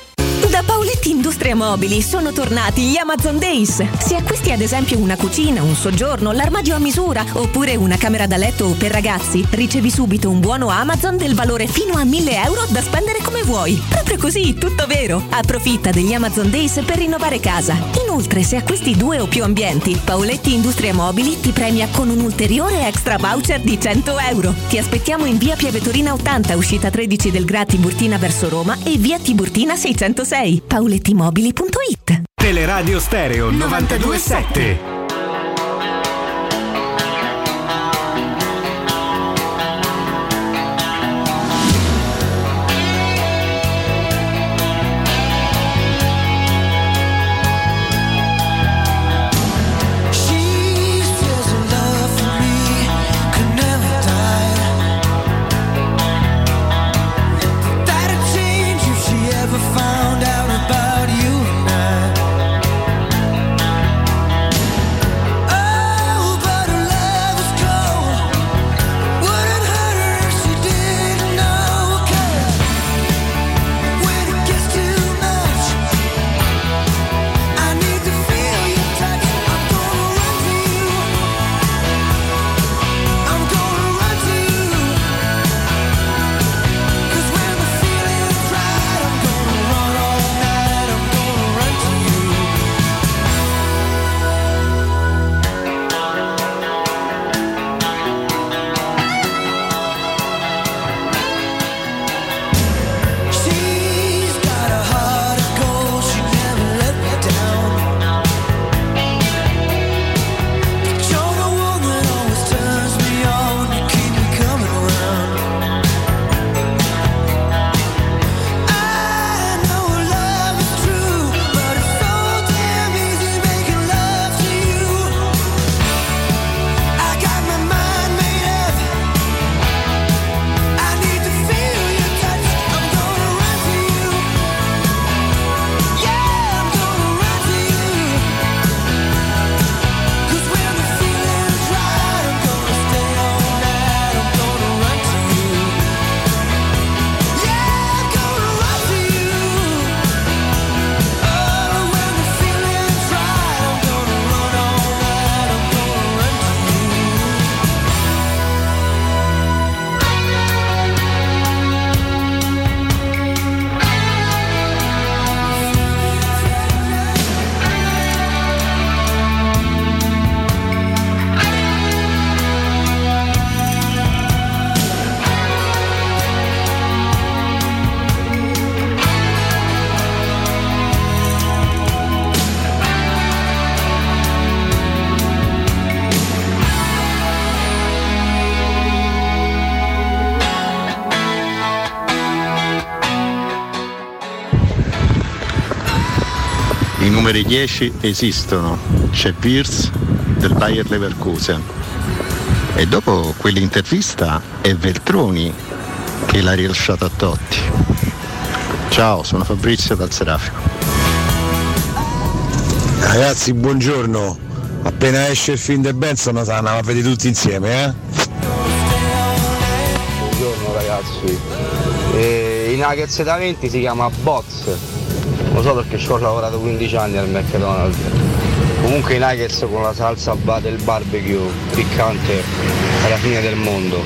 Da Paoletti Industria Mobili sono tornati gli Amazon Days. Se acquisti ad esempio una cucina, un soggiorno, l'armadio a misura oppure una camera da letto per ragazzi, ricevi subito un buono Amazon del valore fino a mille euro da spendere come vuoi. Proprio così, tutto vero. Approfitta degli Amazon Days per rinnovare casa. Inoltre, se acquisti due o più ambienti, Paoletti Industria Mobili ti premia con un ulteriore extra voucher di cento euro. Ti aspettiamo in via Pieve Torina ottanta, uscita tredici del Gra Tiburtina verso Roma e via Tiburtina seicentosei. paulettimobili punto it. Teleradio Stereo novantadue sette. I numeri dieci esistono, c'è Wirtz del Bayer Leverkusen e dopo quell'intervista è Veltroni che l'ha rilasciato a Totti. Ciao, sono Fabrizio dal Serafico. Ragazzi, buongiorno. Appena esce il film del Benson, andiamo a vedere tutti insieme, eh? Buongiorno ragazzi. E i Nuggets da venti si chiama Box. Lo so perché ci ho lavorato quindici anni al McDonald's. Comunque i Nuggets con la salsa del barbecue piccante è la fine del mondo.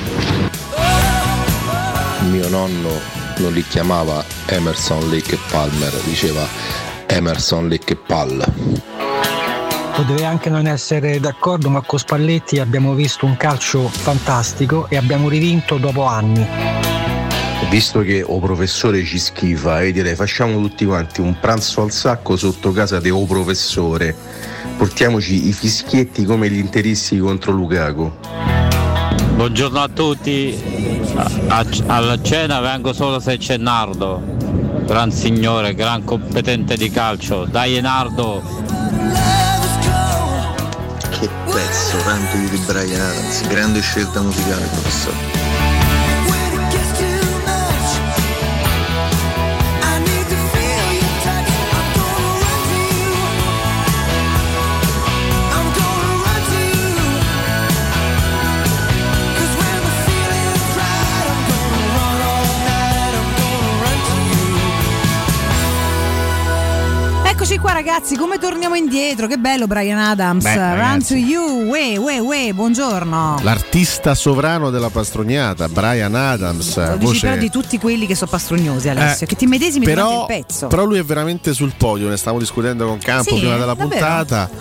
Mio nonno non li chiamava Emerson, Lake e Palmer, diceva Emerson, Lake e Pal. Potrei anche non essere d'accordo, ma con Spalletti abbiamo visto un calcio fantastico e abbiamo rivinto dopo anni. Visto che o professore ci schifa, io direi facciamo tutti quanti un pranzo al sacco sotto casa di o professore, portiamoci i fischietti come gli interisti contro Lukaku. Buongiorno a tutti, a, alla cena vengo solo se c'è Nardo, gran signore, gran competente di calcio, dai Nardo. Che pezzo, tanto di Brian Adams, grande scelta musicale, professore. Eccoci qua ragazzi, come torniamo indietro? Che bello Brian Adams. Beh, Run ragazzi. to you, we, we, we, buongiorno. L'artista sovrano della pastrugnata, Brian Adams. Lo dici voce... però di tutti quelli che sono pastrugnosi, Alessio, Eh, che ti medesimi però, durante il pezzo. però lui è veramente sul podio, ne stavamo discutendo con Campo Sì, prima della davvero? puntata.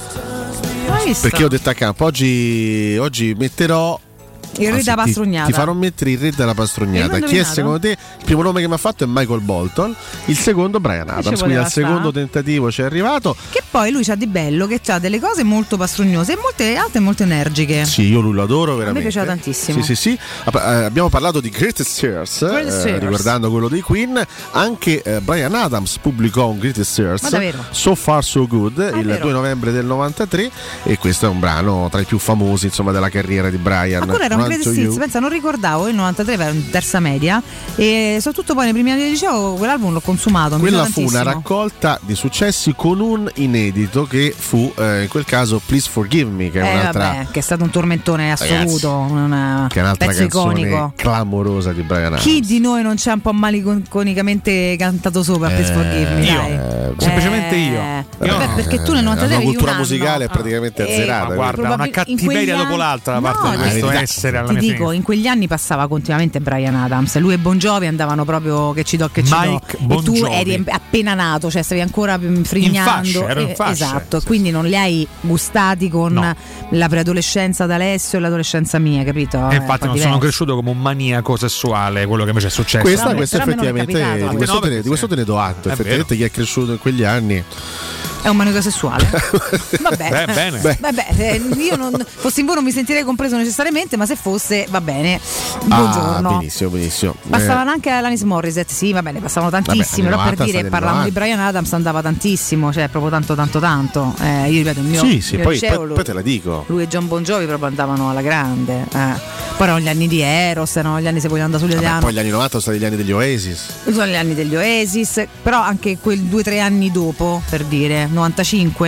Hai visto? Perché ho detto a Campo, oggi, oggi metterò Il re Anzi, della pastrugnata. Ti, ti farò mettere il re della E pastrugnata. l'ho Chi è indovinato? secondo te? Il primo nome che mi ha fatto è Michael Bolton, il secondo Brian Adams. Quindi voleva al secondo sta? tentativo ci è arrivato. Che poi lui c'ha di bello, che c'ha delle cose molto pastrugnose e molte altre molto energiche. Sì, io lui lo adoro veramente. A me piaceva tantissimo. Sì, sì, sì. App- eh, abbiamo parlato di Greatest Hits, Greatest eh, Hits. riguardando quello dei Queen. Anche eh, Brian Adams pubblicò un Greatest Hits, Ma davvero? So Far So Good, il vero? due novembre del novantatré, e questo è un brano tra i più famosi, insomma, della carriera di Brian. Ma quello era un Run to greatest You. hits, pensa, non ricordavo, il novantatré era in terza media e soprattutto poi nei primi anni del liceo quell'album l'ho consumato. mi Quella piaceva fu una tantissimo. raccolta di successi con un inedito che fu eh, in quel caso Please Forgive Me, che è Eh, un'altra, vabbè, che è stato un tormentone assoluto, un che è un'altra pezzo canzone iconico. clamorosa di Brian Adams. Chi di noi non c'è un po' maliconicamente cantato sopra Please Eh, Forgive Me? io. Dai. Eh, semplicemente io. Vabbè, No, perché tu nel eh, novantatré la avevi cultura un anno. musicale è praticamente Eh, azzerata. Ma guarda, probabil- una in cattiveria quegli dopo anni- l'altra da parte No, di ti- questo verità. essere alla Ti mia dico, sinistra. in quegli anni passava continuamente Brian Adams. Lui e Bon Jovi andavano proprio che ci do che ci Mike do. Bon E tu Jovi. eri appena nato, cioè stavi ancora mm, frignando. fascia, ero in Eh, fascia. esatto, quindi non li hai gustati con No. la preadolescenza d'Alessio e l'adolescenza mia, capito? E È un infatti po' non diverso. sono cresciuto come un maniaco sessuale, quello che invece è successo. Questa, Però- questa però a me non è effettivamente capitato. di questo, No, te ne, perché di questo te ne do atto. È Effettivamente chi è cresciuto in quegli anni È un maniaco sessuale. Vabbè, Beh, bene. Beh. Vabbè, eh, io non fossi in voi non mi sentirei compreso necessariamente, ma se fosse va bene. Ah, Buongiorno. benissimo, benissimo. Passavano anche Alanis Morissette, sì, va bene, passavano tantissimi, Vabbè, però anni per novanta, dire, state parlavamo di novanta. Brian Adams andava tantissimo, cioè proprio tanto tanto tanto. Eh, io ripeto, il mio, Sì, sì, mio poi, liceo, poi- lui, poi te la dico. lui e John Bon Jovi proprio andavano alla grande. Eh. Poi erano gli anni di Eros, erano gli anni se voglio andare sugli Vabbè, anni. poi gli anni novanta sono stati gli anni degli Oasis. Sono gli anni degli Oasis, però anche quel due o tre anni dopo, per dire, novantacinque.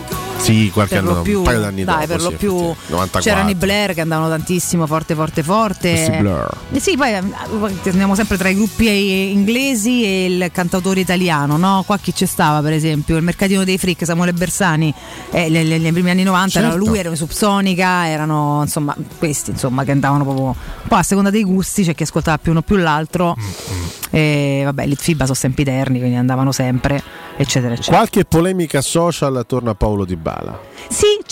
Sì, qualche Per anno, lo più, un paio d'anni dai, dopo. per lo sì, più effettivamente. novantaquattro. c'erano i Blair che andavano tantissimo, forte, forte, forte. Questi Blur. Eh sì, poi eh, andiamo sempre tra i gruppi inglesi e il cantautore italiano, no? Qua chi c'è stava, per esempio, il Mercatino dei Freak, Samuele Bersani, eh, nei, nei primi anni novanta Certo. erano lui, erano i Subsonica, erano insomma questi, insomma, che andavano proprio. Poi a seconda dei gusti c'è chi ascoltava più uno più l'altro. E vabbè, l'Itfiba sono sempiterni, quindi andavano sempre, eccetera, eccetera. Qualche polemica social attorno a Paolo Dybala. Sì,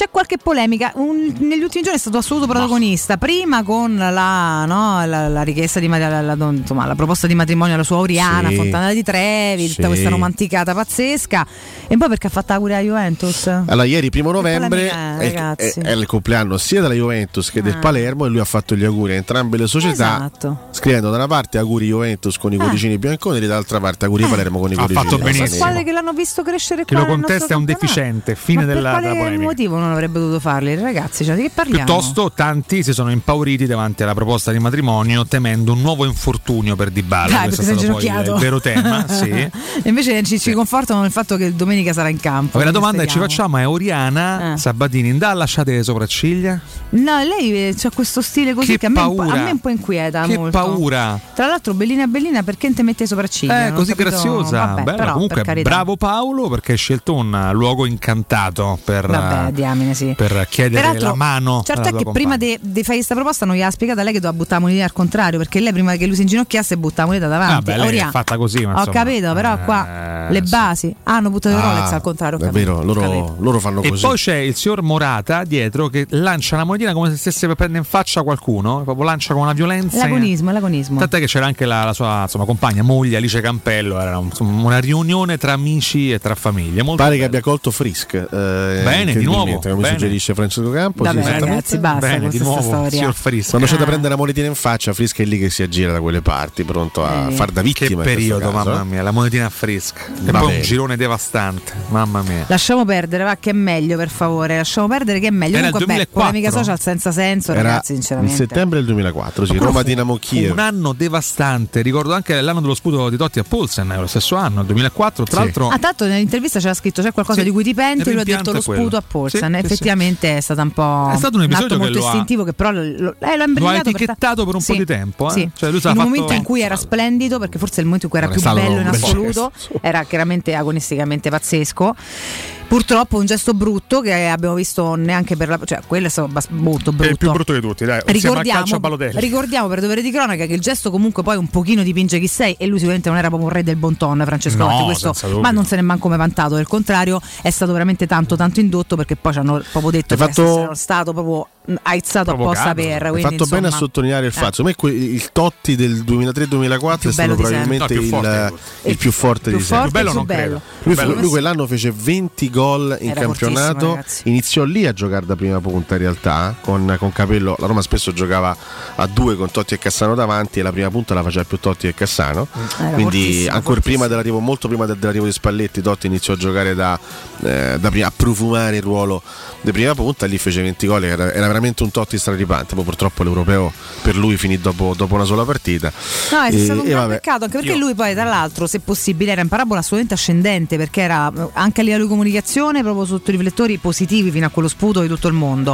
c'è qualche polemica. Un, negli ultimi giorni è stato assoluto protagonista, prima con la, no, la, la richiesta di la, la, insomma, la proposta di matrimonio alla sua Oriana, sì. Fontana di Trevi, tutta sì. questa romanticata pazzesca, e poi perché ha fatto auguri alla Juventus. Allora ieri primo novembre è, è, è il compleanno sia della Juventus che ah. del Palermo, e lui ha fatto gli auguri a entrambe le società, esatto. scrivendo da una parte auguri Juventus con i ah. cuoricini bianconeri, dall'altra parte auguri eh. Palermo con i ha cuoricini. Ha fatto benissimo. Squadre che l'hanno visto crescere chi qua. Chi lo contesta è un deficiente. Fine Ma della, per della quale polemica. motivo non avrebbe dovuto farli, ragazzi? Cioè, di che parliamo? Piuttosto tanti si sono impauriti davanti alla proposta di matrimonio, temendo un nuovo infortunio per Dybala. Dai, questo è stato poi il, il vero tema. Sì. E invece ci, ci confortano nel fatto che domenica sarà in campo. Ma la domanda che ci facciamo è: Oriana eh. Sabatini da lasciate le sopracciglia? No, lei c'ha questo stile così che, che a, me a me un po' inquieta. Che molto. paura. Tra l'altro, bellina bellina, perché non ti metti le sopracciglia? Eh, così capito... graziosa. Vabbè, Bella, però, comunque bravo Paolo, perché hai scelto un luogo incantato per, Vabbè, diamine, sì. per chiedere Peraltro, la mano. Certo è che compagna. prima di fare questa proposta non gli ha spiegata lei che doveva buttare la moneta al contrario, perché lei prima che lui si inginocchiasse buttava la moneta davanti. Ah, beh, lei è fatta così, ma ho insomma, capito, però qua eh, le basi sì. hanno buttato il ah, Rolex al contrario. È vero, loro, loro fanno e così. E poi c'è il signor Morata dietro che lancia una monetina come se stesse per prendere in faccia qualcuno, proprio lancia con una violenza. L'agonismo, l'agonismo. Tant'è che c'era anche la, la sua insomma, compagna, moglie Alice Campello, era un, una riunione tra amici e tra famiglie. Molto Pare bello. che abbia colto Frisk. Eh, bene, di nuovo. Come bene. suggerisce Francesco Campo. Vabbè, sì, ragazzi, basta bene, con di questa nuovo, storia. Frisk. Quando ah. c'è da prendere la monetina in faccia, Frisk è lì che si aggira da quelle parti, pronto a eh. far da vittima. Che periodo, caso, mamma eh? mia, la monetina a Frisk. E Va poi bene. un girone devastante, mamma mia. Lasciamo perdere, va, che è meglio, per favore. Lasciamo perdere che è meglio. Era Comunque, beh, polemica social senza senso, Era ragazzi, sinceramente. in settembre del duemilaquattro, sì, Roma Dinamo Kiev. Un anno devastante, ricordo anche l'anno dello sputo di Totti a Poulsen, lo stesso anno, il duemilaquattro. Tra Sì. l'altro, Ah, tanto nell'intervista c'era scritto c'è qualcosa Sì, di cui ti penti, il lui ha detto rimpianto lo è quello. sputo a Poulsen. Sì, sì, Effettivamente sì. è stato un po' È stato un episodio atto che molto lo ha- istintivo, che però lo, lo, eh, lo ha lo ha imbrigliato etichettato per un sì, po' di tempo. Eh? Sì. Cioè, lui in s'ha un fatto... momento in cui era splendido, perché forse è il momento in cui era Non è più stato bello in un bel assoluto, gesto. era chiaramente agonisticamente pazzesco. Purtroppo un gesto brutto che abbiamo visto neanche per la, cioè quello è stato bas- molto brutto. È il più brutto di tutti, dai. Siamo al calcio a Balotelli. Ricordiamo per dovere di cronaca che il gesto comunque poi un pochino dipinge chi sei, e lui sicuramente non era proprio un re del bon ton, Francesco No, Totti, questo, senza dubbio. ma non se ne è manco mai vantato, del contrario è stato veramente tanto tanto indotto, perché poi ci hanno proprio detto Hai che fatto- essere stato proprio aizzato Provocato. apposta per. Hai Quindi, fatto insomma, bene a sottolineare il eh. fatto. Secondo me que- il Totti del duemilatré duemilaquattro è Il più stato bello di probabilmente sempre. No, il più il, forte. il più forte più di forte, sempre. Più bello più non bello. credo. Lui, Bello. lui quell'anno fece venti gol in Era campionato, fortissimo, ragazzi. iniziò lì a giocare da prima punta in realtà, con, con Capello. La Roma spesso giocava a due con Totti e Cassano davanti, e la prima punta la faceva più Totti e Cassano. Era Quindi fortissimo, ancora fortissimo. prima dell'arrivo, molto prima del- dell'arrivo di Spalletti, Totti iniziò a giocare da, eh, da prima, a profumare il ruolo di prima punta. Lì fece venti gol, era, era veramente un Totti straripante. Poi purtroppo l'europeo per lui finì dopo, dopo una sola partita. No, è E- stato un e gran vabbè. peccato, anche perché Io- lui poi tra l'altro, se possibile, era in parabola assolutamente ascendente, perché era anche a livello di comunicazione proprio sotto i riflettori positivi fino a quello sputo di tutto il mondo,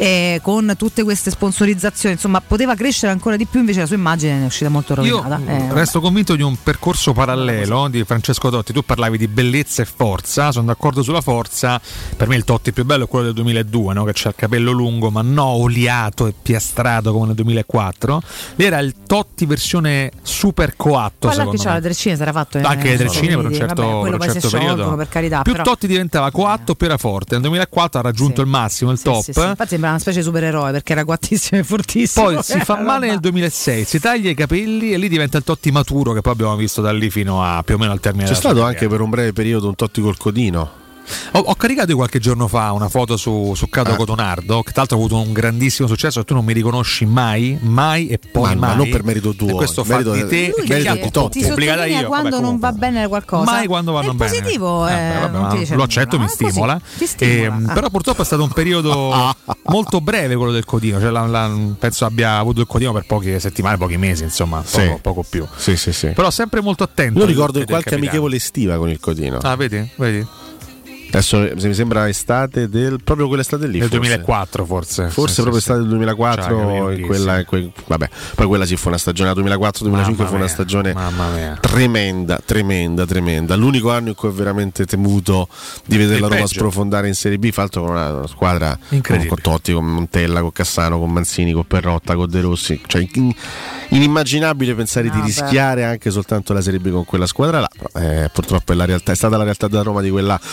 e con tutte queste sponsorizzazioni, insomma poteva crescere ancora di più, invece la sua immagine ne è uscita molto Io rovinata. Eh, resto convinto di un percorso parallelo di Francesco Totti. Tu parlavi di bellezza e forza, sono d'accordo sulla forza. Per me il Totti più bello è quello del duemiladue, no? Che c'ha il capello lungo ma no oliato e piastrato come nel duemilaquattro. Lì era il Totti versione super coatto, Poi là secondo che c'ha me. le treccine si era fatto eh, Anche le sono treccine per un vedi, certo, vabbè, quello per un poi certo si sciolgono, periodo. per carità, Più però- Totti diventava coatto, più era forte. Nel duemilaquattro ha raggiunto Sì. il massimo, il Sì, top. sì, sì. Infatti sembra una specie di supereroe, perché era guattissimo e fortissimo. Poi si fa Era male roba- nel duemilasei, si taglia i capelli e lì diventa il Totti maturo, che poi abbiamo visto da lì fino a più o meno al termine C'è della sua stato carriera. anche per un breve periodo un Totti col codino. Ho, ho caricato qualche giorno fa una foto su, su Cato Ah. Cotonardo, che tra l'altro ha avuto un grandissimo successo, e tu non mi riconosci mai, mai e poi Ma- ma mai. non per merito tuo, E questo il fa merito di del- te il che merito ti di ha Totti. ti pubblicata sottolinea io. quando Vabbè, non va comunque. bene qualcosa. Mai quando vanno è bene. positivo, eh, Vabbè, vabbè, non ti ma dice lo nulla. accetto, mi Ah, così, stimola. ti stimola. Ehm, Ah. Però purtroppo è stato un periodo molto breve quello del codino, cioè la- la- penso abbia avuto il codino per poche settimane, pochi mesi, insomma, Sì. poco, poco più. Sì, sì, sì. Però sempre molto attento. Io alle ricordo lotte in del qualche capitano. amichevole estiva con il codino. Ah, vedi? Vedi? Adesso se mi sembra estate del proprio quell'estate lì. Nel forse. duemilaquattro forse. Forse Sì, proprio sì, estate del sì. duemilaquattro, C'ha, in capito, quella, sì. in quel- vabbè, poi quella sì fu una stagione, duemilaquattro duemilacinque fu Mamma una mia, stagione mamma mia. tremenda, tremenda, tremenda. L'unico anno in cui ho veramente temuto di vedere Il la Roma peggio. sprofondare in Serie B, fra l'altro con una, una squadra con, Incredibile. con Totti, con Montella, con Cassano, con Manzini, con Perrotta, con De Rossi, cioè in- inimmaginabile pensare No, di beh. rischiare anche soltanto la Serie B con quella squadra là. Però, eh, purtroppo è la realtà, è stata la realtà della Roma di quella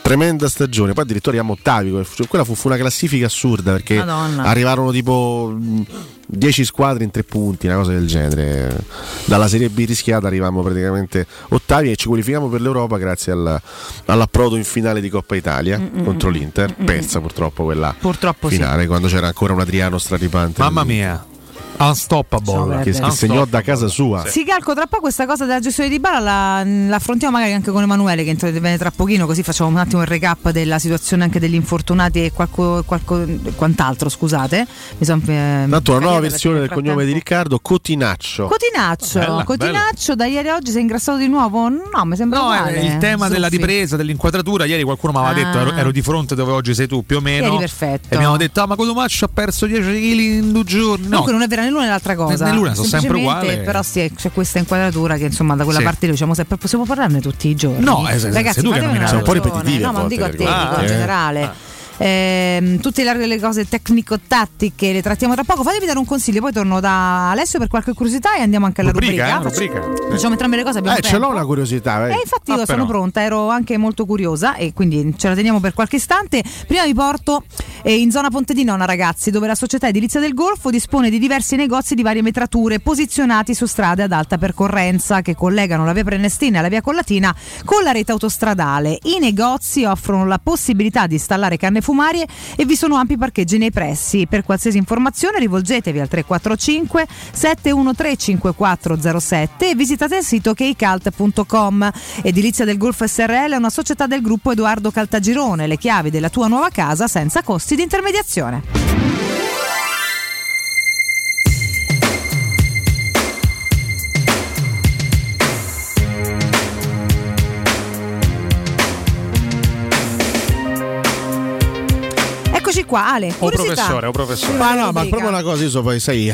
tremenda stagione, poi addirittura siamo ottavi, quella fu, fu una classifica assurda perché Madonna. arrivarono tipo dieci squadre in tre punti, una cosa del genere. Dalla Serie B rischiata arrivavamo praticamente ottavi e ci qualifichiamo per l'Europa grazie al, all'approdo in finale di Coppa Italia Mm-mm. contro l'Inter, Mm-mm. persa purtroppo quella purtroppo finale sì. quando c'era ancora un Adriano straripante. Mamma mia, unstoppable, che, che segnò da casa sua. Si calco tra poco questa cosa della gestione di Bala, la, la affrontiamo magari anche con Emanuele che interviene tra pochino, così facciamo un attimo il recap della situazione anche degli infortunati e qualco, qualco, quant'altro, scusate. Mi son, eh, tanto una nuova versione del cognome di Riccardo, Cotinaccio. Cotinaccio, bella, Cotinaccio bella. Da ieri a oggi sei ingrassato di nuovo? No, mi sembra no, uguale. Il tema Zuffi. Della ripresa, dell'inquadratura, ieri qualcuno mi aveva ah. detto, ero, ero di fronte dove oggi sei tu più o meno. Ieri perfetto. E mi avevano detto, ah ma Cotumaccio ha perso dieci chili in due giorni. No. Comunque non è vera né l'una né l'altra cosa. Luna, sono sempre uguale. Però sì, c'è questa inquadratura che insomma da quella sì. parte lì diciamo sempre possiamo parlarne tutti i giorni. No, es- ragazzi, tu che non sono un po' ripetitivi. No, ma non dico a te, dico ah, in eh. generale. Ah. Eh, tutte le, le cose tecnico-tattiche le trattiamo tra poco. Fatemi dare un consiglio, poi torno da Alessio per qualche curiosità e andiamo anche alla rubrica. rubrica. Facciamo, facciamo entrambe le cose. Eh, ce l'ho una curiosità. E eh, infatti io ah, sono però. pronta, ero anche molto curiosa e quindi ce la teniamo per qualche istante. Prima vi porto eh, in zona Ponte di Nona, ragazzi, dove la società edilizia del Golfo dispone di diversi negozi di varie metrature posizionati su strade ad alta percorrenza che collegano la via Prenestina e la via Collatina con la rete autostradale. I negozi offrono la possibilità di installare canne fumarie e vi sono ampi parcheggi nei pressi. Per qualsiasi informazione rivolgetevi al tre quattro cinque sette uno tre cinque quattro zero sette e visitate il sito keycalt punto com. Edilizia del Golfo S R L è una società del gruppo Edoardo Caltagirone, le chiavi della tua nuova casa senza costi di intermediazione. Eccoci qua, Ale. O professore, o professore. Ma no, ma proprio una cosa, io so poi sai,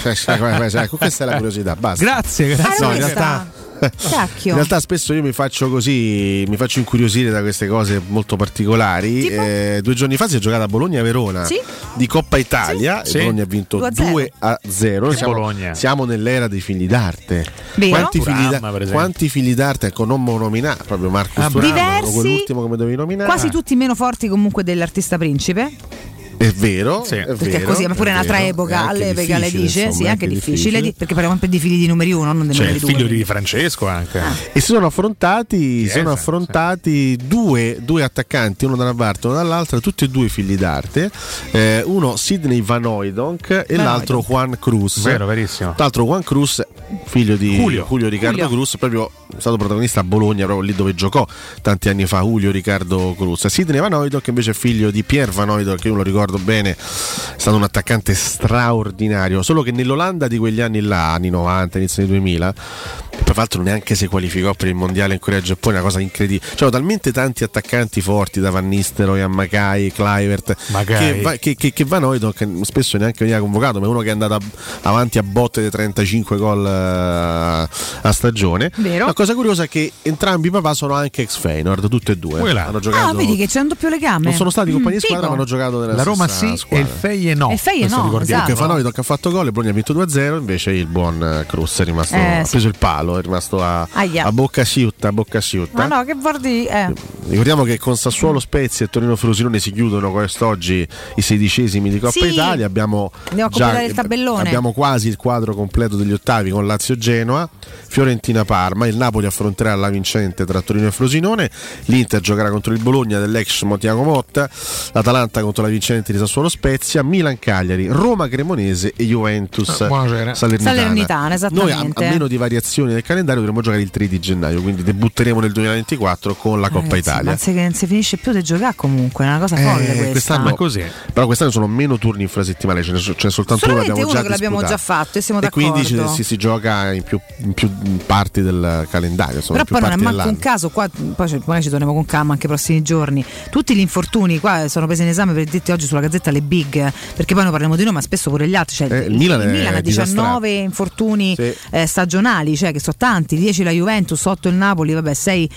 ecco, questa è la curiosità, basta. Grazie, grazie. No, in realtà Cacchio. in realtà spesso io mi faccio così, mi faccio incuriosire da queste cose molto particolari. Eh, due giorni fa si è giocata a Bologna-Verona sì? di Coppa Italia sì. e Bologna ha vinto due a zero. Noi siamo, siamo nell'era dei figli d'arte. Quanti figli, da, quanti figli d'arte, ecco, non mo nominare proprio Marco ah, Turam, diversi, quell'ultimo come dovevi nominare. Quasi tutti meno forti comunque dell'artista principe. È vero, sì. è perché vero, è così, ma pure è un'altra vero, epoca all'epoca le dice, insomma, sì, è anche difficile, difficile di, perché parliamo sempre di figli di numeri uno, non dei cioè, numeri due. Il figlio di Francesco anche. Ah. E si sono affrontati, yes, sono affrontati sì. due, due attaccanti, uno da una parte, uno dall'altra, tutti e due figli d'arte. Eh, uno Sidney Van Hooijdonk e Van l'altro Juan Cruz. Vero, verissimo. Tra l'altro Juan Cruz, figlio di Julio, Julio Riccardo Julio. Cruz, proprio stato protagonista a Bologna, proprio lì dove giocò tanti anni fa Julio Riccardo Cruz. Sidney Van Hooijdonk invece è figlio di Pierre Van Hooijdonk, che io lo ricordo bene, è stato un attaccante straordinario, solo che nell'Olanda di quegli anni là, anni novanta, inizio dei duemila, tra l'altro neanche si qualificò per il mondiale in Corea e Giappone, una cosa incredibile. C'erano talmente tanti attaccanti forti, da Van Nistelrooy a Mackay, Kluivert, che, che, che, che Van Hooijdonk spesso neanche veniva convocato, ma è uno che è andato avanti a botte di trentacinque gol a, a stagione. Vero. La cosa curiosa è che entrambi i papà sono anche ex Feyenoord, tutte e due. Hanno giocato, ah, vedi che c'è un doppio legame. Non sono stati compagni mm, di squadra, ma hanno giocato nella la Roma stessa sì squadra. E il Feie no. E il Feie no, esatto. Perché Van Hooijdonk ha fatto gol e Bologna ha vinto due a zero, invece il buon Cruz è rimasto, eh, ha sì. preso il palo, è rimasto a, a bocca asciutta, a bocca asciutta. Ma no, che vuol dire? Eh. Ricordiamo che con Sassuolo Spezia e Torino Frosinone si chiudono quest'oggi i sedicesimi di Coppa sì. Italia. Abbiamo Andiamo a già il tabellone. Abbiamo quasi il quadro completo degli ottavi con Lazio Genoa, Fiorentina Parma, il Napoli affronterà la vincente tra Torino e Frosinone, l'Inter giocherà contro il Bologna dell'ex Motiago Motta, l'Atalanta contro la vincente di Sassuolo Spezia, Milan Cagliari, Roma Cremonese e Juventus Salernitana. Salernitana, esattamente. Noi a, a meno di variazioni del calendario dovremo giocare il tre di gennaio, quindi debutteremo nel duemilaventiquattro con la Coppa Ragazzi, Italia. Ma se non si finisce più di giocare comunque, è una cosa folle eh, questa. Quest'anno, così. Però quest'anno sono meno turni infrasettimanali, ce ne so, c'è soltanto uno, uno già che l'abbiamo già fatto e siamo e d'accordo. quindi ci, si, si gioca in più, in più parti del calendario. Però poi non è manco un caso, qua poi, poi ci torniamo con calma anche i prossimi giorni. Tutti gli infortuni qua sono presi in esame per detti oggi sulla Gazzetta le big, perché poi noi parliamo di noi, ma spesso pure gli altri. Cioè, eh, il, il Milan, il Milan ha diciannove infortuni sì. eh, stagionali, cioè che sono tanti, dieci la Juventus, otto il Napoli, vabbè, sei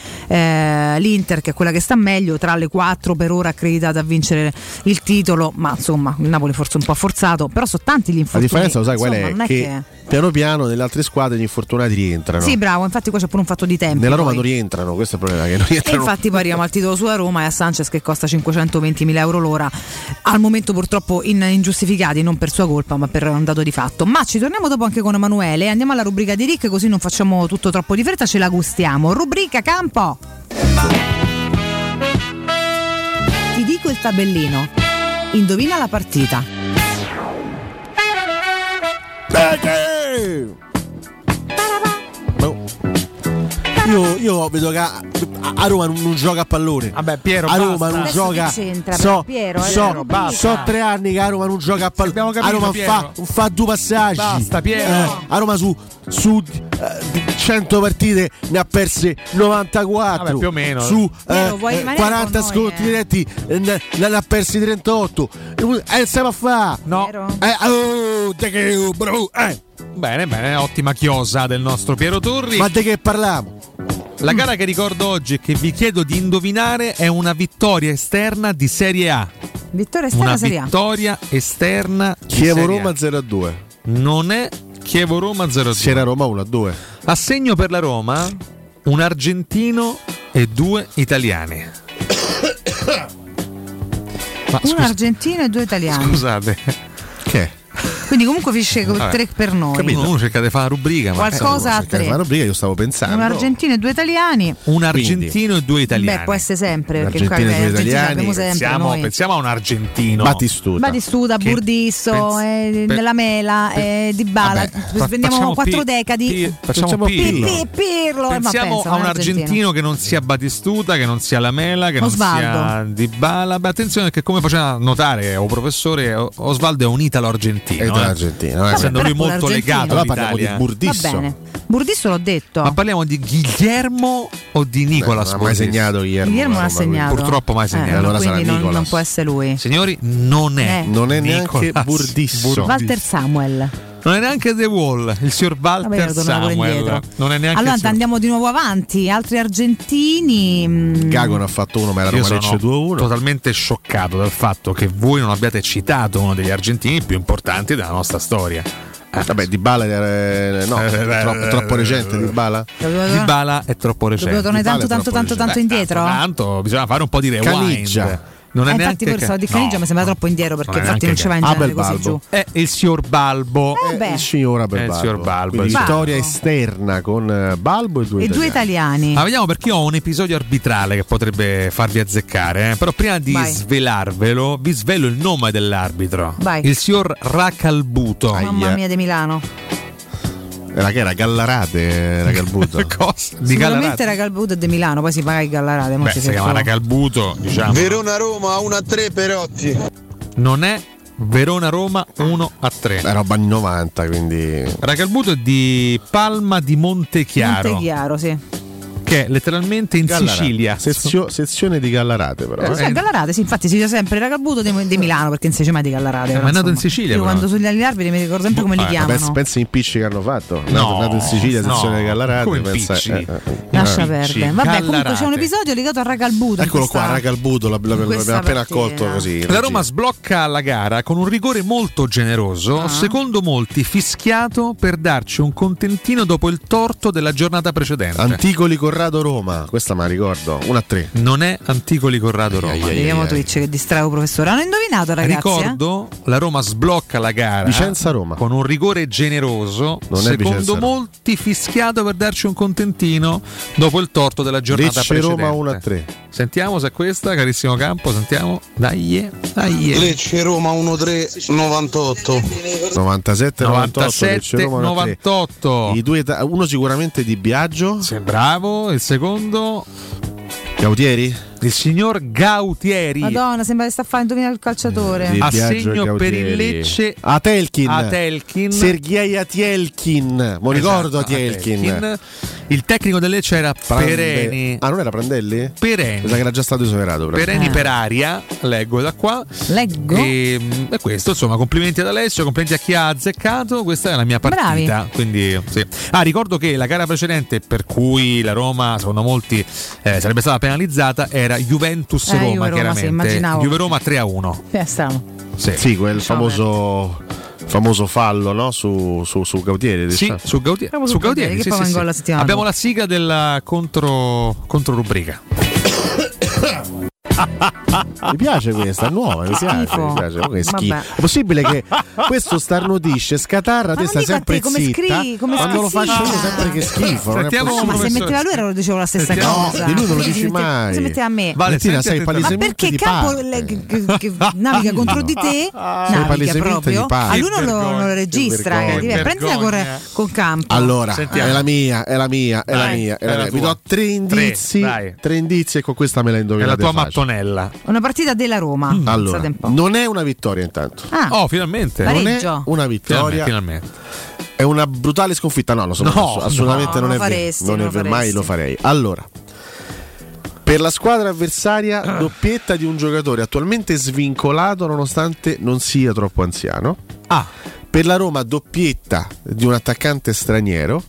eh, l'Inter che è quella che sta meglio, tra le quattro per ora accreditate a vincere il titolo, ma insomma il Napoli forse un po' forzato, però sono tanti gli infortuni. La differenza lo sai qual insomma, è? Non è che, che piano piano nelle altre squadre gli infortunati rientrano. Sì, bravo, infatti qua c'è pure un fatto di tempo. Nella Roma poi. non rientrano, questo è il problema, che non rientrano. E infatti poi arriviamo al titolo sulla Roma e a Sanchez che costa cinquecentoventimila euro l'ora, al momento purtroppo in, ingiustificati, non per sua colpa ma per un dato di fatto. Ma ci torniamo dopo anche con Emanuele, andiamo alla rubrica di Rick, così non facciamo tutto troppo di fretta, ce la gustiamo. Rubrica Campo. Ti dico il tabellino, indovina la partita. Io, io vedo che a, a Roma non, non gioca a pallone. Vabbè, Piero, a Roma basta. non Adesso gioca. che c'entra, So, Piero, so, allora, basta. so tre anni che a Roma non gioca a pallone. Abbiamo capito, a Roma Piero. fa, fa due passaggi. Basta, Piero. Eh, a Roma su, su eh, cento partite ne ha perse novantaquattro. Vabbè, più o meno. Su Piero, eh, vuoi eh, rimanere quaranta con noi, scontri eh? diretti eh, ne, ne ha persi trentotto. Eh, stiamo a fa. No. Piero? Eh, oh, te che, oh, bro, eh. Bene, bene, ottima chiosa del nostro Piero Torri. Ma di che parliamo? La gara che ricordo oggi e che vi chiedo di indovinare è una vittoria esterna di Serie A. Vittoria esterna Una Serie A. vittoria esterna di Chievo Serie A. Roma zero a due. Non è Chievo Roma zero a due. C'era Roma uno a due. Assegno per la Roma un argentino e due italiani. Ma Un scusa- argentino e due italiani. Scusate. Che? Quindi comunque finisce con Vabbè. tre per noi. Capito? Uno cerca di fare la rubrica. Ma Qualcosa a tre. Ma rubrica io stavo pensando. Un argentino e due italiani. un argentino e due italiani. Beh, può essere sempre, perché Argentino qua e due Argentina italiani. abbiamo sempre pensiamo, noi. pensiamo a un argentino. Battistuta. Batistuta, Che Burdisso, pens- eh, per- Della Mela, eh, Dybala. Vabbè, fa- Spendiamo facciamo quattro Pi- decadi. Pi- facciamo Facciamo Pirlo. Pi- Pi- Pirlo, eh, ma Pensiamo pensa, a un argentino che non sia Batistuta, che non sia Lamela, che Osvaldo. non sia Dybala. Beh, attenzione perché come faceva notare o professore O- Osvaldo è un italo-argentino. È eh. argentino, eh. Essendo Vabbè, lui però molto pure legato Allora parliamo di all'Italia. Burdisso. Va bene. Burdisso l'ho detto. Ma parliamo di Guillermo o di Nicolas? Non ha mai Burdisso? segnato Guillermo. Guillermo non ha Roma, lui. segnato. Purtroppo mai segnato. Eh, Allora quindi sarà non, Nicolas. non può essere lui. Signori, non è. Eh. Non è neanche Nicolas Burdisso. Walter Samuel. Non è neanche The Wall, il signor Vabbè, Walter torniamo pure Samuel. indietro. Non è neanche Allora il signor- andiamo di nuovo avanti. Altri argentini. mm, Gago ne ha fatto uno, ma era Io Roma Lecce sono due a uno. totalmente scioccato dal fatto che voi non abbiate citato uno degli argentini più importanti della nostra storia. Eh, vabbè, Dybala era, no, è troppo, è troppo recente Dybala. Dybala è troppo recente. Dobbiamo tornare tanto, Dybala è tanto, troppo tanto, tanto Beh, indietro? Tanto, tanto, bisogna fare un po' di rewind. Caniggia. Non è Eh, neanche infatti pure stavo di Caniggia no. mi sembra troppo indietro perché Non è infatti non neanche ci va in che- genere Abel così Balbo. giù. È il signor Balbo. Eh beh. Il signor Abel È il Balbo. signor Balbo, Quindi esatto. vittoria esterna con eh, Balbo e due E due italiani. italiani. Ma vediamo perché ho un episodio arbitrale che potrebbe farvi azzeccare. eh. Però prima di Vai. svelarvelo, vi svelo il nome dell'arbitro. Vai. Il signor Racalbuto. Mamma mia di Milano. Era che era Gallarate, era Galbuto. Cosa? Di Sicuramente Gallarate? era Galbuto e de Milano, poi si paga il Gallarate. mo Beh, ci si sei chiama tu. Racalbuto, diciamo. Verona-Roma uno a tre Perotti. Non è Verona-Roma uno a tre. Era roba anni novanta, quindi Racalbuto è di Palma di Montechiaro, Montechiaro, sì. che è letteralmente in Gallarate. Sicilia. Sezio- sezione di Gallarate, però. Eh, eh. sì, Gallarate, sì, infatti si dice sempre Racalbuto di, di Milano perché non si dice mai di Gallarate. Eh, però, ma è nato in insomma. Sicilia, Io però. quando sugli agli arbitri mi ricordo sempre come li Eh, chiamano. Pensa, pensa in Picci che hanno fatto. No, nato, nato in Sicilia, no, sezione di Gallarate. come in pensa, Picci? eh, eh, Lascia eh. perdere. Vabbè, comunque c'è un Gallarate. episodio legato a Racalbuto. in Eccolo questa- qua, Racalbuto, l'abbiamo questa appena partita. accolto così. La Roma sblocca la gara con un rigore molto generoso, Ah. secondo molti fischiato per darci un contentino dopo il torto della giornata precedente. Anticoli Corrado Roma, questa me la ricordo, uno a tre. Non è Anticoli Corrado Roma. Ai, ai, ai. Vediamo Twitch che distrago professore. Hanno indovinato ragazzi? Ricordo, la Roma sblocca la gara Vicenza-Roma. con un rigore generoso, Non è secondo Vicenza-Roma. molti fischiato per darci un contentino dopo il torto della giornata precedente. Lecce-Roma uno a tre. Sentiamo se è questa, carissimo Campo, sentiamo. Dai, dai. Lecce-Roma uno a tre novantotto. novantasette novantotto, novantasette Lecce-Roma uno a tre. novantotto. I due, ta- uno sicuramente di Biagio. Sì, bravo, il secondo Gautieri? il signor Gautieri. Madonna, sembra che sta facendo indovinare il calciatore. Di Biagio Assegno e per il Gautieri. Lecce Atelkin. Atelkin. Sergei Atielkin. Mo ricordo Esatto, Atielkin. Atelkin. Il tecnico del Lecce era Prande- Pereni. Ah, non era Prandelli? Pereni. Mi sa che era già stato esonerato. però. Pereni Eh. per aria, leggo da qua. Leggo. E, e questo, insomma, complimenti ad Alessio, complimenti a chi ha azzeccato. Questa è la mia partita. Bravi. Quindi, sì. Ah, ricordo che la gara precedente, per cui la Roma, secondo molti, eh, sarebbe stata penalizzata, era Juventus Eh, Roma, Juve-Roma, chiaramente. sì, immaginavo. Juve Roma tre a uno. Eh, stiamo. Sì. Sì, quel Diciamo famoso famoso fallo, no? Su, su, su Gautieri, diciamo. Sì, su Gautieri. Su Gautieri, che sì, poi sì, vengo sì. la settimana Abbiamo dopo. la sigla della contro, contro rubrica. Mi piace questa, è nuova, mi piace, Schifo. mi piace. Ma che schifo. Vabbè. È possibile che questo starnutisce, scatarra, te non stai dico a sempre te, come zitta. scri- come Quando lo scri- faccio io sì. sempre che schifo. Non è Sentiamo possibile. Ma se metteva lui lo dicevo la stessa Sentiamo. cosa. No, di lui non lo Si dici metteva- mai. Si metteva a me. Vale, Valentina, senti sei attentamente. Ma palesemente perché di Campo parte. le- che, che naviga contro di te? Naviga palesemente proprio. di parte. A lui non lo, Vergogna, non lo registra. che che vergogna. Prendila con, con Campo. Allora, Sentiamo. è la mia, è la mia, è la Dai, mia, è è la la mia. Vi tua. do tre indizi, dai. tre indizi e con questa me la È indovinate la tua facile. mattonella. Una partita della Roma. Allora, Pensate un po'. non è una vittoria intanto. Ah, Oh, finalmente. Pare- Non è Pareggio. una vittoria, Finalmente. finalmente. è una brutale sconfitta. No, lo so, No, ass- assolutamente no, non lo è vero. faresti, Non lo è vero, mai faresti. lo farei. Allora, per la squadra avversaria, doppietta di un giocatore attualmente svincolato nonostante non sia troppo anziano. Ah, Per la Roma, doppietta di un attaccante straniero.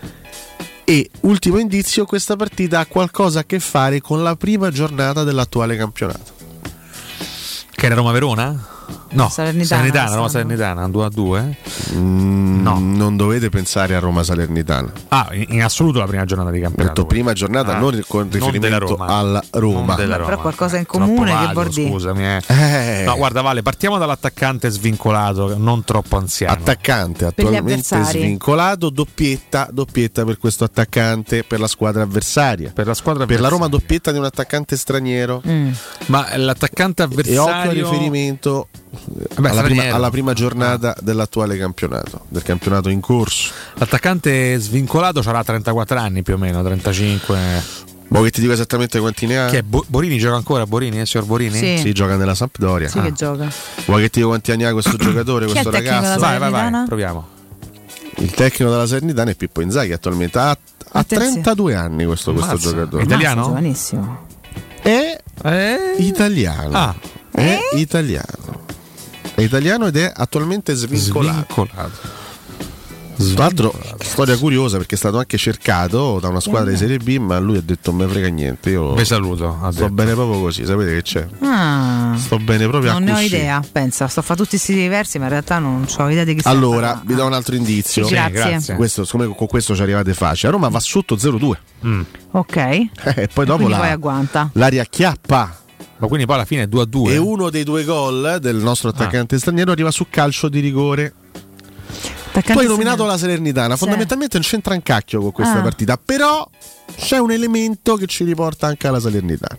E ultimo indizio, questa partita ha qualcosa a che fare con la prima giornata dell'attuale campionato. che era Roma-Verona? No, Salernitana, Roma quest'anno. Salernitana, due a due. Mm, No. Non dovete pensare a Roma Salernitana. Ah, in, in assoluto la prima giornata di Ho campionato. detto prima giornata, Ah, non con non della riferimento Roma. alla Roma. Non della Però Roma. qualcosa in Troppo comune, che valido, vuol dire? Scusami, eh. Eh, No, guarda Vale, partiamo dall'attaccante svincolato, non troppo anziano. attaccante gli attualmente avversari. svincolato, doppietta, doppietta per questo attaccante per la squadra avversaria. per la squadra Per la Roma avversaria. doppietta di un attaccante straniero. Mm. Ma l'attaccante E avversario occhio al riferimento Vabbè, alla, prima, straniero. alla prima giornata dell'attuale campionato, del campionato in corso. L'attaccante svincolato avrà trentaquattro anni più o meno, trentacinque. Vuoi che ti dico esattamente quanti ne ha? Che è Bo- Borini gioca ancora? Borini, eh, signor Borini? Sì. Si gioca nella Sampdoria. Sì, Ah. che gioca. Vuoi che ti dico quanti anni ha questo giocatore, Chi è questo il tecnico ragazzo? della Vai, vai, vai, Salernitana? proviamo. Il tecnico della Salernitana è Pippo Inzaghi, attualmente ha, ha Attenzione. trentadue anni questo, questo Ammazza. giocatore. Italiano? Mazza, giovanissimo. È Eh? italiano. Ah. È italiano. È italiano ed è attualmente svincolato. Svincolato. Tra l'altro, storia curiosa perché è stato anche cercato da una squadra di Serie B, ma lui ha detto: non me frega niente. Io Vi saluto. ha sto detto. bene proprio così. Sapete che c'è? Ah, Sto bene proprio non a ne ho cuscì. idea. Pensa, sto a fare tutti questi diversi, ma in realtà non ho idea di chi sia. Allora, vi do un altro indizio. Sì, grazie. grazie. Questo, siccome con questo ci arrivate facile. A Roma va sotto zero due. Mm. Ok. Eh, e poi dopo Quindi la, poi agguanta. la riacchiappa. Ma quindi poi alla fine è due a due. E uno dei due gol del nostro attaccante straniero arriva su calcio di rigore. Attaccante Tu hai nominato straniero. la Salernitana, Sì. fondamentalmente non c'entra un cacchio con questa Ah. partita, però c'è un elemento che ci riporta anche alla Salernitana.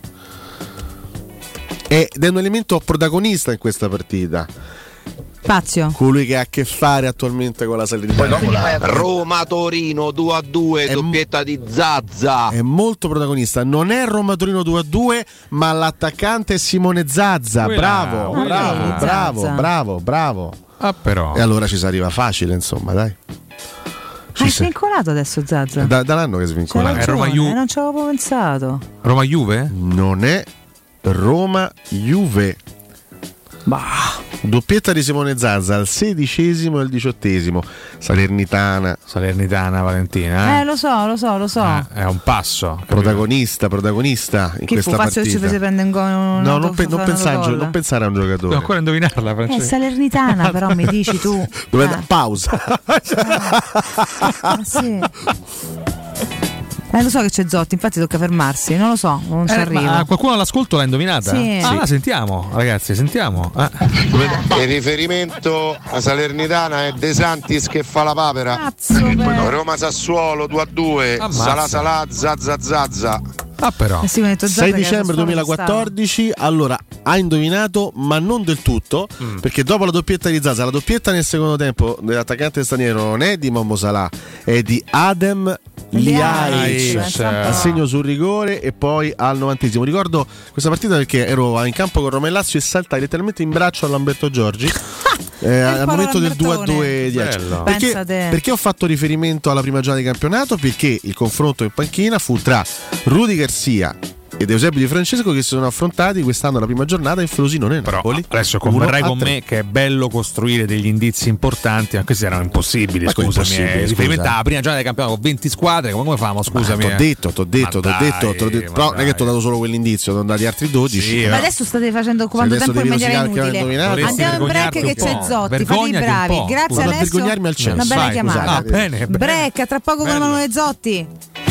Ed è un elemento protagonista in questa partita, Spazio. colui che ha a che fare attualmente con la Salernitana. Roma-Torino due a due, È- doppietta di Zazza. È molto protagonista, non è Roma-Torino due a due, ma l'attaccante è Simone Zazza. Quella, Bravo, quella. bravo, Zazza. bravo, bravo, bravo. Ah, però. E allora ci si arriva facile, insomma, dai. Ci Hai sei. svincolato adesso Zazza? È da- dall'anno che è C'hai svincolato. È Roma ragione, Ju- non ci avevo pensato. Roma Juve? Non è Roma-Juve. Bah. Doppietta di Simone Zazza al sedicesimo e al diciottesimo. Salernitana, Salernitana Valentina. Eh, Eh? lo so, lo so, lo so. Eh, è un passo. protagonista, protagonista in Che fu questa faccio se partita. si prende un gol. un No, auto- non, pe- non fa- pensare, a un un gio- non pensare a un giocatore. Devo ancora indovinarla, È Francesco. Salernitana, però mi dici tu. Dovete- Eh. Pausa. Ah, sì. Eh, lo so che c'è Zotti, infatti tocca fermarsi. Non lo so, non ci Eh, arrivo. ma qualcuno l'ha ascolto l'ha indovinata? Sì. Ah, la sentiamo, ragazzi, sentiamo. Ah. Il riferimento a Salernitana è De Santis che fa la papera. Cazzo, beh. Roma-Sassuolo due a due, Ammazza. Salà Salà, Zazza Zazza. Ah, però. Eh sì, mi ha detto Zazza sei che dicembre Sassuolo duemilaquattordici, allora ha indovinato ma non del tutto, Mm. perché dopo la doppietta di Zazza, la doppietta nel secondo tempo dell'attaccante straniero non è di Momo Salah, è di Adem Ljajic, Ljajic. a segno sul rigore e poi al novantesimo. Ricordo questa partita perché ero in campo con Roma e Lazio e saltai letteralmente in braccio a Lamberto Giorgi eh, al paro momento del due a Lambertone. due di Ajax. Bello. Perché, Pensate. perché ho fatto riferimento alla prima giornata di campionato? Perché il confronto in panchina fu tra Rudy Garcia ed Eusebio Di Francesco che si sono affrontati quest'anno la prima giornata in Frosinone Napoli. Adesso converrai con me che è bello costruire degli indizi importanti, anche se erano impossibili, Ma scusami. impossibili, Eh, riferimento alla prima giornata del campionato con venti squadre, come famo? Scusami. T'ho detto, t'ho detto, t'ho Ma detto, dai, t'ho detto. ma Però non è dai. che t'ho dato solo quell'indizio, t'ho dati altri dodici. Ma adesso state facendo occupando adesso tempo in devi maniera rosicare che ho inutile. indovinato. Andiamo in break che c'è Zotti, fate i Vergognati un bravi. po'. Grazie Vado a Alessio. vergognarmi al centro. Una bella Vai, chiamata. scusate. Ah, bene, bene. Break, a tra poco con Emanuele Zotti.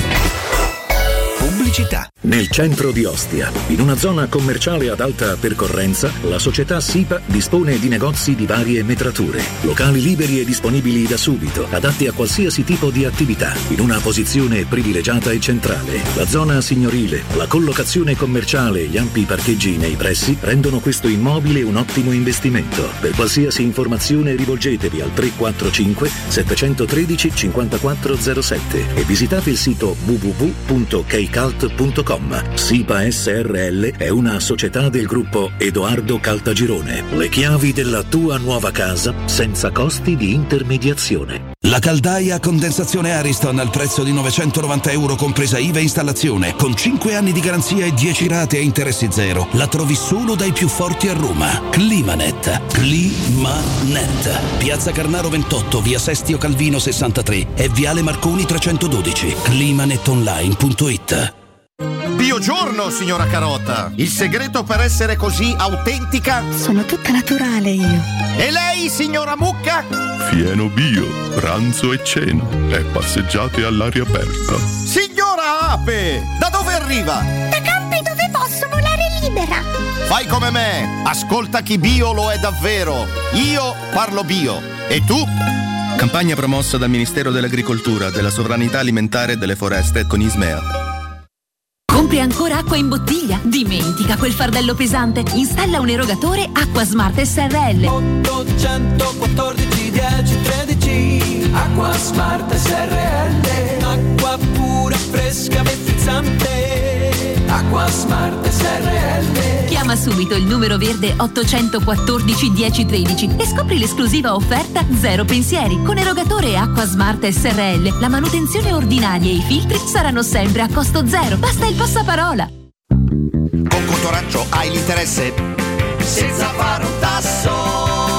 Pubblicità. Nel centro di Ostia, in una zona commerciale ad alta percorrenza, la società SIPA dispone di negozi di varie metrature, locali liberi e disponibili da subito, adatti a qualsiasi tipo di attività, in una posizione privilegiata e centrale. La zona signorile, la collocazione commerciale e gli ampi parcheggi nei pressi rendono questo immobile un ottimo investimento. Per qualsiasi informazione rivolgetevi al tre quattro cinque sette uno tre cinque zero sette e visitate il sito w w w punto keicalt punto com. SIPA S R L è una società del gruppo Edoardo Caltagirone. Le chiavi della tua nuova casa senza costi di intermediazione. La caldaia a condensazione Ariston al prezzo di novecentonovanta euro compresa I V A e installazione, con cinque anni di garanzia e dieci rate a interessi zero. La trovi solo dai più forti a Roma. Climanet. Climanet. Piazza Carnaro ventotto, via Sestio Calvino sessantatré e viale Marconi trecentododici. climanetonline punto it. Buongiorno, signora Carota. Il segreto per essere così autentica? Sono tutta naturale io. E lei, signora Mucca? Fieno bio, pranzo e cena e passeggiate all'aria aperta. Signora Ape, da dove arriva? Da campi dove posso volare libera. Fai come me, ascolta chi bio lo è davvero. Io parlo bio. E tu? Campagna promossa dal Ministero dell'Agricoltura, della Sovranità Alimentare e delle Foreste con Ismea. Compri ancora acqua in bottiglia? Dimentica quel fardello pesante. Installa un erogatore Acqua Smart S R L. ottocentoquattordici dieci tredici Acqua Smart S R L. Acqua pura, fresca, frizzante. Acqua Smart S R L. Chiama subito il numero verde ottocentoquattordici dieci tredici e scopri l'esclusiva offerta Zero Pensieri. Con erogatore Acqua Smart S R L la manutenzione ordinaria e i filtri saranno sempre a costo zero. Basta il passaparola. Con Cotorancio hai l'interesse senza fare un tasso.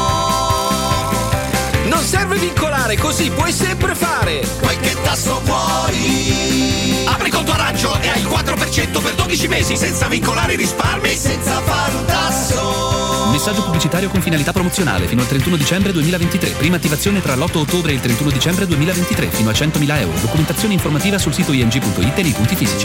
Non serve vincolare, così puoi sempre fare Qualche tasso vuoi? Apri conto arancio e hai il quattro per cento per dodici mesi senza vincolare risparmi, senza fare un tasso. Messaggio pubblicitario con finalità promozionale fino al trentuno dicembre duemilaventitré. Prima attivazione tra l'otto ottobre e il trentuno dicembre duemilaventitré fino a centomila euro. Documentazione informativa sul sito i n g punto i t e nei punti fisici.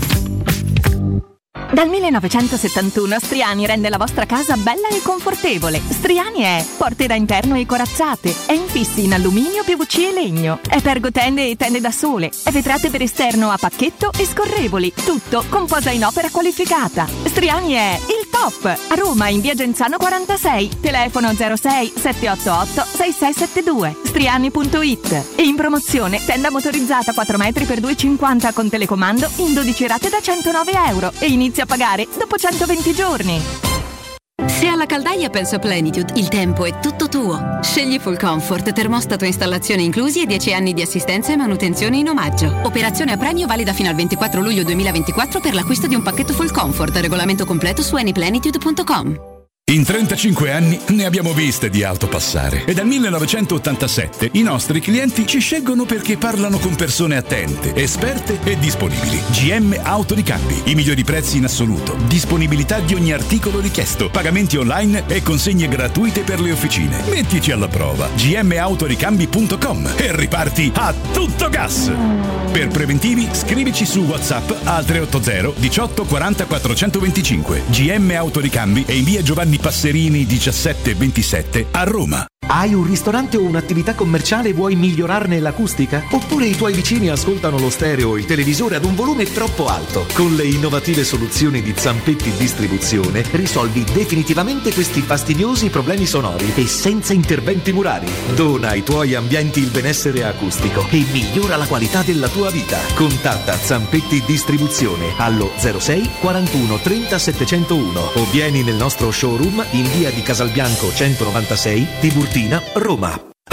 Dal millenovecentosettantuno Striani rende la vostra casa bella e confortevole. Striani è porte da interno e corazzate, è infissi in alluminio, P V C e legno, è pergotende e tende da sole, è vetrate per esterno a pacchetto e scorrevoli, tutto con posa in opera qualificata. Striani è il top! A Roma in via Genzano quarantasei, telefono zero sei sette otto otto sei sei sette due, striani punto it. E in promozione tenda motorizzata quattro metri per due e cinquanta con telecomando in dodici rate da centonove euro e inizia a pagare dopo centoventi giorni. Se alla caldaia penso a Plenitude, il tempo è tutto tuo. Scegli Full Comfort, termostato e installazione inclusi e dieci anni di assistenza e manutenzione in omaggio. Operazione a premio valida fino al ventiquattro luglio duemilaventiquattro per l'acquisto di un pacchetto Full Comfort. Regolamento completo su anyplenitude punto com. In trentacinque anni ne abbiamo viste di auto passare e dal millenovecentottantasette i nostri clienti ci scelgono perché parlano con persone attente, esperte e disponibili. G M Autoricambi, i migliori prezzi in assoluto, disponibilità di ogni articolo richiesto, pagamenti online e consegne gratuite per le officine. Mettici alla prova g m autoricambi punto com e riparti a tutto gas. Per preventivi scrivici su WhatsApp al tre otto zero diciotto quaranta quattrocentoventicinque. G M Autoricambi e in via Giovanni Passerini diciassette ventisette a Roma. Hai un ristorante o un'attività commerciale e vuoi migliorarne l'acustica? Oppure i tuoi vicini ascoltano lo stereo o il televisore ad un volume troppo alto? Con le innovative soluzioni di Zampetti Distribuzione risolvi definitivamente questi fastidiosi problemi sonori e senza interventi murari. Dona ai tuoi ambienti il benessere acustico e migliora la qualità della tua vita. Contatta Zampetti Distribuzione allo zero sei quarantuno trenta settecentouno o vieni nel nostro showroom in via di Casalbianco centonovantasei, Tiburtina, Roma.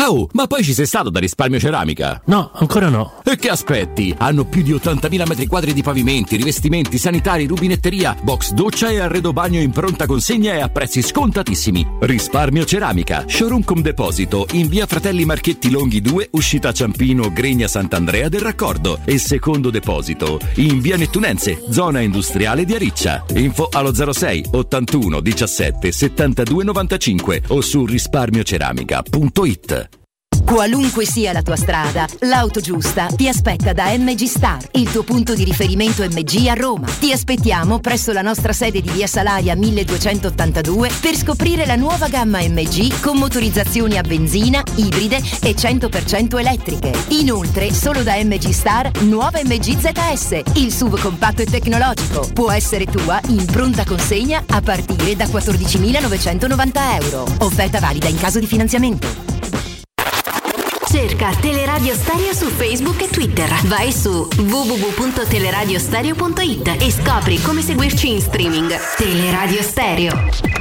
Oh, ma poi ci sei stato da Risparmio Ceramica? No, ancora no. E che aspetti? Hanno più di ottantamila metri quadri di pavimenti, rivestimenti, sanitari, rubinetteria, box doccia e arredo bagno in pronta consegna e a prezzi scontatissimi. Risparmio Ceramica, showroom con deposito in via Fratelli Marchetti Longhi due, uscita Ciampino, Gregna Sant'Andrea del Raccordo, e secondo deposito in via Nettunense, zona industriale di Ariccia. Info allo zero sei ottantuno diciassette settantadue novantacinque o su risparmioceramica punto it. Qualunque sia la tua strada, l'auto giusta ti aspetta da M G Star, il tuo punto di riferimento M G a Roma. Ti aspettiamo presso la nostra sede di via Salaria milleduecentottantadue per scoprire la nuova gamma M G con motorizzazioni a benzina, ibride e cento per cento elettriche. Inoltre, solo da M G Star, nuova M G Z S, il S U V compatto e tecnologico. Può essere tua in pronta consegna a partire da quattordicimilanovecentonovanta euro. Offerta valida in caso di finanziamento. Cerca Teleradio Stereo su Facebook e Twitter. Vai su w w w punto teleradiostereo punto it e scopri come seguirci in streaming. Teleradio Stereo.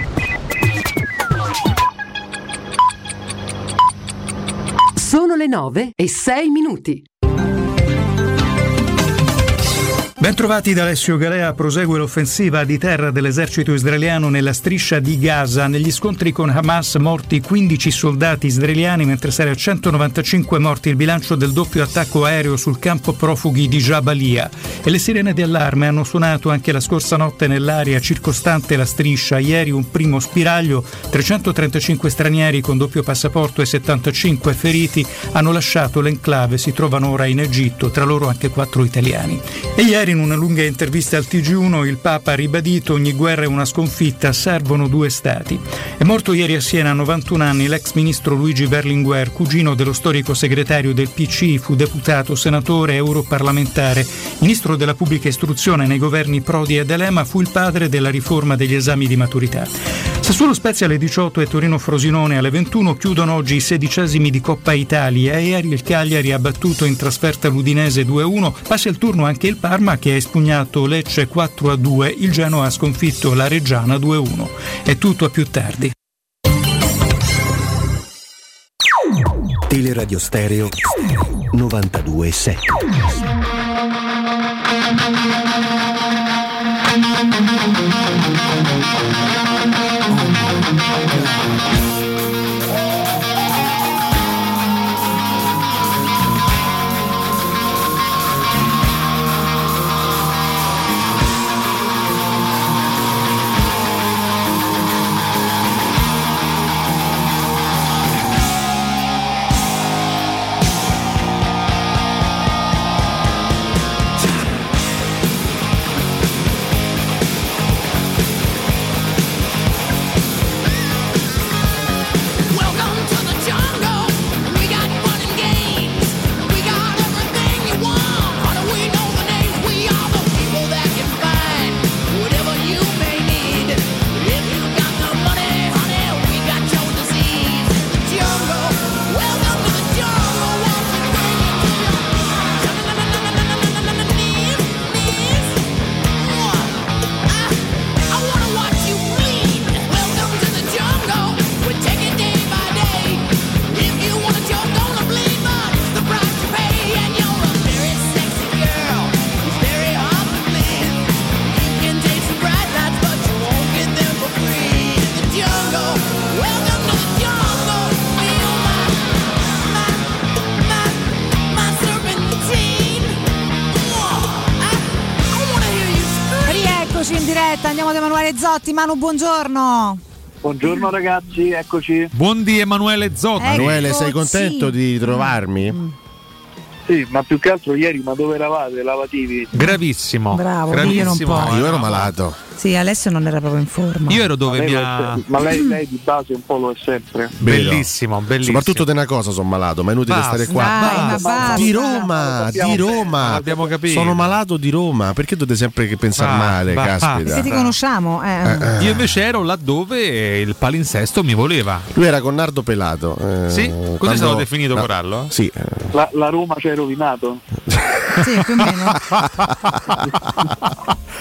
Sono le nove e sei minuti. Ben trovati da Alessio Galea. Prosegue l'offensiva di terra dell'esercito israeliano nella striscia di Gaza. Negli scontri con Hamas morti quindici soldati israeliani, mentre sale a centonovantacinque morti il bilancio del doppio attacco aereo sul campo profughi di Jabalia. E le sirene di allarme hanno suonato anche la scorsa notte nell'area circostante la striscia. Ieri un primo spiraglio, trecentotrentacinque stranieri con doppio passaporto e settantacinque feriti hanno lasciato l'enclave. Si trovano ora in Egitto, tra loro anche quattro italiani. E ieri, in una lunga intervista al T G uno, il Papa ha ribadito: ogni guerra è una sconfitta, servono due stati. È morto ieri a Siena a novantuno anni l'ex ministro Luigi Berlinguer, cugino dello storico segretario del P C, fu deputato, senatore, europarlamentare, ministro della pubblica istruzione nei governi Prodi e D'Alema, fu il padre della riforma degli esami di maturità. Sassuolo Spezia alle diciotto e Torino Frosinone alle ventuno chiudono oggi i sedicesimi di Coppa Italia. E ieri il Cagliari ha battuto in trasferta l'Udinese due a uno, passa il turno anche il Parma che ha espugnato Lecce quattro a due, il Genoa ha sconfitto la Reggiana due a uno. È tutto a più tardi. Teleradio Stereo novantadue e sette. Andiamo da Emanuele Zotti. Manu, buongiorno. Buongiorno ragazzi, eccoci. Buondì Emanuele Zotti. Emanuele, sei contento di trovarmi? Mm. Sì, ma più che altro ieri, ma dove eravate? Lavativi? Gravissimo. Bravo, Gravissimo. io non posso. Io ero malato. Sì, Alessio non era proprio in forma. Io ero dove ma mi ha... Ma lei, lei di base un po' lo è sempre. Bellissimo, bellissimo. Soprattutto di una cosa sono malato, ma è inutile basta, stare qua. Dai, ma basta. Di Roma, di Roma. Abbiamo capito. Sono malato di Roma, perché dovete sempre che pensare ah, male, bah, caspita. Se ti conosciamo, eh. Eh, eh. Io invece ero laddove il palinsesto mi voleva. Lui era con Nardo Pelato. Eh, sì? Così quando... è stato definito no. Corallo? Sì. La, la Roma ci hai rovinato? Sì, più o meno.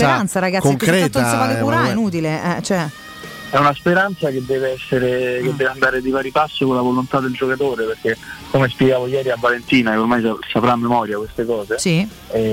speranza, ragazzi, concreta. Perché se tanto non si va a curare è eh, inutile, eh, cioè. è una speranza che deve essere che deve andare di pari passo con la volontà del giocatore, perché come spiegavo ieri a Valentina, che ormai saprà a memoria queste cose, sì.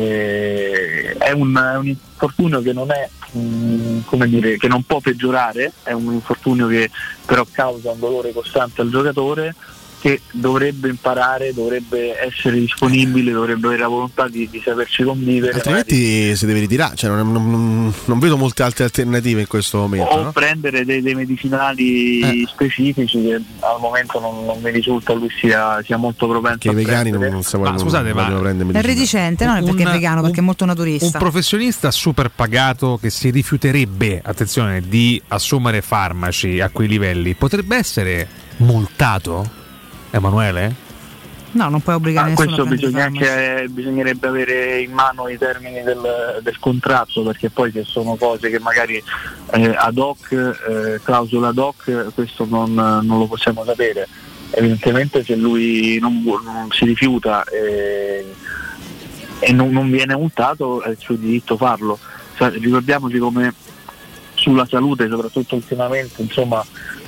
eh, è, un, è un infortunio che non è mh, come dire, che non può peggiorare, è un infortunio che però causa un dolore costante al giocatore, che dovrebbe imparare, dovrebbe essere disponibile, dovrebbe avere la volontà di, di saperci convivere. Altrimenti magari si deve ritirare, cioè non, non, non, non vedo molte altre alternative in questo momento. O no? prendere dei, dei medicinali eh. specifici che al momento non, non mi risulta lui sia, sia molto propenso che a i vegani prendere. non, non, non, scusate, non vogliono prendere medicinali. È reticente, non è perché un, è vegano, perché un, è molto naturista. Un professionista super pagato che si rifiuterebbe, attenzione, di assumere farmaci a quei livelli, potrebbe essere multato? Emanuele? No, non puoi obbligare ah, nessuno questo a bisogna farmaci. anche, bisognerebbe avere in mano i termini del, del contratto, perché poi se sono cose che magari eh, ad hoc, eh, clausola ad hoc, questo non, non lo possiamo sapere. Evidentemente se lui non, non si rifiuta eh, e non, non viene multato, è il suo diritto farlo. Ricordiamoci come sulla salute, soprattutto ultimamente, insomma,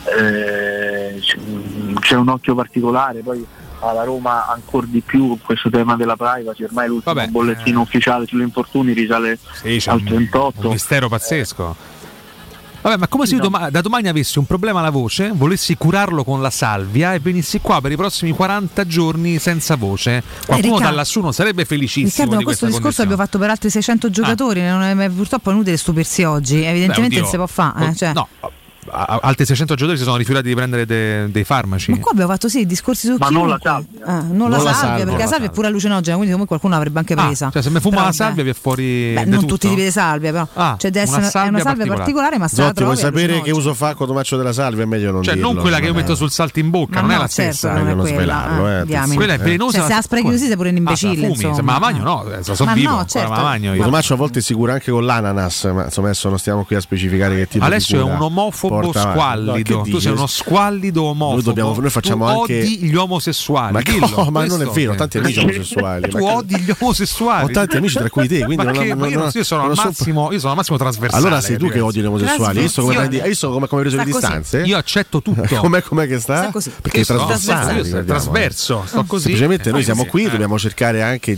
eh, c'è un occhio particolare, poi alla Roma ancora di più questo tema della privacy, ormai l'ultimo Vabbè, bollettino eh. ufficiale sugli infortuni risale sì, al trentotto. Un mistero pazzesco. Vabbè, ma come se io doma- da domani avessi un problema alla voce, volessi curarlo con la salvia e venissi qua per i prossimi quaranta giorni senza voce? Qualcuno eh, da lassù non sarebbe felicissimo. Riccardo, di questo discorso condizione. abbiamo fatto per altri seicento giocatori, ah. non è, purtroppo è inutile stupirsi oggi, evidentemente Beh, non si può fare. Eh, cioè. No. Altri seicento giocatori si sono rifiutati di prendere de- dei farmaci. Ma qua abbiamo fatto sì discorsi su ma chiunque. non la salvia, ah, non, non la salvia, la salvia perché la salvia è pure allucinogena, quindi comunque qualcuno l'avrebbe anche presa. Ah, cioè se mi fuma però, la salvia vi è fuori. Beh, non tutto? Tutti i tipi di salvia, però ah, cioè deve essere una salvia, è una salvia particolare, particolare ma se Zotti, vuoi sapere che uso fa quando faccio della salvia? È meglio non cioè, dirlo. non quella che io metto sul salto in bocca, ma non no, è la certo, stessa. Non è non quella, svelarlo, ah, eh, quella è velenosa. Cioè, se la sprechi così sei pure un imbecille. Ah, ma la magno no, sono vivo, ma la magno io. Tomaccio a volte si cura anche con l'ananas, ma insomma adesso non stiamo qui a specificare che tipo Alessio di è un omofobo squallido. Tu sei uno squallido omofobo. Noi, dobbiamo, noi facciamo tu anche odi gli omosessuali. Ma, dillo, no, ma non è vero, ho tanti amici omosessuali. Tu odi gli omosessuali. Ho tanti amici tra cui te, quindi ma non, che, non, ma io, non, io sono al massimo, io sono al massimo trasversale. Allora sei tu che odi gli omosessuali. Hai visto come hai visto come hai preso le distanze? Io accetto tutto. Com'è com'è che sta? Perché è trasversale, trasverso, sto così. Semplicemente noi siamo qui, dobbiamo cercare anche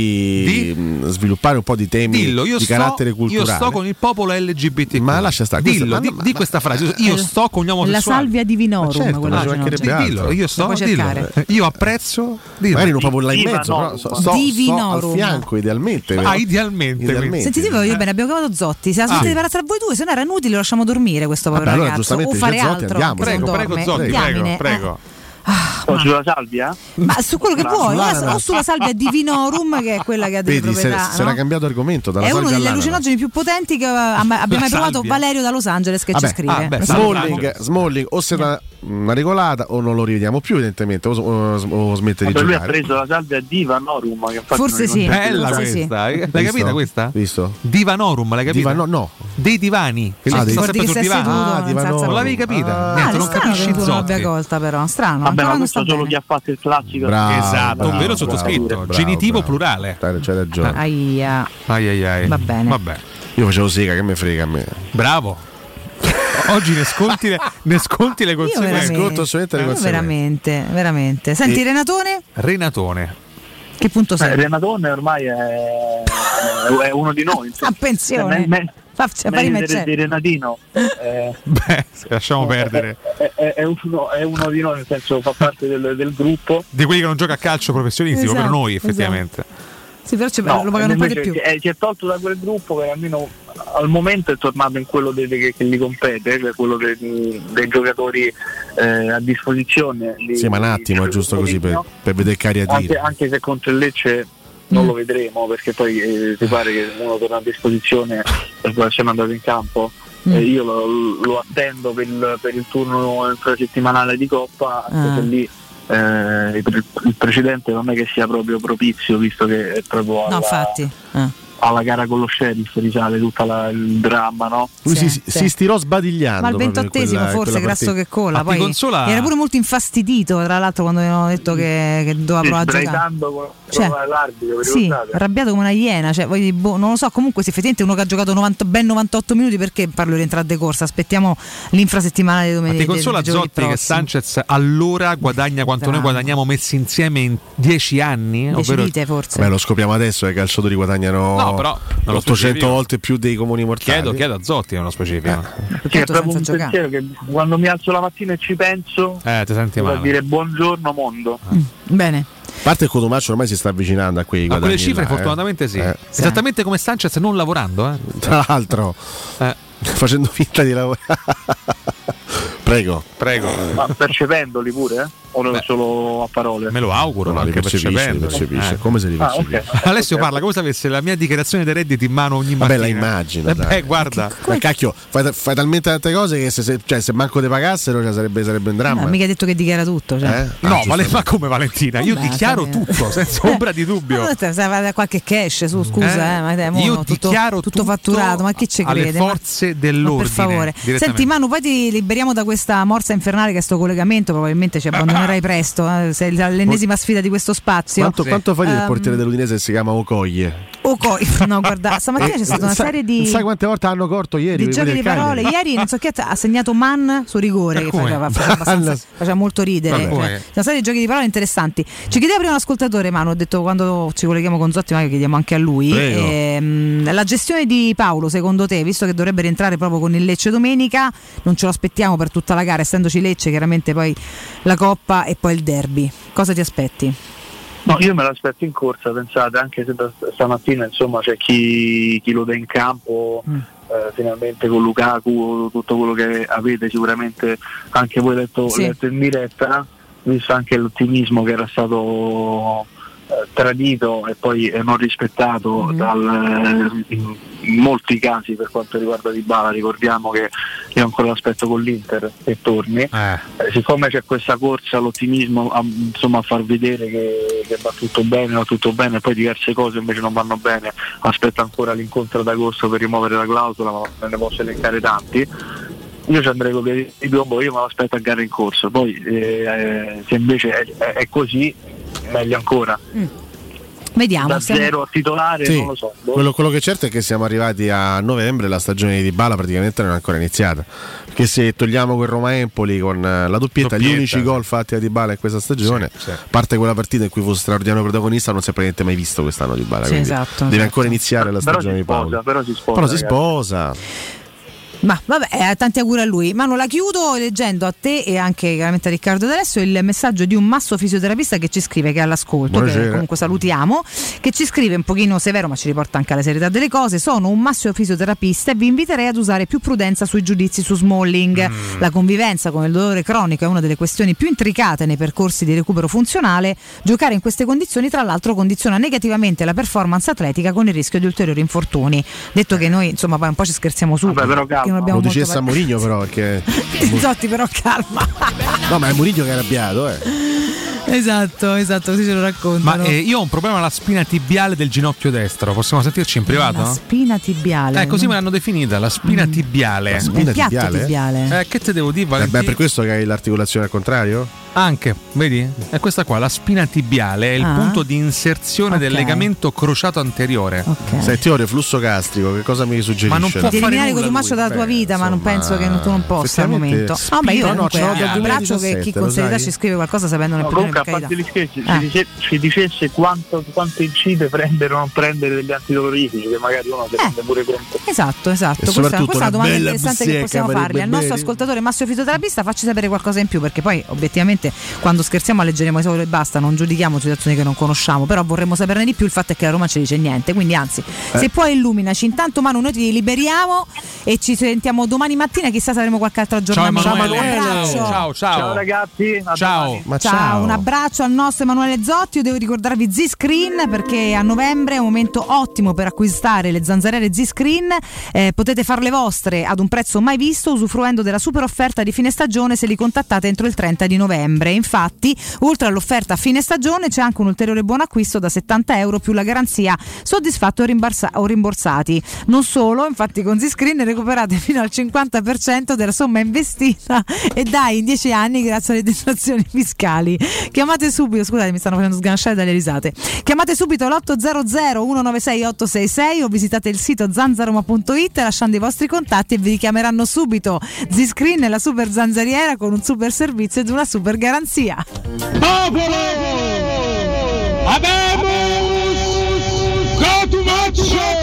di sviluppare un po' di temi di carattere culturale. Io sto con il popolo L G B T Q. Ma lascia stare. Dillo, di questa frase. Io sto con gli omosessuali. La salvia divinorum, quella dillo, io sto dillo. Io apprezzo dillo. Magari non proprio là in mezzo, però sto, sto, sto al fianco idealmente. Ah, idealmente. idealmente. Sentite voi, io bene, abbiamo chiamato Zotti. Se la smettete di parlare tra voi due, se no era inutile, lo lasciamo dormire questo povero Vabbè, ragazzo. Allora, o fare Zotti, altro. Andiamo. Prego, prego Zotti, prego, prego. Ah, o sulla salvia? Ma su quello che Ma vuoi, sulla o sulla salvia divinorum, che è quella che ha delle Vedi, proprietà. se, no? Era cambiato argomento dalla è uno degli all'ananas. allucinogeni più potenti che abbiamo mai provato Valerio da Los Angeles che Vabbè, ci scrive. ah, beh, Smalling, Smalling o se da una regolata o non lo rivediamo più evidentemente o, o, o smette di Vabbè, giocare. lui ha preso la salvia Divanorum che forse sì, bella forse questa sì. L'hai Visto? capita questa? Visto? Divanorum l'hai capita? Divano, no dei divani che ah, sto sempre sul divano ah, non l'avevi capita? Ah, niente non capisci Zotti non l'abbia colta però strano vabbè ma non questo sta solo bene. chi ha fatto il classico bravo, esatto bravo, un vero sottoscritto bravo, genitivo bravo, plurale bravo. C'hai ragione aia ai ai ai va bene vabbè io facevo sega che me frega a me bravo oggi ne sconti le, ne sconti le conseguenze veramente, eh, veramente veramente senti e Renatone Renatone che punto sei? Eh, Renatone ormai è, è uno di noi a pensione me, me, Faccia, di, di Renatino eh, beh lasciamo perdere è, è, è, uno, è uno di noi nel senso fa parte del, del gruppo di quelli che non gioca a calcio professionistico esatto, per noi effettivamente esatto. Sì, però no, lo pagano un po' di più. È, si è tolto da quel gruppo che almeno al momento è tornato in quello de, de, che, che gli compete, cioè quello de, de, dei giocatori eh, a disposizione. Di, sì, ma un attimo, è giusto così per, per vedere cariatire. Anche, anche se contro il Lecce non mm. lo vedremo, perché poi eh, ti pare che uno torna a disposizione per poi siamo andati in campo. Mm. Eh, io lo, lo attendo per il, per il turno infrasettimanale di Coppa, anche ah. se lì Eh, il precedente non è che sia proprio propizio visto che è proprio alla, no, infatti. Eh. alla gara con lo Sheriff risale tutta la, il dramma, no? Lui Sì, si, sì. si stirò sbadigliando. Ma al proprio in ventottesimo quella- in forse quella grasso partita. che cola, Ma ti poi consola- era pure molto infastidito tra l'altro quando avevano detto che, che doveva Sì, provare a giocare. sbraitando con Cioè, con l'arbitro, vi sì, ricordate? arrabbiato come una iena, cioè, voglio dire, boh, non lo so, comunque se effettivamente uno che ha giocato novanta, ben novantotto minuti, perché parlo di rientrare de corsa, aspettiamo l'infrasettimanale di Ma domenica. ti consola di- di giovedì Zotti che prossimo. Sanchez allora guadagna quanto noi Bravo. guadagniamo messi insieme in dieci anni? Dieci ovvero- vite forse. Beh, lo scopriamo adesso, i calciatori guadagnano No, però non lo ottocento specifico. volte più dei comuni mortali. Chiedo, chiedo a Zotti, non lo specifico. Che è proprio un senza giocare. pensiero che quando mi alzo la mattina e ci penso Eh, ti senti vuol male. dire buongiorno mondo. Bene. A parte il Cotumaccio ormai si sta avvicinando a quei A quelle guadagni cifre là, eh. fortunatamente sì. Eh. Esattamente come Sanchez non lavorando, eh. Tra l'altro, Eh. facendo finta di lavorare. Prego. Prego. Ma percependoli pure, eh? O non Beh, solo a parole? Me lo auguro, No, li anche percepisce, li percependo. percepisce. Eh. Come se li Ah, percepisce? ok. Alessio parla come se avesse la mia dichiarazione dei redditi in mano ogni Vabbè, mattina. la immagino. Eh dai. beh, guarda. Ma cacchio, fai, fai talmente tante cose che se, se, cioè, se manco te pagassero cioè, sarebbe, sarebbe un dramma. Ma mica detto che dichiara tutto. Cioè. Eh? No, Ah, Vale- giustamente. ma come Valentina? Io Vabbè, dichiaro va bene. tutto, senza ombra di dubbio. Ma te- sai, va- qualche cash su, scusa, eh, ma te, mo, Io tutto, dichiaro tutto tutto fatturato, ma chi ci alle crede? Ma- forze ma dell'ordine. per favore. direttamente. Senti Manu, poi ti liberiamo da questa morsa infernale che è sto collegamento, probabilmente ci abbandonerai presto, eh, sei l'ennesima sfida di questo spazio. Quanto, quanto fai del Ehm, portiere dell'Udinese che si chiama Okoye? O coi, no, guarda, stamattina c'è stata una Sai- serie di Sai quante volte hanno corto ieri? di quelli giochi del di parole. Cagliari? Ieri non so chi ha ha segnato Man su rigore, che come? faceva, faceva abbastanza- Man. faceva molto ridere. Vabbè. Cioè, una serie di giochi di parole interessanti. Ci chiedeva prima un ascoltatore, Manu, ho detto quando ci colleghiamo con Zotti, magari chiediamo anche a lui. Prego. ehm, la gestione di Paolo, secondo te, visto che dovrebbe rientrare proprio con il Lecce domenica, non ce lo aspettiamo per tutta la gara, essendoci Lecce, chiaramente poi la Coppa e poi il derby. Cosa ti aspetti? No, io me l'aspetto in corsa, pensate, anche se da stamattina insomma c'è chi, chi lo dà in campo, Mm. eh, finalmente con Lukaku, tutto quello che avete sicuramente anche voi letto, Sì. letto in diretta, visto anche l'ottimismo che era stato eh, tradito e poi eh, non rispettato Mm-hmm. dal, eh, in, in molti casi per quanto riguarda Dybala. Ricordiamo che io ancora l'aspetto con l'Inter che torni. Eh. Eh, siccome c'è questa corsa all'ottimismo a, insomma, a far vedere che, che va tutto bene, va tutto bene, poi diverse cose invece non vanno bene, aspetta ancora l'incontro ad agosto per rimuovere la clausola, ma non ne posso elencare tanti. Io ci andrei con piedi di piombo, io me l'aspetto a gara in corso, poi eh, se invece è, è, è così meglio ancora. Vediamo. Da stiamo- zero a titolare Sì, non lo so. boh. quello, quello che è certo è che siamo arrivati a novembre, la stagione di Dybala praticamente non è ancora iniziata. Perché se togliamo quel Roma-Empoli con eh, la doppietta, gli Doppietta, unici sì. gol fatti a Dybala in questa stagione, Sì, sì. a parte quella partita in cui fu straordinario protagonista, non si è praticamente mai visto quest'anno Dybala. Sì, quindi esatto, deve esatto. ancora iniziare la Però stagione si di Paolo. sposa, però si sposa. Però si ragazzi. sposa. Ma vabbè, eh, tanti auguri a lui. Manu, la chiudo leggendo a te e anche chiaramente a Riccardo D'Alessio il messaggio di un masso fisioterapista che ci scrive, che è all'ascolto, che Buonasera. comunque salutiamo, che ci scrive un pochino severo ma ci riporta anche alla serietà delle cose. Sono un masso fisioterapista e vi inviterei ad usare più prudenza sui giudizi su Smalling. Mm. La convivenza con il dolore cronico è una delle questioni più intricate nei percorsi di recupero funzionale. Giocare in queste condizioni tra l'altro condiziona negativamente la performance atletica con il rischio di ulteriori infortuni. Detto che noi insomma poi un po' ci scherziamo su, Vabbè, però che calma. non abbiamo Lo molto dicesse a par- Mourinho però perché Zotti però calma. no, ma è Mourinho che è arrabbiato, eh. Esatto, esatto, così ce lo Ma raccontano. eh, io ho un problema alla spina tibiale del ginocchio destro. Possiamo sentirci in privato? La spina tibiale. Eh, così me l'hanno definita, la spina tibiale. La spina il piatto tibiale? tibiale. Eh, che te devo dire, Eh Valentina? beh, per questo che hai l'articolazione al contrario? Anche, vedi? È questa qua, la spina tibiale, è il Ah. punto di inserzione Ok. del legamento crociato anteriore. Ok. Senti, ora reflusso gastrico, che cosa mi suggerisce? Ma non può Di fare eliminare nulla Cotumaccio lui. dalla tua Beh, vita, ma non insomma, penso che non- tu non possa al effettivamente momento. Ah, beh, io spina- no, comunque ce l'ho dal abbraccio che duemiladiciassette, chi con lo serietà sai? ci scrive qualcosa sapendo No, un'opinione, comunque per a parte carità. gli scherzi, Ah. ci, dice- ci dicesse quanto, quanto incide prendere o non prendere degli antidolorifici, che magari uno si Eh. rende pure conto. Esatto, esatto. E Questa, soprattutto questa è una una domanda bella interessante che bistecca possiamo farebbe fargli al nostro bene. ascoltatore Massimo fisioterapista. Facci sapere qualcosa in più, perché poi obiettivamente quando scherziamo leggeremo solo e basta, non giudichiamo situazioni che non conosciamo, però vorremmo saperne di più. Il fatto è che la Roma ci dice niente, quindi anzi, Eh. se puoi illuminaci. Intanto Manu, noi ti liberiamo e ci sentiamo domani mattina, chissà se avremo qualche altro Ciao aggiornamento. Emanuele. Un abbraccio. Ciao, ciao. Ciao ragazzi, a Ciao. domani. Ma Ciao, ciao. un abbraccio al nostro Emanuele Zotti. Io devo ricordarvi Z-Screen, perché a novembre è un momento ottimo per acquistare le zanzariere Z-Screen. Eh, potete farle vostre ad un prezzo mai visto, usufruendo della super offerta di fine stagione se li contattate entro il trenta di novembre. novembre. Infatti, oltre all'offerta a fine stagione, c'è anche un ulteriore buon acquisto da settanta euro più la garanzia soddisfatto o, rimbarsa- o rimborsati. Non solo, infatti con Ziscreen recuperate fino al cinquanta per cento della somma investita e dai in dieci anni grazie alle detrazioni fiscali. Chiamate subito, scusate mi stanno facendo sganasciare dalle risate, chiamate subito l'otto zero zero uno nove sei otto sei sei o visitate il sito zanzaroma punto it lasciando i vostri contatti e vi richiameranno subito. Ziscreen è la super zanzariera con un super servizio ed una super garanzia. Popolo! Abemus Cotumaccio!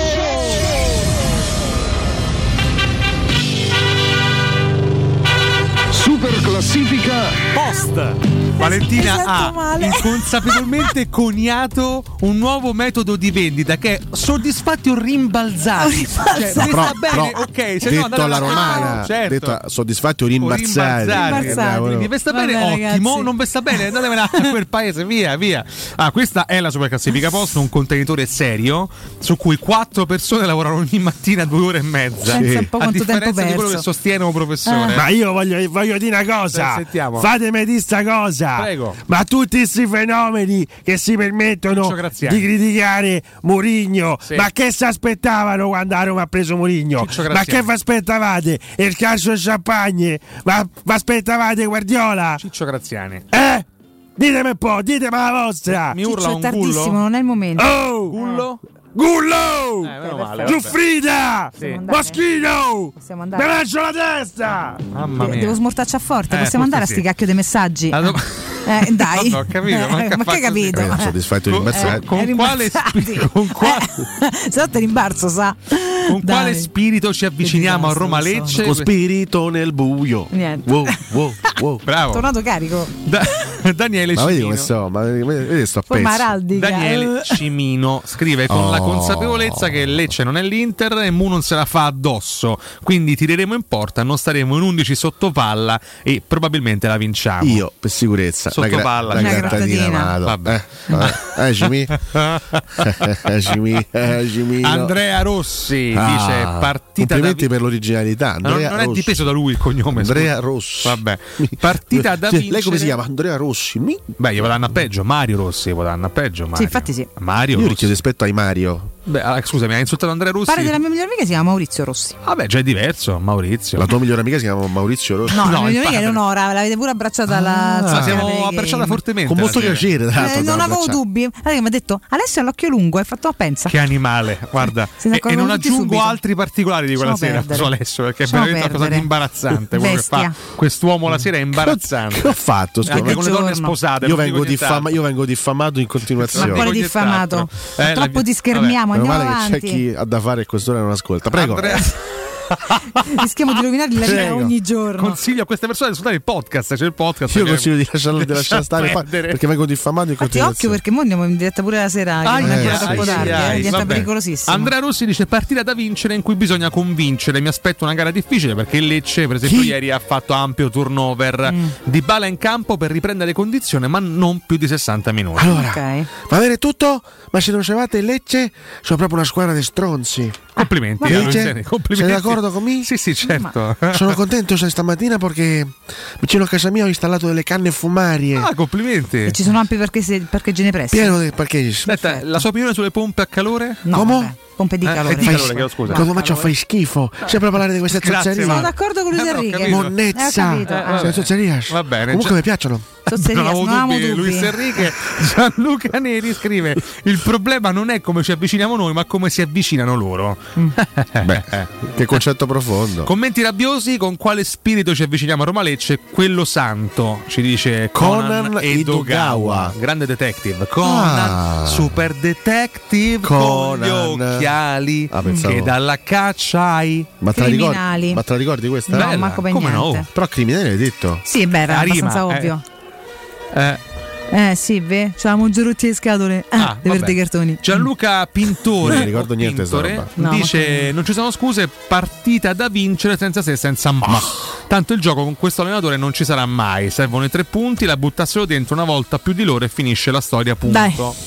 Super classifica post. Valentina ha inconsapevolmente coniato un nuovo metodo di vendita che è soddisfatti o rimbalzati. Cioè, No, però, bene, però, ok, se detto no alla a- romana, ah, certo. detto soddisfatti o rimbalzati. Rimbalzati. Quindi vi sta bene, Vabbè, ottimo, ragazzi. non vi sta bene, andatevene a quel paese, via, via. Ah, questa è la super classifica post, un contenitore serio su cui quattro persone lavorano ogni mattina due ore e mezza. Pensa un po' A quanto differenza tempo di quello perso. che sostiene un professore. Ma io voglio, voglio dire una cosa. Eh, sentiamo. Fatemi dire sta cosa. Prego. Ma tutti questi fenomeni che si permettono Ciccio Graziani. di criticare Mourinho, Sì. ma che si aspettavano quando la Roma ha preso Mourinho? Ciccio Ma Graziani. che vi aspettavate? Il calcio champagne? Ma vi aspettavate Guardiola? Ciccio Graziani. Eh? Ditemi un po', ditemi la vostra. Mi urla Ciccio, è un tardissimo, gullo. non è il momento. Oh! Gullo? Gullo! Eh, meno male, vabbè. Giuffrida! Sì. andare? Moschino! Possiamo Mi andare? mangio la testa! Mamma De- mia. devo smortaccia forte, Eh, possiamo andare a forse sti sì. cacchio dei messaggi? La do- Eh, dai. Vabbè, ho capito, Eh, manca ma che fatto hai capito? Eh, soddisfatti o Con, rimbalzati. con Eh, quale, rimbalzati. spi- con quale- Se no te rimbarzo, sa. con Dai. quale spirito ci avviciniamo a disastro, Roma lo so. Lecce? Con spirito nel buio. Niente. Wow, wow, wow. Bravo. Tornato carico. Da- Daniele Ma vedi Cimino. come sto? Ma vedi sto a Forma pezzo. araldica. Daniele Cimino scrive con Oh. la consapevolezza che Lecce non è l'Inter e Mu non se la fa addosso, quindi tireremo in porta, non staremo in undici sotto palla e probabilmente la vinciamo. Io, per sicurezza, Sotto la, gra- palla. la Una grattatina, grattatina. vado. Vabbè. Eh, vabbè. Eh, Jimmy? Eh, Jimmy, eh, Jimmy, no. Andrea Rossi Ah, dice partita da complimenti vi- per l'originalità. non, Andrea non è Rossi. dipeso da lui il cognome. Andrea scusa. Rossi. Vabbè. Partita da Cioè, vincere. lei come si chiama? Andrea Rossi. Mi- Beh, gli potranno a peggio. Mario Rossi gli potranno a peggio. Mario. Sì, infatti sì. Mario Io Rossi. richiedo rispetto ai Mario. Beh, ah, scusami, hai insultato Andrea Rossi? Pare della mia migliore amica si chiama Maurizio Rossi. Vabbè, già è diverso, Maurizio. La tua migliore amica si chiama Maurizio Rossi. No, la No, mia migliore amica è infatti. Leonora, l'avete pure abbracciata alla Ah, zucchera siamo dei abbracciata game. fortemente. Con molto la sera. piacere, tra l'altro. Eh, ti non ho avevo abbracciato. dubbi. Allora, mi ha detto Alessio ha l'occhio lungo, hai fatto pensa. Che animale, guarda. Se ne E, e accorgono non tutti aggiungo subito. altri particolari di quella Lasciamo sera perdere. su Alessio, perché è Lasciamo veramente una cosa di perdere. imbarazzante. Quello che fa Bestia. quest'uomo la sera è imbarazzante. Che ho fatto? Scusa, Anche ma- con le donne giorno. sposate. io, non vengo dico diffama- nient'altro. io vengo diffamato in Ma continuazione. quale dico diffamato? nient'altro. Eh, Troppo la- ti schermiamo, Meno andiamo male che c'è avanti. chi ha da fare e quest'ora non ascolta. Prego. Andrea- Rischiamo di rovinargli la vita Prego. ogni giorno. Consiglio a queste persone di ascoltare il podcast. C'è il podcast. Io che- consiglio di lasciarlo di lasciare stare pa- perdere. perché vengo diffamato in Infatti, occhio continuazione. perché mo andiamo in diretta pure la sera, che Ai, non è ai, ancora ai, troppo tardi, ai, eh, ai, diventa vabbè. pericolosissimo. Andrea Rossi dice partita da vincere in cui bisogna convincere. Mi aspetto una gara difficile perché il Lecce, per esempio, Chi? ieri ha fatto ampio turnover. Mm. Dybala in campo per riprendere condizione, ma non più di sessanta minuti. Allora, Ok. va bene tutto? Ma se non c'avate il Lecce, sono proprio una squadra di stronzi. Complimenti, Dice? eh, Luciani, complimenti. Sei d'accordo con me? Sì, sì, certo. Sono contento sai, stamattina perché vicino a casa mia ho installato delle canne fumarie. Ah, complimenti. E ci sono ampi parcheggi parcheggi nei pressi. Pieno di parcheggi. Aspetta, la sua opinione sulle pompe a calore? No, Come? vabbè, pompe di Eh, calore. eh, di Fai- calore, chiedo scusa. Quando faccio fai schifo. Sempre a parlare di queste Grazie, zozzerie. Sono ma- d'accordo con Luis Eh, no, ho Enrique. capito. Monnezza. Eh, ho capito. Eh, Ah. vabbè. Sono zozzerie. Va bene. Comunque Gia- mi piacciono. Zozzeria, non avevo non avevamo dubbi. dubbi. Luis Enrique. Gianluca Neri scrive: il problema non è come ci avviciniamo noi, ma come si avvicinano loro. Beh, che concetto profondo. Commenti rabbiosi: con quale spirito ci avviciniamo a Roma Lecce? Quello santo, ci dice Conan, Conan Edogawa, Edogawa. grande detective. Conan, Ah. super detective Conan. con gli occhiali Ah, pensavo- che dalla caccia hai. Ma te la ricordi? Criminali. Ma te la ricordi questa? No, Bella, manco per come niente. no? Però criminale hai detto. Sì, beh, era La rima, abbastanza eh. ovvio. Eh, Eh sì, ve, c'avevamo Girotti e scatole. Ah, Ah, dei vabbè. verdi cartoni. Gianluca Pintore, Non mi ricordo niente sta Pintore roba. No, dice: non ci sono scuse, partita da vincere senza se e senza ma. Tanto il gioco con questo allenatore non ci sarà mai. Servono i tre punti, la buttassero dentro una volta più di loro e finisce la storia, punto. Dai.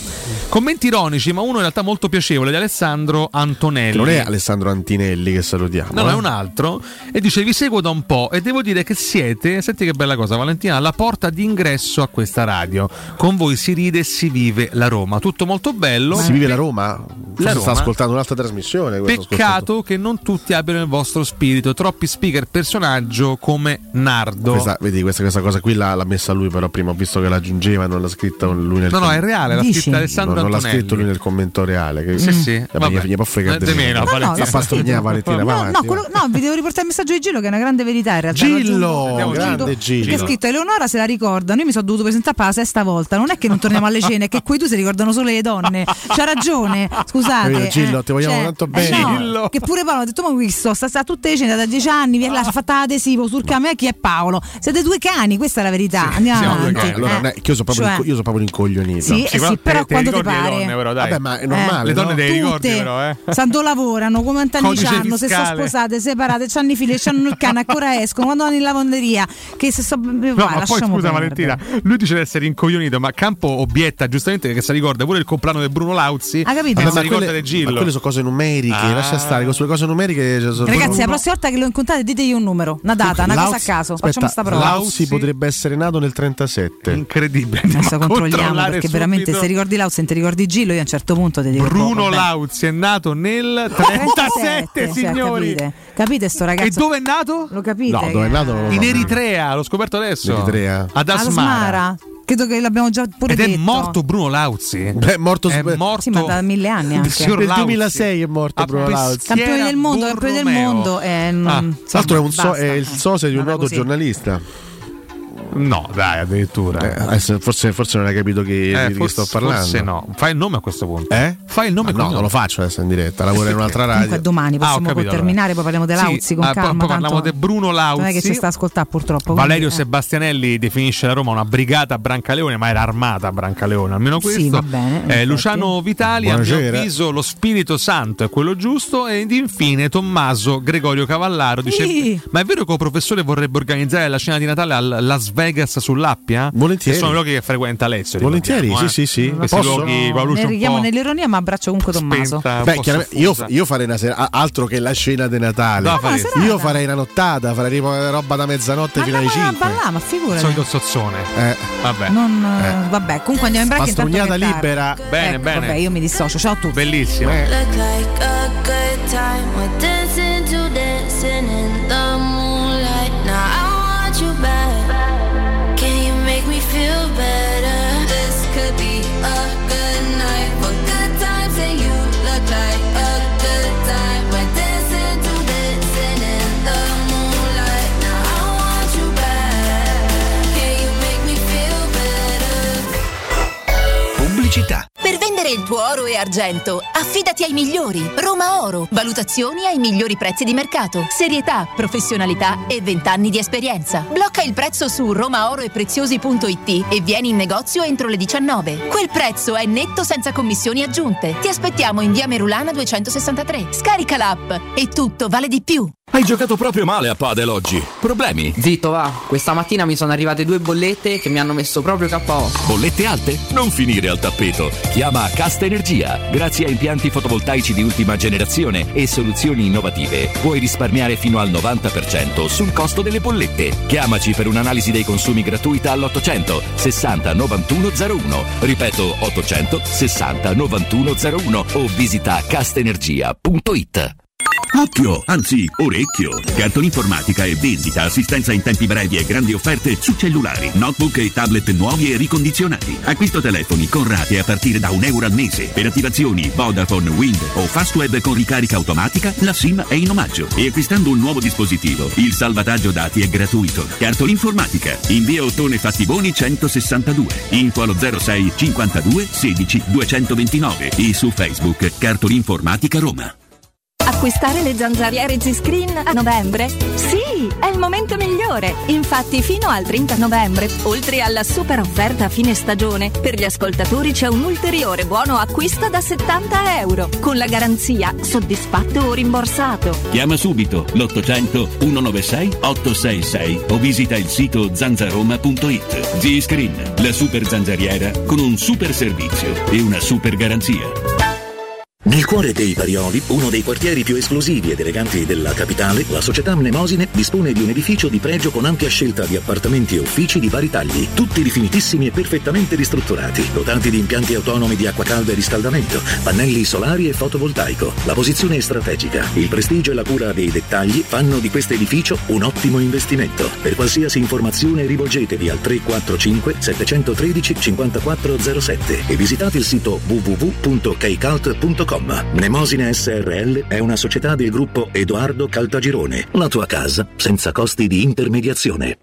Commenti ironici, ma uno in realtà molto piacevole, di Alessandro Antonelli. Che non è Alessandro Antinelli, che salutiamo. No, eh? è un altro. E dice: vi seguo da un po' e devo dire che siete, senti che bella cosa Valentina, la porta d'ingresso a questa radio. Con voi si ride e si vive la Roma. Tutto molto bello. Si vive la Roma? Forse La sta Roma. ascoltando un'altra trasmissione. Peccato che non tutti abbiano il vostro spirito. Troppi speaker personaggio come Nardo. Questa, vedi, questa, questa cosa qui l'ha, l'ha messa lui, però prima ho visto che l'aggiungeva e non l'ha scritta lui nel No, no, com- è reale, l'ha Dici? scritta Alessandro non, non l'ha Antonelli. scritto lui nel commento reale. Che, Sì, sì. Eh, Vabbè. Gli, gli può fregare Eh, di meno, meno. Valentina. La pastognava Valentina, va No, avanti, no, quello- no, vi devo riportare il messaggio di Gillo, che è una grande verità in realtà. Gillo, Lo aggiungo- grande Gillo. Che ha scritto: Eleonora se la ricordano. Io mi sono dovuto presentare per la sesta volta. Non è che non torniamo alle cene, è che qui tu si ricordano solo le donne. C'ha ragione, scusate. Capito, Gillo, ti vogliamo tanto bene. no, Gillo. Che pure Paolo ha detto: ma questo sta, sta a tutte le cene da dieci anni, vi è là, ci ha fatto l'adesivo sul camion. Chi è Paolo? Siete due cani, questa è la verità. Andiamo Siamo due avanti. cani. Allora, Eh. non è- che io sono proprio, Cioè- io sono proprio un incoglionito. Sì, eh sì, però quando ti pare. le donne, però, dai. Vabbè, ma è normale. Le donne no? te le ricordi, Tutte, però, eh. santo lavorano, come anni Codice hanno, se sono fiscale. sposate, separate, c'hanno i figli, c'hanno il cane, ancora escono, quando vanno in lavanderia, che se so, No, ma poi scusa perdere. Valentina, lui dice di essere incoglionito, ma Campo obietta giustamente che si ricorda pure il compleanno del Bruno Lauzi. Ha capito? E Vabbè, si ma, ricorda quelle, di Gillo. ma quelle sono cose numeriche, Ah. lascia stare, con sulle cose numeriche. Cioè, sono- Ragazzi, la prossima volta che lo incontrate ditegli un numero, una data, una cosa a Lauzi- caso, aspetta, facciamo sta prova. Lauzi potrebbe essere nato nel trentasette. Incredibile. Adesso controlliamo, controllare perché subito. veramente se ricordi Lauzi e ti ricordi Gillo, io a un certo punto ti dico Bruno oh, vabbè. Lauzi è nato nel trentasette, Sì, signori. capite? Capite sto ragazzo? E dove è nato? Lo capite? No, dove è nato non lo In so. Eritrea, l'ho scoperto adesso. In Eritrea. Ad Ad Asmara. Asmara. Credo che l'abbiamo già pure Ed detto. è morto Bruno Lauzi. Beh, è morto, È sp- morto Sì, ma da mille anni il anche. signor nel Lauzi. duemilasei è morto A Bruno Lauzi. Campione del mondo, campione del Borromeo. mondo. Eh, non- Ah, insomma, Tra l'altro è, un so- basta. è il socio di un Vada noto così. giornalista. No, dai, addirittura. Eh, adesso forse, forse non hai capito chi, Eh, di chi forse, sto parlando. forse no. Fai il nome a questo punto. Eh? Fai il nome Ah, e no, cognome. non lo faccio adesso in diretta, lavoro in un'altra radio. Comunque domani Ah, ho possiamo capito, terminare, allora. poi parliamo di Sì, Lauzi con ah, poi- calma. poi parliamo tanto di Bruno Lauzi. non è che ci sta a ascoltare purtroppo. Valerio quindi, eh. Sebastianelli definisce la Roma una brigata a Brancaleone, ma era armata a Brancaleone, almeno questo. Sì, va bene, in Eh, effetti. Luciano Vitali, a mio Buonasera. avviso, lo Spirito Santo è quello giusto. Ed infine Tommaso Gregorio Cavallaro dice: Sì. ma è vero che il professore vorrebbe organizzare la cena di Natale a Las Vegas sull'Appia? Volentieri. Che sono i luoghi che frequenta Alessio. Volentieri, ricordiamo, sì, eh. sì, sì. Questi Posso? luoghi con la luce Ne un richiamo po' nell'ironia, ma abbraccio comunque Tommaso. spenta, un Beh, po' chiaramente io, soffusa. io farei una sera, a- altro che la scena di Natale. No, faresti. serata. Io farei una nottata, farei tipo roba da mezzanotte fino alle Andiamo a cinque. ballare, ma figurati. Solito zozzone. Eh, Vabbè. Non, eh, Eh. Vabbè, comunque andiamo in break. intanto pastrugnata che è tardi. libera. Bene, Ecco, bene. Vabbè, io mi dissocio. Ciao a tutti. Bellissimo. Eh. Look like a good time. We're dancing to dancing in the moonlight. Now I want you back. Can you make me feel better? This could be a good night for good times, and you look like a good time. We're dancing to dancing in the moonlight. Now I want you back. Can you make me feel better? Pubblicità. Per vendere il tuo oro e argento, affidati ai migliori. Roma Oro. Valutazioni ai migliori prezzi di mercato. Serietà, professionalità e vent'anni di esperienza. Blocca il prezzo su romaoroepreziosi punto it e vieni in negozio entro le diciannove. Quel prezzo è netto senza commissioni aggiunte. Ti aspettiamo in via Merulana duecentosessantatré. Scarica l'app e tutto vale di più. Hai giocato proprio male a padel oggi. Problemi? Zitto va, questa mattina mi sono arrivate due bollette che mi hanno messo proprio K O. Bollette alte? Non finire al tappeto. Chiama Casta Energia. Grazie a impianti fotovoltaici di ultima generazione e soluzioni innovative, puoi risparmiare fino al novanta per cento sul costo delle bollette. Chiamaci per un'analisi dei consumi gratuita all'ottocento sessanta novantuno zero uno. Ripeto, ottocento sessanta novantuno zero uno o visita castenergia punto it. Occhio, anzi orecchio. Cartolinformatica e vendita, assistenza in tempi brevi e grandi offerte su cellulari, notebook e tablet nuovi e ricondizionati. Acquisto telefoni con rate a partire da un euro al mese. Per attivazioni Vodafone, Wind o Fastweb con ricarica automatica, la SIM è in omaggio. E acquistando un nuovo dispositivo, il salvataggio dati è gratuito. Cartolinformatica, in via Ottone Fattiboni centosessantadue. Info allo zero sei cinquantadue sedici duecentoventinove e su Facebook Cartolinformatica Roma. Acquistare le zanzariere G-Screen a novembre? Sì, è il momento migliore. Infatti fino al trenta novembre, oltre alla super offerta fine stagione, per gli ascoltatori c'è un ulteriore buono acquisto da settanta euro, con la garanzia soddisfatto o rimborsato. Chiama subito l'ottocento centonovantasei ottocentosessantasei o visita il sito zanzaroma punto it. G-Screen, la super zanzariera con un super servizio e una super garanzia. Nel cuore dei Parioli, uno dei quartieri più esclusivi ed eleganti della capitale, la società Mnemosine dispone di un edificio di pregio con ampia scelta di appartamenti e uffici di vari tagli, tutti rifinitissimi e perfettamente ristrutturati, dotati di impianti autonomi di acqua calda e riscaldamento, pannelli solari e fotovoltaico. La posizione è strategica, il prestigio e la cura dei dettagli fanno di questo edificio un ottimo investimento. Per qualsiasi informazione rivolgetevi al tre quattro cinque sette uno tre cinque quattro zero sette e visitate il sito w w w punto keycult punto com. Mnemosine S R L è una società del gruppo Edoardo Caltagirone. La tua casa senza costi di intermediazione.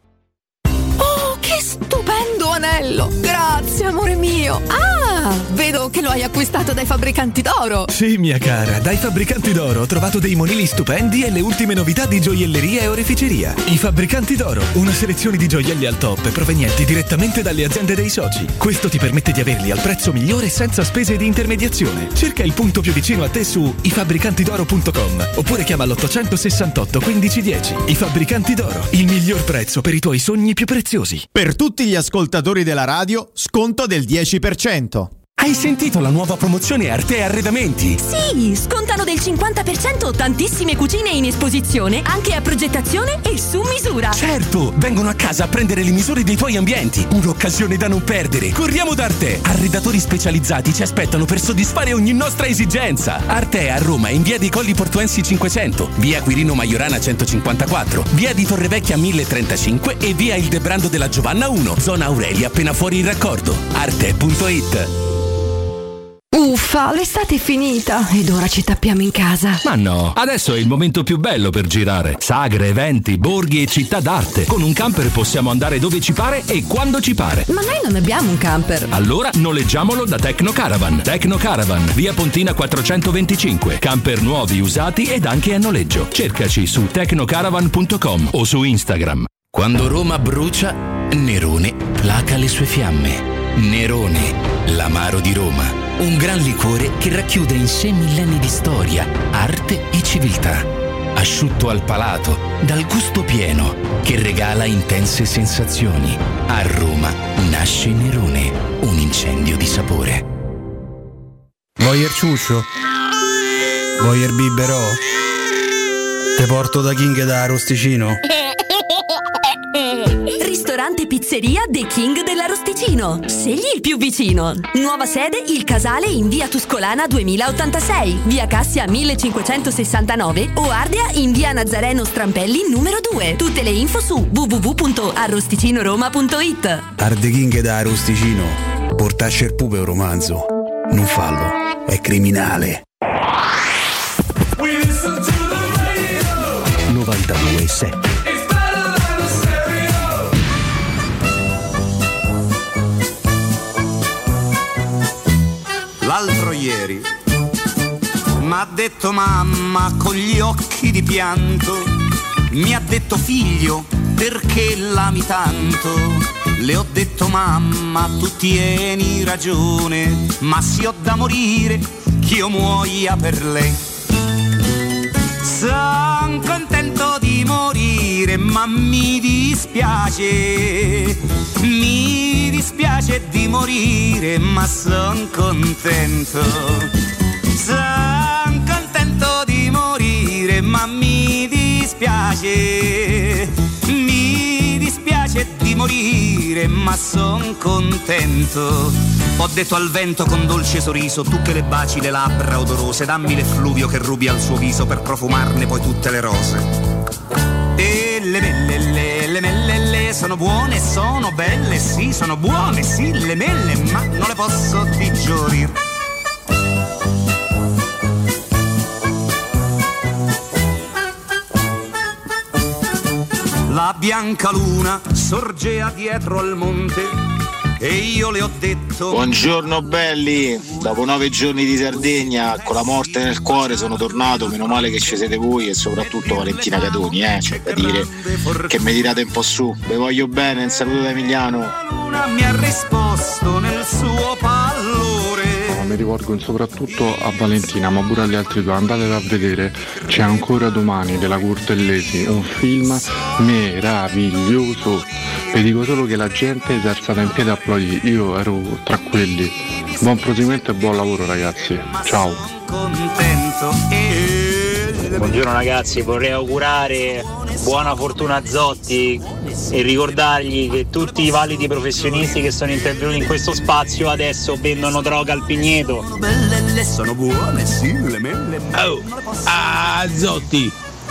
Oh, che stupendo anello! Grazie, amore mio! Ah, vedo che lo hai acquistato dai fabbricanti d'oro! Sì, mia cara, dai fabbricanti d'oro ho trovato dei monili stupendi e le ultime novità di gioielleria e oreficeria. I fabbricanti d'oro, una selezione di gioielli al top provenienti direttamente dalle aziende dei soci. Questo ti permette di averli al prezzo migliore senza spese di intermediazione. Cerca il punto più vicino a te su i fabbricanti d'oro punto com oppure chiama l'ottocentosessantotto quindici dieci. I Fabbricanti d'Oro, il miglior prezzo per i tuoi sogni più preziosi. Per tutti gli ascoltatori della radio, sconto del dieci per cento. Hai sentito la nuova promozione Arte Arredamenti? Sì, scontano del cinquanta per cento tantissime cucine in esposizione, anche a progettazione e su misura. Certo, vengono a casa a prendere le misure dei tuoi ambienti. Un'occasione da non perdere. Corriamo da Arte. Arredatori specializzati ci aspettano per soddisfare ogni nostra esigenza. Arte a Roma in via dei Colli Portuensi cinquecento, via Quirino Maiorana centocinquantaquattro, via di Torrevecchia mille trentacinque e via Il Debrando della Giovanna uno, zona Aurelia appena fuori il raccordo. Arte punto it. Uffa, l'estate è finita ed ora ci tappiamo in casa. Ma no, adesso è il momento più bello per girare. Sagre, eventi, borghi e città d'arte. Con un camper possiamo andare dove ci pare e quando ci pare. Ma noi non abbiamo un camper. Allora noleggiamolo da Tecno Caravan. Tecno Caravan, via Pontina quattrocentoventicinque. Camper nuovi, usati ed anche a noleggio. Cercaci su tecnocaravan punto com o su Instagram. Quando Roma brucia, Nerone placa le sue fiamme. Nerone, l'amaro di Roma. Un gran liquore che racchiude in sé millenni di storia, arte e civiltà. Asciutto al palato, dal gusto pieno, che regala intense sensazioni. A Roma nasce Nerone, un incendio di sapore. Voyer ciuscio? Voyer biberò? Te porto da King da Arosticino? Ristorante Pizzeria The King dell'Arosticino. Scegli il più vicino. Nuova sede Il Casale in via Tuscolana duemilaottantasei, via Cassia millecinquecentosessantanove o Ardea in via Nazareno Strampelli numero due. Tutte le info su w w w punto arrosticinoroma punto it. Arde King da Arosticino. Portasce il pupe un romanzo. Non fallo, è criminale. novantadue sette. L'altro ieri m'ha detto mamma con gli occhi di pianto, mi ha detto figlio perché l'ami tanto. Le ho detto mamma tu tieni ragione, ma se ho da morire ch'io muoia per lei. Son contento di morire ma mi dispiace, mi dispiace di morire ma son contento. Son contento di morire ma mi dispiace, mi dispiace di morire ma son contento. Ho detto al vento con dolce sorriso, tu che le baci le labbra odorose, dammi l'effluvio che rubi al suo viso per profumarne poi tutte le rose. E le melle, le, le melle, le sono buone, sono belle, sì, sono buone, sì, le melle, ma non le posso digerire. La bianca luna sorgea dietro al monte e io le ho detto buongiorno belli, dopo nove giorni di Sardegna con la morte nel cuore sono tornato, meno male che ci siete voi e soprattutto Valentina Catoni, eh, c'è da dire che mi tirate un po' su, vi voglio bene, un saluto da Emiliano. Luna mi ha risposto nel suo pallore. Mi rivolgo soprattutto a Valentina, ma pure agli altri due, andatelo a vedere, c'è ancora domani della Curtellesi, un film meraviglioso, vi dico solo che la gente si è alzata in piedi e applaudì, io ero tra quelli. Buon proseguimento e buon lavoro ragazzi, ciao. Buongiorno ragazzi, vorrei augurare buona fortuna a Zotti e ricordargli che tutti i validi professionisti che sono intervenuti in questo spazio adesso vendono droga al Pigneto. Sono buone, sì, le mele. Oh, ah, Zotti,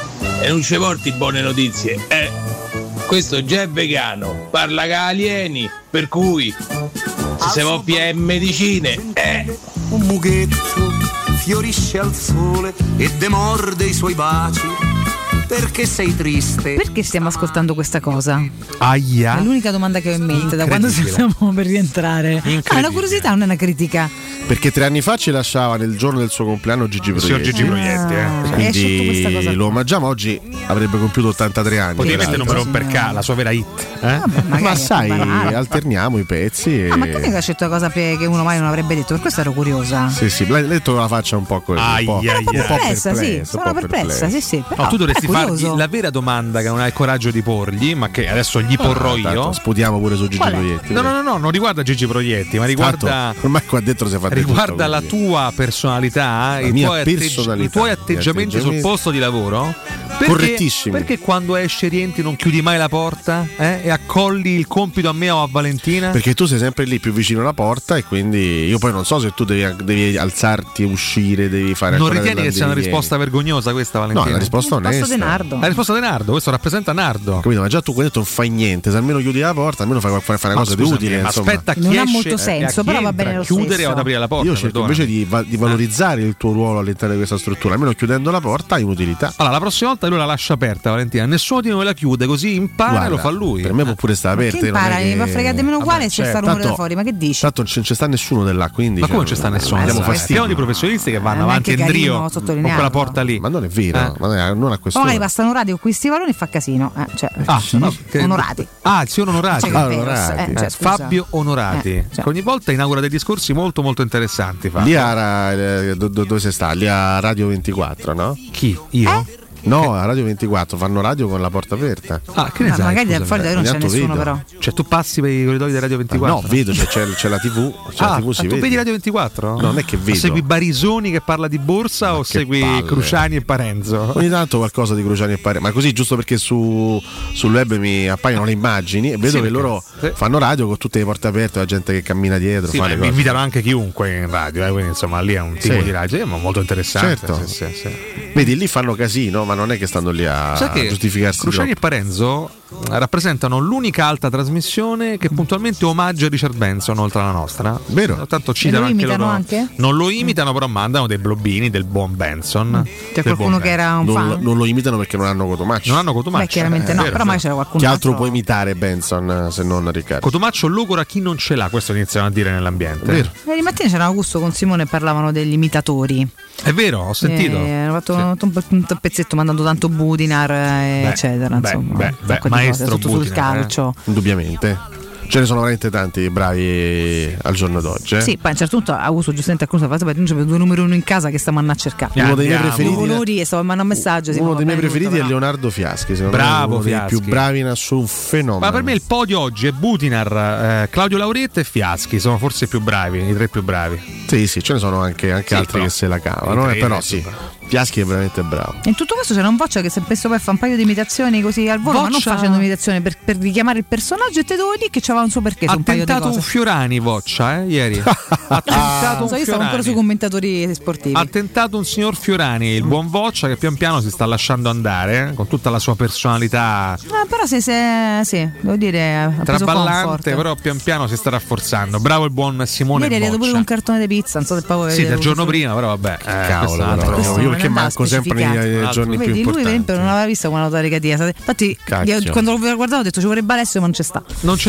e non ci porti buone notizie, eh? Questo già è vegano, parla con alieni, per cui se si può pigliare medicine, eh? Un mughetto fiorisce al sole e demorde i suoi baci. Perché sei triste? Perché stiamo ascoltando questa cosa? Aia. È l'unica domanda che ho in mente da quando stiamo per rientrare. Ah, una curiosità, non è una critica. Perché tre anni fa ci lasciava nel giorno del suo compleanno Gigi Proietti. Signor Gigi Proietti, eh. Ah, quindi lo omaggiamo, oggi avrebbe compiuto ottantatré anni. Potete non per perché la sua vera hit. Eh? Vabbè, ma sai, alterniamo i pezzi. E... Ah, ma che ha scelto una cosa che uno mai non avrebbe detto? Per questo ero curiosa. Sì, sì, l'hai detto con la faccia un po' così. Ai, un po', ai, un po' perplessa, sì, sono perplessa, sì, sì. No, tu dovresti fargli la vera domanda che non hai il coraggio di porgli, ma che adesso gli porrò io. Tanto, sputiamo pure su Gigi Proietti. No, no, no, no, non riguarda Gigi Proietti, ma riguarda. Tanto, ormai qua dentro si è fatto riguarda la tua personalità, i tuoi, atteggi- i tuoi atteggiamenti sul posto di lavoro. Perché, correttissimi. Perché quando esci rientri non chiudi mai la porta eh? e accolli il compito a me o a Valentina? Perché tu sei sempre lì più vicino alla porta e quindi io poi non so se tu devi, devi alzarti, uscire, devi fare. Non ritieni che sia una risposta vergognosa questa, Valentina? No, la risposta onesta. La risposta di Nardo, questo rappresenta Nardo. Capito? Ma già tu hai detto non fai niente, se almeno chiudi la porta, almeno fai, fai, fai una ma cosa scusami, di utile. Ma insomma. aspetta, chi non esce, ha molto senso, però va bene lo chiudere stesso. o ad aprire la porta. Io cerco invece di, di valorizzare il tuo ruolo all'interno di questa struttura, almeno chiudendo la porta hai un'utilità. Allora, la prossima volta lui la lascia aperta, Valentina. Nessuno di noi la chiude, così impara. Guarda, lo fa lui. Per me può pure stare aperta. Che impara, mi fa fregare meno uguale e c'è sta rumore da fuori. Ma che dici? Tanto non c'è sta nessuno di là, quindi. Ma come non c'è sta nessuno? Abbiamo fastidio di professionisti che vanno avanti in trio con quella porta lì. Ma non è vero, non a questo. Magari passano onorati con questi valori e fa casino. Eh, cioè, ah, sì? Onorati. Ah, il signor Onorati. Cioè, ah, onorati. Eh, cioè, Fabio Onorati. Eh, cioè. Ogni volta inaugura dei discorsi molto molto interessanti. Fabio. Lì a, eh, do, do, dove si sta? Lì a Radio ventiquattro, no? Chi? Io? Eh? No, a Radio ventiquattro fanno radio con la porta aperta. Ah, che ne ah, sai? Magari da fuori da non c'è nessuno, vedo. Però. Cioè, tu passi per i corridoi di Radio ventiquattro? Ah, no, vedo, cioè, c'è, c'è la tivù. C'è ah, la tivù si tu vede. vedi Radio ventiquattro? No, non è che vedo. Ma segui Barisoni che parla di borsa ma o segui palle. Cruciani e Parenzo? Ogni tanto qualcosa di Cruciani e Parenzo, ma così giusto perché su, sul web mi appaiono le immagini e vedo sì, che loro sì. fanno radio con tutte le porte aperte, la gente che cammina dietro. Sì, fa le mi invitano anche chiunque in radio, eh, quindi insomma lì è un tipo sì. di radio ma molto interessante. Certo. Sì, sì, sì. Vedi, lì fanno casino, ma non è che stanno lì a giustificare. Cruciani e Parenzo rappresentano l'unica alta trasmissione che puntualmente omaggia Richard Benson oltre alla nostra. Vero? Tanto citano anche loro. Anche? Non lo imitano, però mandano dei blobbini del buon Benson. C'è qualcuno che era un non, fan? Non lo imitano perché non hanno Cotomaccio. Non hanno Cotomaccio. Beh, chiaramente eh, no, vero, però magari c'era qualcuno. Che altro può imitare Benson se non Riccardo? Cotomaccio logora chi non ce l'ha, questo iniziano a dire nell'ambiente. Vero. Ieri mattina c'era Augusto con Simone e parlavano degli imitatori. È vero, ho sentito. Eh, hanno fatto sì. un, un, un pezzetto mandando tanto Budinar, beh, eccetera. Beh, insomma, beh, beh, maestro tutto sul calcio. Eh? Indubbiamente. Ce ne sono veramente tanti bravi al giorno d'oggi. Eh? Sì, poi a un certo punto Augusto giustamente accusa fatto perché noi abbiamo due numeri uno in casa che stiamo a cercare. Uno dei miei preferiti. Colori e stavo mandando un messaggio. Uno dei miei preferiti è Leonardo Fiaschi. Bravo, uno Fiaschi. dei più bravi in assoluto, un fenomeno. Ma per me il podio oggi è Butinar, eh, Claudio Lauretta e Fiaschi. Sono forse i più bravi, i tre più bravi. Sì, sì, ce ne sono anche, anche sì, altri però, che se la cavano. Eh, però sì. Fiaschi è veramente bravo. In tutto questo c'era un Voccia che si è messo per fare un paio di imitazioni così al volo, Voccia... ma non facendo imitazioni per, per richiamare il personaggio, e te devo dire che c'aveva un suo perché. Ha un paio tentato di cose. un Fiorani Voccia eh, ieri. Ha tentato un so, io stavo ancora sui commentatori sportivi. Ha tentato un signor Fiorani, il buon Voccia, che pian piano si sta lasciando andare eh, con tutta la sua personalità. Ah, però se, se sì, devo dire traballante, però pian piano si sta rafforzando. Bravo il buon Simone. Ieri è arrivato pure un cartone di pizza, non so se poi sì, del giorno prima, però vabbè. Eh, cavolo, però, io perché manco sempre nei giorni vedi, più importanti. Lui per esempio non aveva visto una nota negativa. Infatti io, quando l'ho guardato ho detto ci vorrebbe Alessio, ma non c'è sta. Non c'è stava sai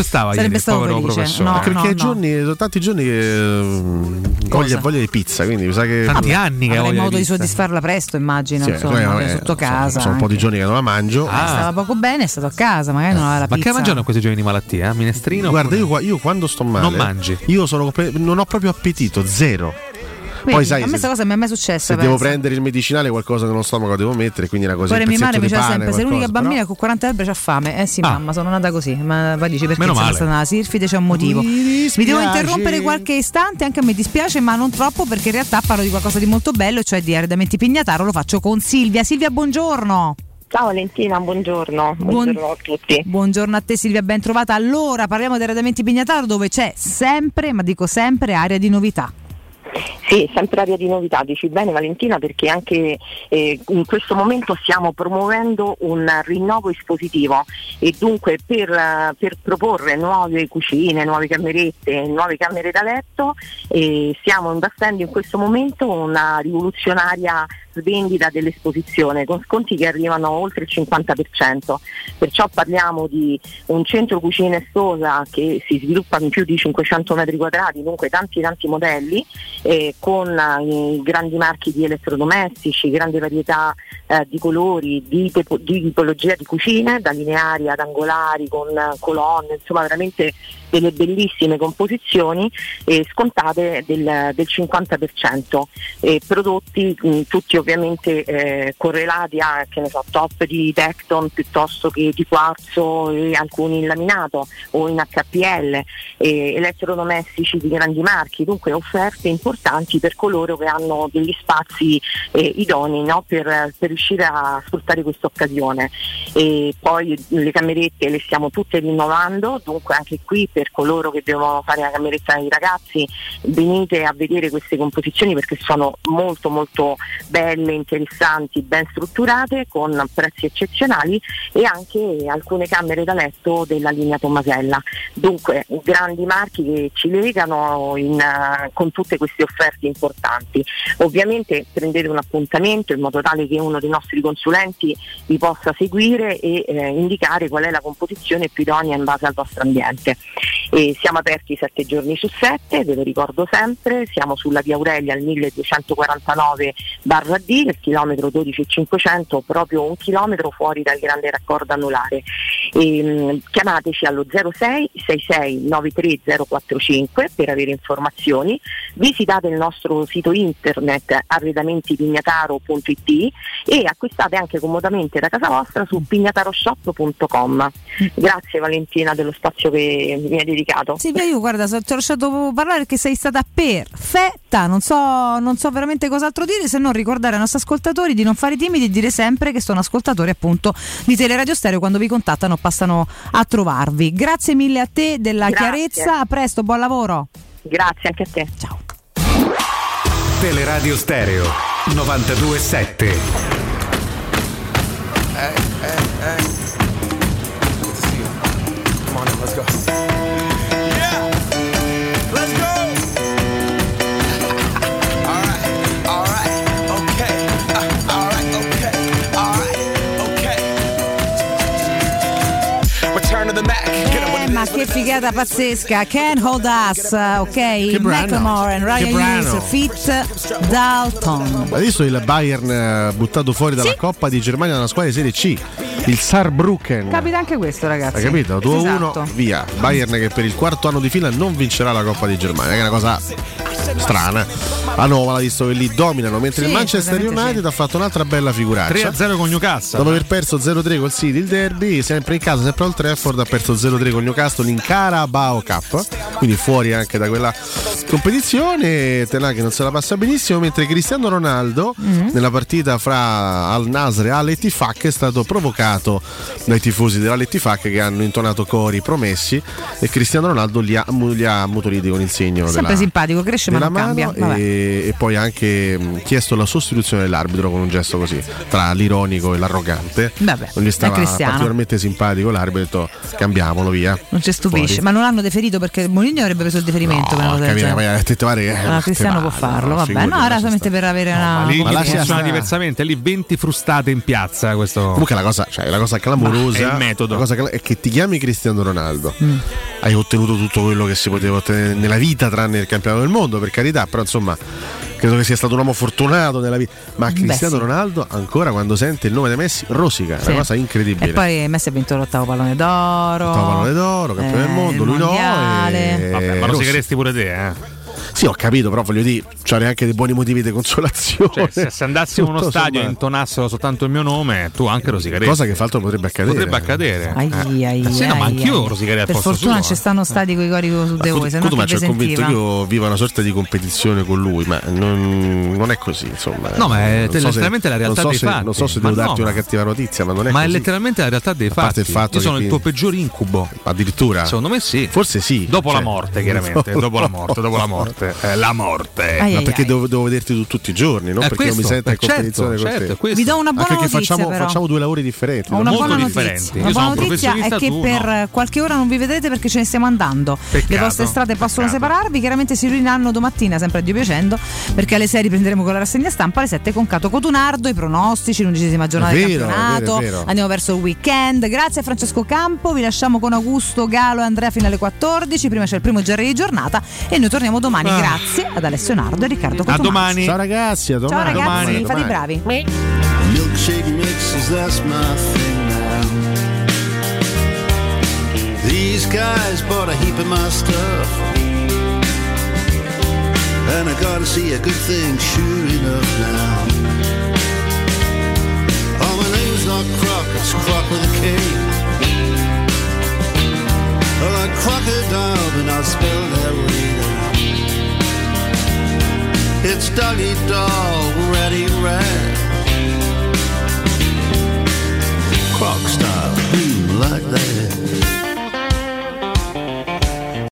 sarebbe stato povero felice. professore. No, perché no, i no. giorni, sono tanti giorni che eh, voglia, voglia di pizza, quindi mi sa che tanti anni che Avrei voglia modo di pizza. soddisfarla presto, immagino. Sì, insomma, eh, sotto eh, casa. sono un po' di giorni che non la mangio. Eh, stava poco bene, è stato a casa, magari non aveva la Ma pizza. che mangiano in questi giorni di malattia? Eh? Minestrino? Guarda, io, io quando sto male Non mangi? Io sono compre- non ho proprio appetito, zero. Vedi, Poi sai, a me se, questa cosa mi è mai successa. se devo prendere il medicinale qualcosa nello stomaco devo mettere, quindi una cosa Poi mia madre mi diceva sempre: sei qualcosa, l'unica bambina però... con quaranta ebbri c'ha fame. Eh sì, Ah. mamma, sono nata così. Ma poi dici perché Meno sono male. stata una sirfide, c'è un motivo. Mi Mi devo dispiace. interrompere qualche istante, anche a me dispiace, ma non troppo, perché in realtà parlo di qualcosa di molto bello, cioè di Arredamenti Pignataro. Lo faccio con Silvia. Silvia, buongiorno. Ciao Valentina, buongiorno. Buongiorno Buon- a tutti. Buongiorno a te Silvia, ben trovata. Allora, parliamo di Arredamenti Pignataro, dove c'è sempre, ma dico sempre, area di novità. Sì, sempre aria di novità, dici bene Valentina, perché anche eh, in questo momento stiamo promuovendo un rinnovo espositivo e dunque per, eh, per proporre nuove cucine, nuove camerette, nuove camere da letto eh, stiamo investendo in questo momento una rivoluzionaria svendita dell'esposizione con sconti che arrivano oltre il cinquanta per cento, perciò parliamo di un centro cucina estosa che si sviluppa in più di cinquecento metri quadrati, dunque tanti tanti modelli eh, con eh, i grandi marchi di elettrodomestici, grande varietà eh, di colori, di, tepo- di tipologia di cucine, da lineari ad angolari con eh, colonne, insomma veramente delle bellissime composizioni eh, scontate del, del cinquanta per cento, eh, prodotti mh, tutti ovviamente eh, correlati a, che ne so, top di Tecton piuttosto che di quarzo e alcuni in laminato o in acca pi elle, eh, elettrodomestici di grandi marchi, dunque offerte importanti per coloro che hanno degli spazi eh, idonei, no? per, per riuscire a sfruttare questa occasione. E poi le camerette le stiamo tutte rinnovando, dunque anche qui per coloro che devono fare la cameretta dei ragazzi venite a vedere queste composizioni perché sono molto molto belle, interessanti, ben strutturate, con prezzi eccezionali, e anche alcune camere da letto della linea Tommasella, dunque grandi marchi che ci legano in, uh, con tutte queste offerte importanti. Ovviamente prendete un appuntamento in modo tale che uno dei nostri consulenti vi possa seguire e eh, indicare qual è la composizione più idonea in base al vostro ambiente. E siamo aperti sette giorni su sette, ve lo ricordo sempre, siamo sulla via Aurelia al milleduecentoquarantanove barra D, il chilometro dodici cinquecento, proprio un chilometro fuori dal grande raccordo anulare. E, mh, chiamateci allo zero sei sei sei nove tre zero quattro cinque per avere informazioni, visitate il nostro sito internet arredamenti pignataro punto it e acquistate anche comodamente da casa vostra su pignataroshop punto com. Grazie Valentina dello spazio che mi hai dedicato. Silvia, io guarda, ti ho lasciato parlare perché sei stata perfetta, non so, non so veramente cos'altro dire se non ricordare ai nostri ascoltatori di non fare timidi e dire sempre che sono ascoltatori appunto di Teleradio Stereo, quando vi contattano passano a trovarvi. Grazie mille a te della Grazie. chiarezza, a presto, buon lavoro. Grazie anche a te. Ciao. Teleradio Stereo novantadue sette. Hey, hey, hey. Good to see you. Come on in, let's go. Yeah, let's go. All right, all right, okay. Uh, all right, okay, all right, okay. Return to the Mac. Get up Eh, ma che figata pazzesca, Can't Hold Us, ok, Macklemore and Che Ryan brano. Lewis fit Dalton. Ma adesso il Bayern eh, buttato fuori dalla Sì. Coppa di Germania dalla squadra di Serie C, il Saarbrücken. Capita anche questo, ragazzi. Hai capito? due a uno, Esatto. via. Bayern che per il quarto anno di fila non vincerà la Coppa di Germania, che è una cosa strana. A Nova, visto che lì dominano, mentre Sì, il Manchester assolutamente United ha fatto un'altra bella figuraccia. tre a zero con Newcastle. Dopo aver perso zero a tre col City il derby, sempre in casa, sempre al Trafford, ha perso zero a tre con Newcastle in Carabao Cup, quindi fuori anche da quella competizione. Tenà che non se la passa benissimo, mentre Cristiano Ronaldo Mm-hmm. nella partita fra Al Nasr e Al Ettifaq è stato provocato dai tifosi dell'Al Ettifaq che hanno intonato cori promessi e Cristiano Ronaldo li ha, li ha ammutoliti con il segno Sempre della, simpatico, cresce ma della non cambia. mano Vabbè. e, e poi ha anche mh, chiesto la sostituzione dell'arbitro con un gesto così tra l'ironico e l'arrogante. Vabbè, non gli stava è Cristiano. particolarmente simpatico l'arbitro, ha detto cambiamolo via. Non ci stupisce, Fuori. ma non l'hanno deferito perché Mourinho avrebbe preso il deferimento per una cosa del capire, genere. poi ha detto, guarda che- Ah, Cristiano può farlo, vabbè, no, era solamente per avere una. Ma lì una- gli lascia funziona stare. diversamente, lì venti frustate in piazza. Questo Comunque la cosa, cioè, la cosa clamorosa Ma è il metodo. la cosa cla- è che ti chiami Cristiano Ronaldo. Mm. hai ottenuto tutto quello che si poteva ottenere nella vita tranne il campionato del mondo, per carità, però insomma credo che sia stato un uomo fortunato nella vita. Ma Cristiano Beh, sì. Ronaldo ancora quando sente il nome di Messi rosica, è Sì. una cosa incredibile. E poi Messi ha vinto l'ottavo pallone d'oro. Ottavo pallone d'oro, campione eh, del mondo, il lui mondiale. no. E... Vabbè, ma lo Rossi. rosicheresti pure te, eh? Sì, ho capito, però voglio dire, c'è anche dei buoni motivi di consolazione. Cioè, se, se andassi in uno Tutto stadio e sommato. intonassero soltanto il mio nome, tu anche rosicheresti. Cosa che fra l'altro potrebbe accadere. Potrebbe accadere. Ai, eh. ai, Eh sì, no, ma ai, anch'io ai. rosicherei al Per posto fortuna suo. ci stanno stati coi cori su di voi, se no Cotuma chi ci vi ha convinto sentiva? che io viva una sorta di competizione con lui, ma non, non è così, insomma. No, ma è Non so se- letteralmente la realtà non so dei se, fatti. Non so se Ma devo no, darti ma- una cattiva notizia, ma non è Ma così. è letteralmente la realtà dei A parte fatti. il fatto Io sono che il tuo peggior incubo. Addirittura? Secondo me sì. Forse sì. Dopo Cioè- la morte, chiaramente. dopo la morte, dopo la morte. Eh, la morte. Ai, ma ai, perché ai. devo, devo vederti tu tutti i giorni, non Eh, perché io mi questo, sento in eh, certo, competizione con certo, te. è questo. Vi do una buona Anche che notizia, facciamo, però. facciamo due lavori differenti. Ho una molto buona differenti. notizia. Io Una sono buona un notizia è professionista, che tu per no. qualche ora non vi vedrete perché ce ne stiamo andando. Peccato, Le vostre strade possono peccato. separarvi, chiaramente si riuniranno domattina, sempre a Dio piacendo, perché alle sei riprenderemo con la rassegna stampa, alle sette con Cato Cotunardo, i pronostici, l'undicesima giornata È del vero, è campionato. vero, è vero. Andiamo verso il weekend. Grazie a Francesco Campo, vi lasciamo con Augusto, Galo e Andrea fino alle quattordici. Prima c'è il primo G R di giornata e noi torniamo domani. Ah. Grazie ad Alessio Nardo e Riccardo A Cotumaccio. domani. Ciao ragazzi, a domani. Ciao ragazzi, domani, fate i domani. bravi. Milkshake mixes, that's my thing now. These guys bought a heap of my stuff, and I gotta see a good thing sure enough now. Oh, my name's not Croc, it's Croc with a K. Oh, like crocodile, but not spelled that way now. It's Doggy Dog, Ratty Rat.